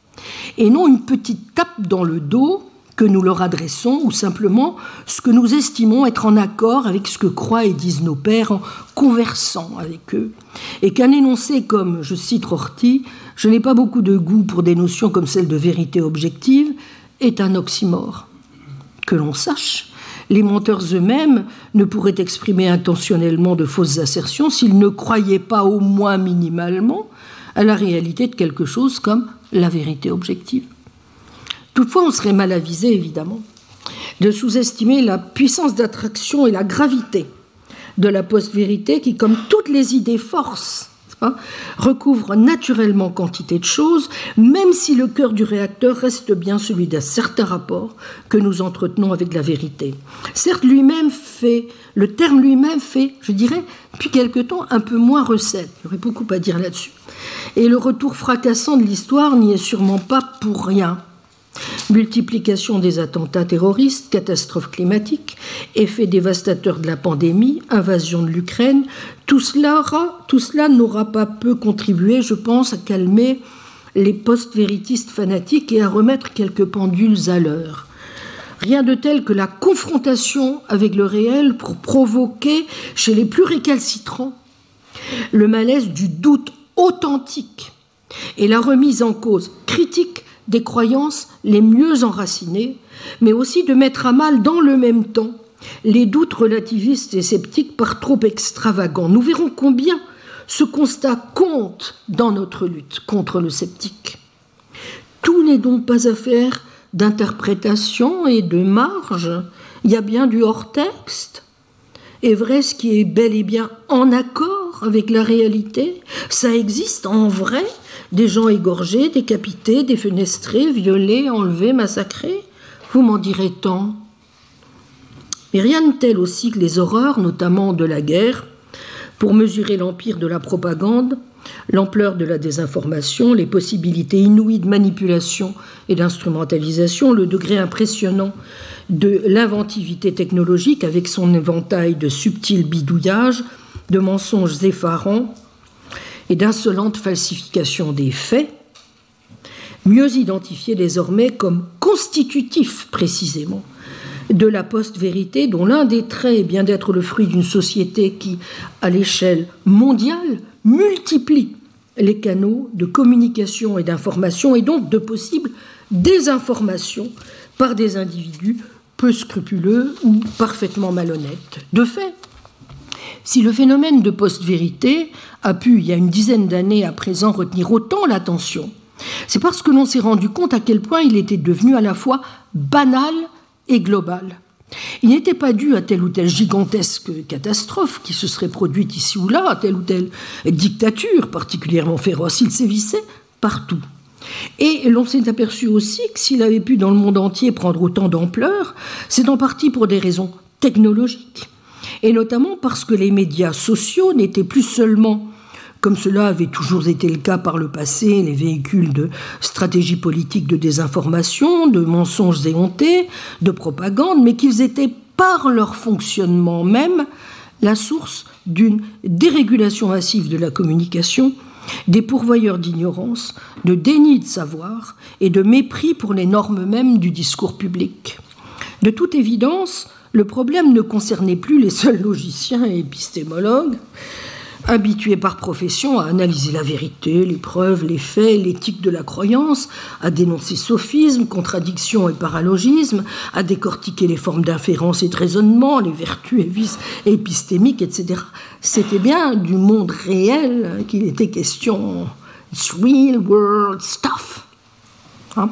et non une petite tape dans le dos que nous leur adressons, ou simplement ce que nous estimons être en accord avec ce que croient et disent nos pères en conversant avec eux, et qu'un énoncé comme, je cite Horty, « je n'ai pas beaucoup de goût pour des notions comme celle de vérité objective » est un oxymore. Que l'on sache, les menteurs eux-mêmes ne pourraient exprimer intentionnellement de fausses assertions s'ils ne croyaient pas au moins minimalement à la réalité de quelque chose comme la vérité objective. Toutefois, on serait mal avisé, évidemment, de sous-estimer la puissance d'attraction et la gravité de la post-vérité qui, comme toutes les idées forces, recouvre naturellement quantité de choses, même si le cœur du réacteur reste bien celui d'un certain rapport que nous entretenons avec la vérité. Certes, lui-même fait, le terme lui-même fait, je dirais, depuis quelque temps, un peu moins recette. Il y aurait beaucoup à dire là-dessus. Et le retour fracassant de l'histoire n'y est sûrement pas pour rien. Multiplication des attentats terroristes, catastrophes climatiques, effets dévastateurs de la pandémie, invasion de l'Ukraine, tout cela, tout cela n'aura pas peu contribué, je pense, à calmer les post-véritistes fanatiques et à remettre quelques pendules à l'heure. Rien de tel que la confrontation avec le réel pour provoquer chez les plus récalcitrants le malaise du doute authentique et la remise en cause critique des croyances les mieux enracinées, mais aussi de mettre à mal dans le même temps les doutes relativistes et sceptiques par trop extravagants. Nous verrons combien ce constat compte dans notre lutte contre le sceptique. Tout n'est donc pas affaire d'interprétation et de marge. Il y a bien du hors-texte. Est vrai ce qui est bel et bien en accord avec la réalité? Ça existe en vrai? Des gens égorgés, décapités, défenestrés, violés, enlevés, massacrés? Vous m'en direz tant. Mais rien de tel aussi que les horreurs, notamment de la guerre, pour mesurer l'empire de la propagande, l'ampleur de la désinformation, les possibilités inouïes de manipulation et d'instrumentalisation, le degré impressionnant de l'inventivité technologique avec son éventail de subtils bidouillages, de mensonges effarants et d'insolentes falsifications des faits, mieux identifiés désormais comme constitutifs précisément de la post-vérité, dont l'un des traits est bien d'être le fruit d'une société qui, à l'échelle mondiale, multiplie les canaux de communication et d'information, et donc de possibles désinformations par des individus peu scrupuleux ou parfaitement malhonnêtes. De fait, si le phénomène de post-vérité a pu, il y a une dizaine d'années à présent, retenir autant l'attention, c'est parce que l'on s'est rendu compte à quel point il était devenu à la fois banal et global. Il n'était pas dû à telle ou telle gigantesque catastrophe qui se serait produite ici ou là, à telle ou telle dictature particulièrement féroce. Il sévissait partout. Et l'on s'est aperçu aussi que s'il avait pu dans le monde entier prendre autant d'ampleur, c'est en partie pour des raisons technologiques, et notamment parce que les médias sociaux n'étaient plus seulement, comme cela avait toujours été le cas par le passé, les véhicules de stratégies politiques de désinformation, de mensonges éhontés, de propagande, mais qu'ils étaient, par leur fonctionnement même, la source d'une dérégulation massive de la communication, des pourvoyeurs d'ignorance, de déni de savoir et de mépris pour les normes mêmes du discours public. De toute évidence, le problème ne concernait plus les seuls logiciens et épistémologues, habitués par profession à analyser la vérité, les preuves, les faits, l'éthique de la croyance, à dénoncer sophismes, contradictions et paralogismes, à décortiquer les formes d'inférence et de raisonnement, les vertus et vices épistémiques, et cetera. C'était bien du monde réel qu'il était question. It's real world stuff. Hein?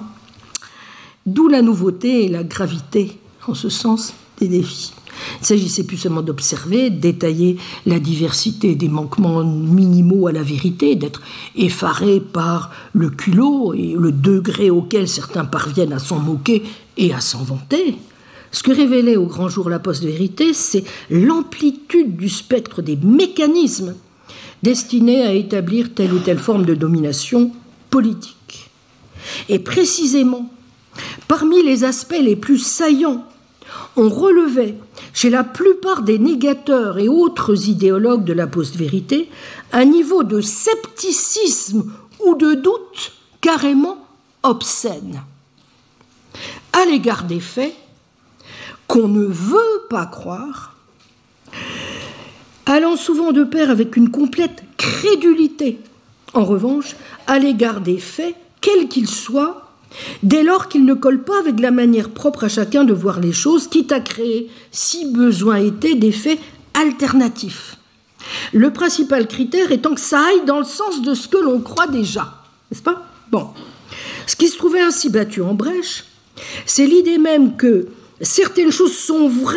D'où la nouveauté et la gravité, en ce sens, des défis. Il ne s'agissait plus seulement d'observer, de détailler la diversité des manquements minimaux à la vérité, d'être effaré par le culot et le degré auquel certains parviennent à s'en moquer et à s'en vanter. Ce que révélait au grand jour la post-vérité, c'est l'amplitude du spectre des mécanismes destinés à établir telle ou telle forme de domination politique. Et précisément, parmi les aspects les plus saillants, on relevait chez la plupart des négateurs et autres idéologues de la post-vérité un niveau de scepticisme ou de doute carrément obscène à l'égard des faits qu'on ne veut pas croire, allant souvent de pair avec une complète crédulité, en revanche, à l'égard des faits, quels qu'ils soient, dès lors qu'ils ne collent pas avec la manière propre à chacun de voir les choses, quitte à créer, si besoin était, des faits alternatifs. Le principal critère étant que ça aille dans le sens de ce que l'on croit déjà, n'est-ce pas ? Bon. Ce qui se trouvait ainsi battu en brèche, c'est l'idée même que certaines choses sont vraies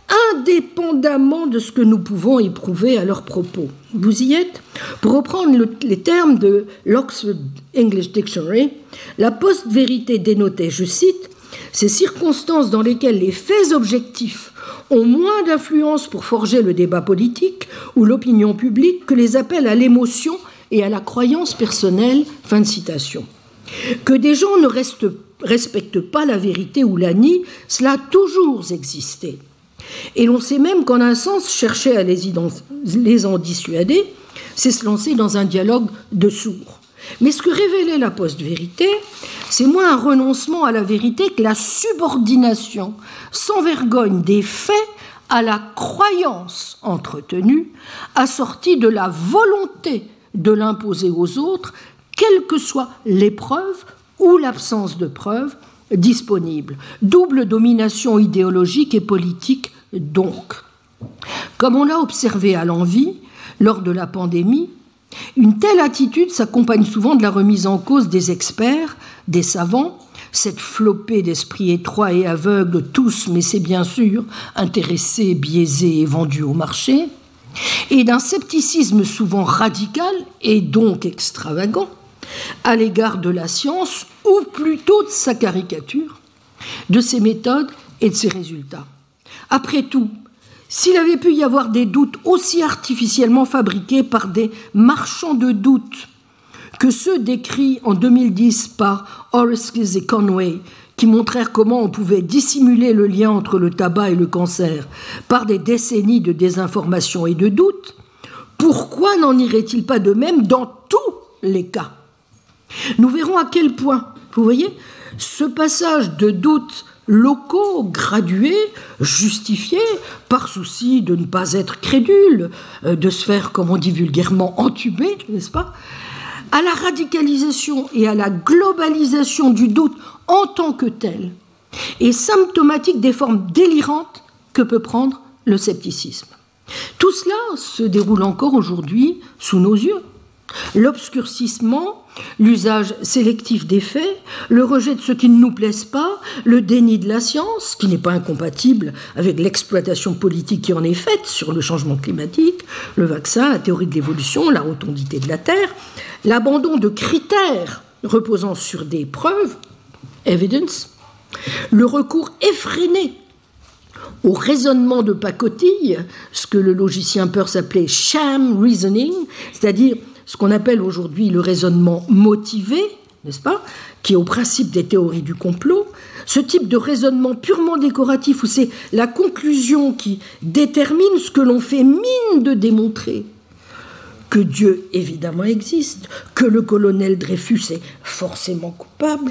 indépendamment de ce que nous pouvons éprouver à leur propos. Vous y êtes ? Pour reprendre le, les termes de l'Oxford English Dictionary, la post-vérité dénotait, je cite, « ces circonstances dans lesquelles les faits objectifs ont moins d'influence pour forger le débat politique ou l'opinion publique que les appels à l'émotion et à la croyance personnelle. » Fin de citation. Que des gens ne restent, respectent pas la vérité ou la nient, cela a toujours existé. Et l'on sait même qu'en un sens, chercher à les, les en dissuader, c'est se lancer dans un dialogue de sourds. Mais ce que révélait la post-vérité, c'est moins un renoncement à la vérité que la subordination sans vergogne des faits à la croyance entretenue, assortie de la volonté de l'imposer aux autres, quelles que soient les preuves ou l'absence de preuves disponibles. Double domination idéologique et politique donc. Comme on l'a observé à l'envi, lors de la pandémie, une telle attitude s'accompagne souvent de la remise en cause des experts, des savants, cette flopée d'esprits étroits et aveugles, tous, mais c'est bien sûr, intéressés, biaisés et vendus au marché, et d'un scepticisme souvent radical et donc extravagant à l'égard de la science, ou plutôt de sa caricature, de ses méthodes et de ses résultats. Après tout, s'il avait pu y avoir des doutes aussi artificiellement fabriqués par des marchands de doutes que ceux décrits en deux mille dix par Oreskes et Conway, qui montrèrent comment on pouvait dissimuler le lien entre le tabac et le cancer par des décennies de désinformation et de doutes, pourquoi n'en irait-il pas de même dans tous les cas ? Nous verrons à quel point, vous voyez, ce passage de doutes locaux, gradués, justifiés, par souci de ne pas être crédules, de se faire, comme on dit vulgairement, entuber, n'est-ce pas ? à la radicalisation et à la globalisation du doute en tant que tel est symptomatique des formes délirantes que peut prendre le scepticisme. Tout cela se déroule encore aujourd'hui sous nos yeux. L'obscurcissement, l'usage sélectif des faits, le rejet de ce qui ne nous plaise pas, le déni de la science, qui n'est pas incompatible avec l'exploitation politique qui en est faite sur le changement climatique, le vaccin, la théorie de l'évolution, la rotondité de la Terre, l'abandon de critères reposant sur des preuves, evidence, le recours effréné au raisonnement de pacotille, ce que le logicien Peirce appelait sham reasoning, c'est-à-dire ce qu'on appelle aujourd'hui le raisonnement motivé, n'est-ce pas, qui est au principe des théories du complot, ce type de raisonnement purement décoratif où c'est la conclusion qui détermine ce que l'on fait mine de démontrer, que Dieu évidemment existe, que le colonel Dreyfus est forcément coupable,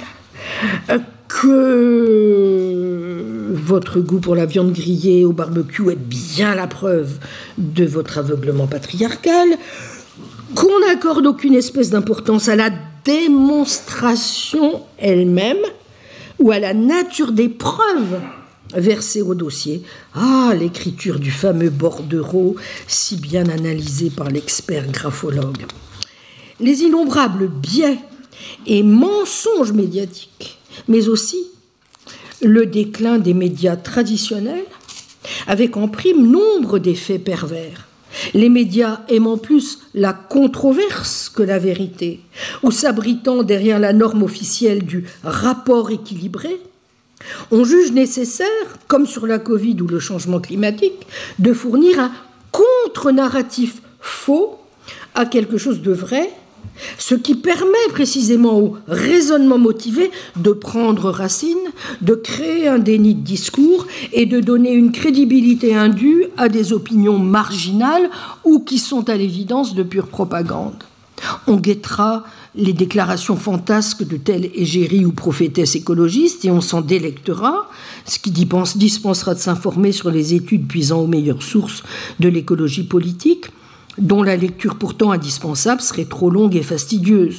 que votre goût pour la viande grillée au barbecue est bien la preuve de votre aveuglement patriarcal, qu'on n'accorde aucune espèce d'importance à la démonstration elle-même ou à la nature des preuves versées au dossier. Ah, l'écriture du fameux bordereau, si bien analysé par l'expert graphologue. Les innombrables biais et mensonges médiatiques, mais aussi le déclin des médias traditionnels, avec en prime nombre d'effets pervers. Les médias aimant plus la controverse que la vérité, ou s'abritant derrière la norme officielle du rapport équilibré, on juge nécessaire, comme sur la Covid ou le changement climatique, de fournir un contre-narratif faux à quelque chose de vrai, ce qui permet précisément au raisonnement motivé de prendre racine, de créer un déni de discours et de donner une crédibilité indue à des opinions marginales ou qui sont à l'évidence de pure propagande. On guettera les déclarations fantasques de telle égérie ou prophétesse écologiste et on s'en délectera, ce qui dispensera de s'informer sur les études puisant aux meilleures sources de l'écologie politique, dont la lecture pourtant indispensable serait trop longue et fastidieuse.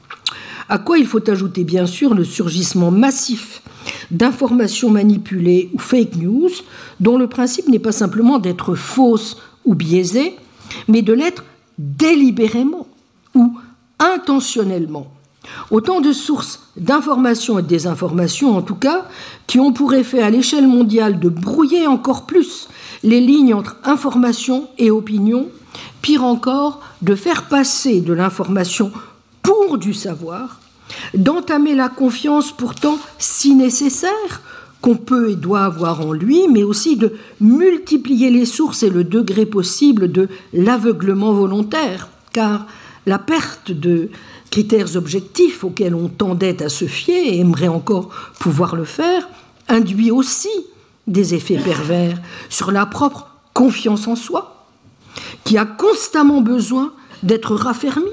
À quoi il faut ajouter bien sûr le surgissement massif d'informations manipulées ou fake news, dont le principe n'est pas simplement d'être fausse ou biaisée, mais de l'être délibérément ou intentionnellement. Autant de sources d'informations et de désinformations, en tout cas, qui ont pour effet à l'échelle mondiale de brouiller encore plus les lignes entre information et opinion, pire encore, de faire passer de l'information pour du savoir, d'entamer la confiance pourtant si nécessaire qu'on peut et doit avoir en lui, mais aussi de multiplier les sources et le degré possible de l'aveuglement volontaire, car la perte de critères objectifs auxquels on tendait à se fier et aimerait encore pouvoir le faire, induit aussi des effets pervers sur la propre confiance en soi, qui a constamment besoin d'être raffermie,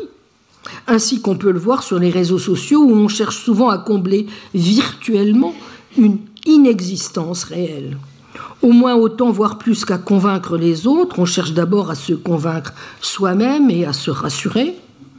ainsi qu'on peut le voir sur les réseaux sociaux où on cherche souvent à combler virtuellement une inexistence réelle. Au moins autant, voire plus qu'à convaincre les autres, on cherche d'abord à se convaincre soi-même et à se rassurer.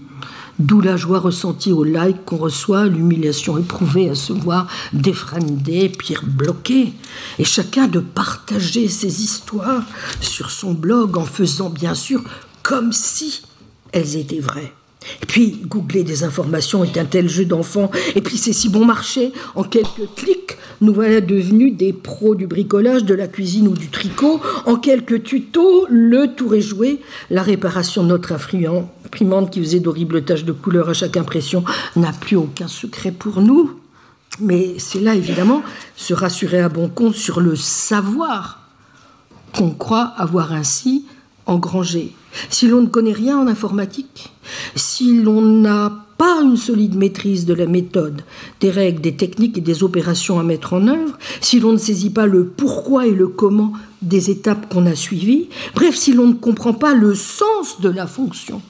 D'où la joie ressentie au like qu'on reçoit, l'humiliation éprouvée à se voir défriendé, pire bloqué. Et chacun de partager ses histoires sur son blog en faisant bien sûr comme si elles étaient vraies. Et puis, googler des informations est un tel jeu d'enfant. Et puis, c'est si bon marché. En quelques clics, nous voilà devenus des pros du bricolage, de la cuisine ou du tricot. En quelques tutos, le tour est joué. La réparation de notre imprimante qui faisait d'horribles taches de couleur à chaque impression n'a plus aucun secret pour nous. Mais c'est là, évidemment, se rassurer à bon compte sur le savoir qu'on croit avoir ainsi engrangé. Si l'on ne connaît rien en informatique, si l'on n'a pas une solide maîtrise de la méthode, des règles, des techniques et des opérations à mettre en œuvre, si l'on ne saisit pas le pourquoi et le comment des étapes qu'on a suivies, bref, si l'on ne comprend pas le sens de la fonction,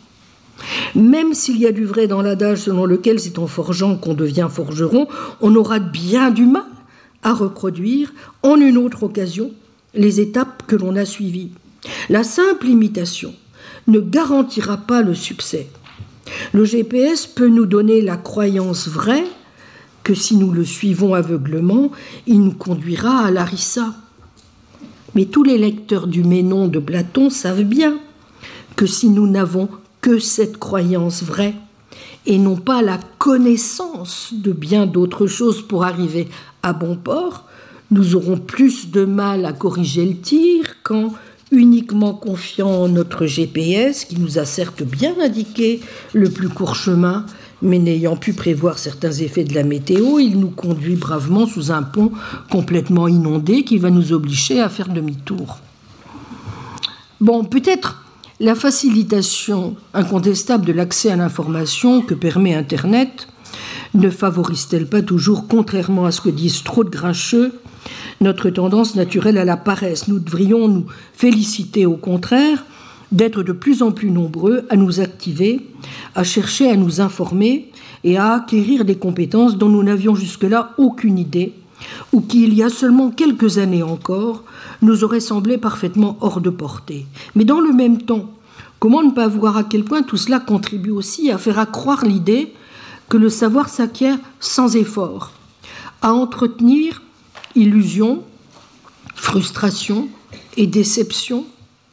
même s'il y a du vrai dans l'adage selon lequel c'est en forgeant qu'on devient forgeron, on aura bien du mal à reproduire en une autre occasion les étapes que l'on a suivies. La simple imitation ne garantira pas le succès. Le G P S peut nous donner la croyance vraie que si nous le suivons aveuglement, il nous conduira à Larissa. Mais tous les lecteurs du Ménon de Platon savent bien que si nous n'avons que cette croyance vraie et non pas la connaissance de bien d'autres choses pour arriver à bon port, nous aurons plus de mal à corriger le tir qu'en uniquement confiant en notre G P S, qui nous a certes bien indiqué le plus court chemin, mais n'ayant pu prévoir certains effets de la météo, il nous conduit bravement sous un pont complètement inondé qui va nous obliger à faire demi-tour. Bon, peut-être la facilitation incontestable de l'accès à l'information que permet Internet ne favorise-t-elle pas toujours, contrairement à ce que disent trop de grincheux, notre tendance naturelle à la paresse? Nous devrions nous féliciter, au contraire, d'être de plus en plus nombreux à nous activer, à chercher à nous informer et à acquérir des compétences dont nous n'avions jusque-là aucune idée, ou qui, il y a seulement quelques années encore, nous auraient semblé parfaitement hors de portée. Mais dans le même temps, comment ne pas voir à quel point tout cela contribue aussi à faire accroire l'idée que le savoir s'acquiert sans effort, à entretenir illusion, frustration et déception,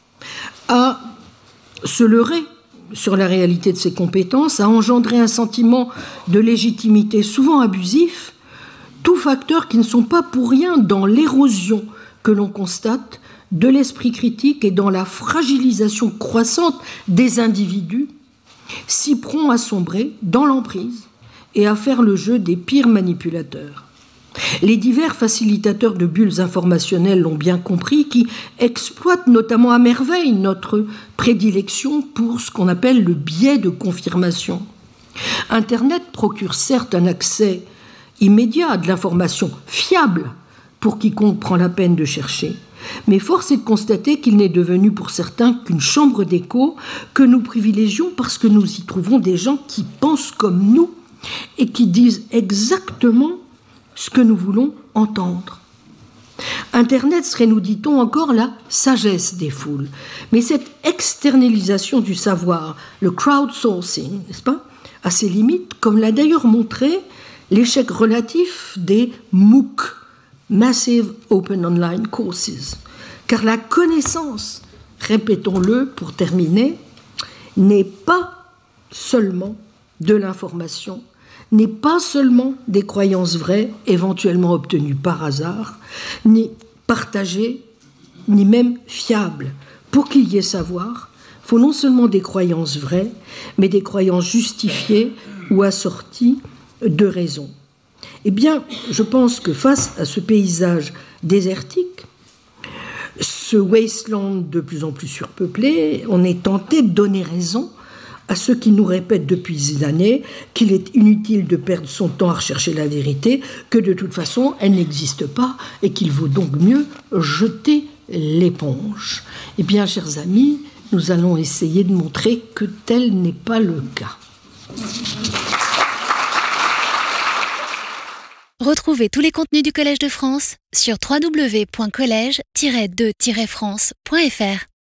à se leurrer sur la réalité de ses compétences, à engendrer un sentiment de légitimité souvent abusif, tous facteurs qui ne sont pas pour rien dans l'érosion que l'on constate de l'esprit critique et dans la fragilisation croissante des individus, si prompts à sombrer dans l'emprise et à faire le jeu des pires manipulateurs. Les divers facilitateurs de bulles informationnelles l'ont bien compris, qui exploitent notamment à merveille notre prédilection pour ce qu'on appelle le biais de confirmation. Internet procure certes un accès immédiat à de l'information fiable pour quiconque prend la peine de chercher, mais force est de constater qu'il n'est devenu pour certains qu'une chambre d'écho que nous privilégions parce que nous y trouvons des gens qui pensent comme nous et qui disent exactement ce que nous voulons entendre. Internet serait, nous dit-on, encore la sagesse des foules. Mais cette externalisation du savoir, le crowdsourcing, n'est-ce pas, a ses limites, comme l'a d'ailleurs montré l'échec relatif des MOOC, Massive Open Online Courses. Car la connaissance, répétons-le pour terminer, n'est pas seulement de l'information, n'est pas seulement des croyances vraies, éventuellement obtenues par hasard, ni partagées, ni même fiables. Pour qu'il y ait savoir, il faut non seulement des croyances vraies, mais des croyances justifiées ou assorties de raisons. Eh bien, je pense que face à ce paysage désertique, ce wasteland de plus en plus surpeuplé, on est tenté de donner raison à ceux qui nous répètent depuis des années qu'il est inutile de perdre son temps à rechercher la vérité, que de toute façon, elle n'existe pas et qu'il vaut donc mieux jeter l'éponge. Eh bien, chers amis, nous allons essayer de montrer que tel n'est pas le cas. Retrouvez tous les contenus du Collège de France sur w w w point collège tiret de tiret france point f r.